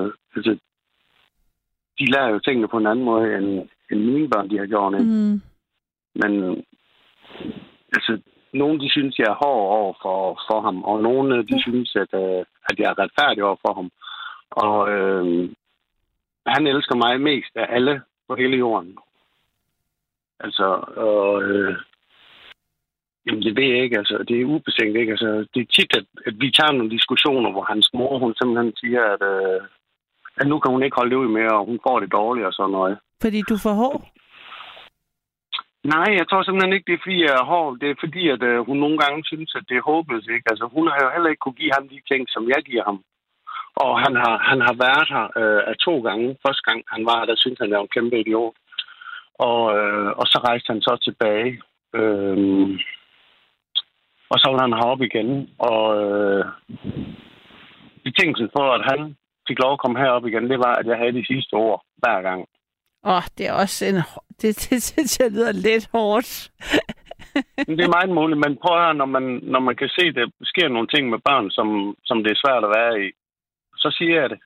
de lærer jo tingene på en anden måde, end mine børn, de har gjort, ikke? Mm. Men, altså, nogle, de synes, jeg er hård over for ham, og nogle, de synes, at jeg er retfærdig over for ham. Og han elsker mig mest af alle på hele jorden. Altså, jamen, det ved jeg ikke, altså, det er ubetinget, ikke? Altså, det er tit, at vi tager nogle diskussioner, hvor hans mor, hun simpelthen siger, at nu kan hun ikke holde det ud mere, og hun får det dårligt og sådan noget. Fordi du er for hård? Nej, jeg tror simpelthen ikke, det er fordi, jeg er hård. Det er fordi, at hun nogle gange synes, at det er håbløst, ikke? Altså, hun har jo heller ikke kunne give ham de ting, som jeg giver ham. Og han har været her af 2 gange. Første gang han var her, der syntes han, jeg var en kæmpe idiot. Og så rejste han så tilbage. Og så var han heroppe igen. Og betingelsen for, at han fik lov at komme herop igen, det var, at jeg havde de sidste ord hver gang. Det er også det synes jeg lyder lidt hårdt. Det er meget muligt, men prøv at høre, når man kan se, at der sker nogle ting med børn, som det er svært at være i, så siger jeg det.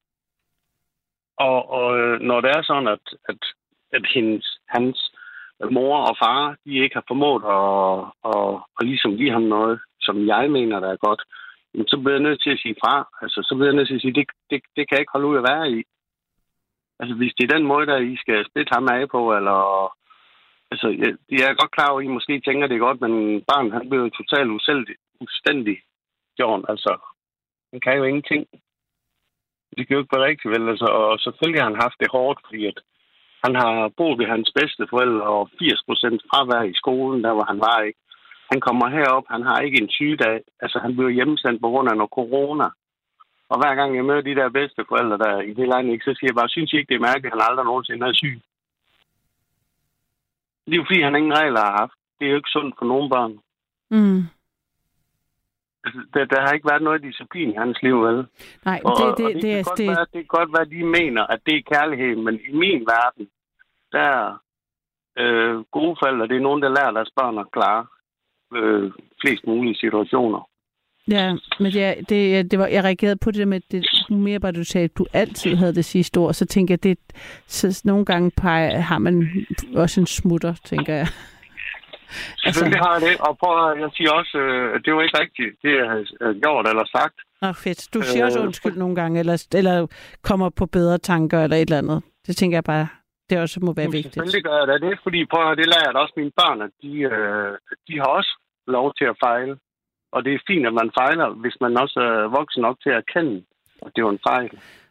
Og når det er sådan, at hans mor og far, de ikke har formået at ligesom give ham noget, som jeg mener, der er godt, så bliver jeg nødt til at sige fra. Altså, så bliver jeg nødt til at sige, det kan jeg ikke holde ud at være i. Altså, hvis det er den måde, der I skal splitte ham af på, eller... Altså, jeg er godt klar over, at I måske tænker det godt, men barn, han bliver jo totalt ustændig, John. Altså, han kan jo ingenting. Det kan jo ikke være rigtigt, vel? Altså, og selvfølgelig har han haft det hårdt, fordi at han har boet ved hans bedste forældre, og 80% fravær i skolen, der hvor han var, ikke? Han kommer herop, han har ikke en sygedag. Altså, han bliver hjemmesendt på grund af noget corona. Og hver gang jeg møder de der bedsteforældre, der i det lejlighed, så siger jeg bare, synes I ikke, det er mærkeligt, at han aldrig nogensinde er syg? Det er jo fordi, han ingen regler har haft. Det er jo ikke sundt for nogen børn. Mm. Altså, der har ikke været noget disciplin i hans liv, vel? Nej, det kan godt være, at de mener, at det er kærlighed, men i min verden, der er gode forældre, det er nogen, der lærer deres børn at klare flest mulige situationer. Ja, men jeg reagerede på det med, det mere bare du sagde, at du altid havde det sidste ord, så tænker jeg, så nogle gange har man også en smutter, tænker jeg. Selvfølgelig har jeg det, og jeg siger også, at det var ikke rigtigt, det jeg havde gjort eller sagt. Fedt. Du siger også undskyld nogle gange, eller kommer på bedre tanker eller et eller andet. Det tænker jeg bare, det også må være vigtigt. Selvfølgelig gør jeg det, fordi det lærer jeg også mine børn, at de har også lov til at fejle. Og det er fint, at man fejler, hvis man også er voksen nok til at erkende, at det var en fejl.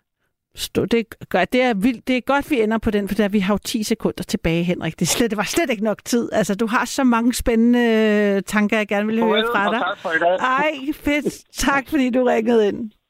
Det er godt, vi ender på den, for vi har jo 10 sekunder tilbage, Henrik. Det var slet ikke nok tid. Altså, du har så mange spændende tanker, jeg gerne vil høre fra dig. Tak for i dag. Ej, fedt. Tak, fordi du ringede ind.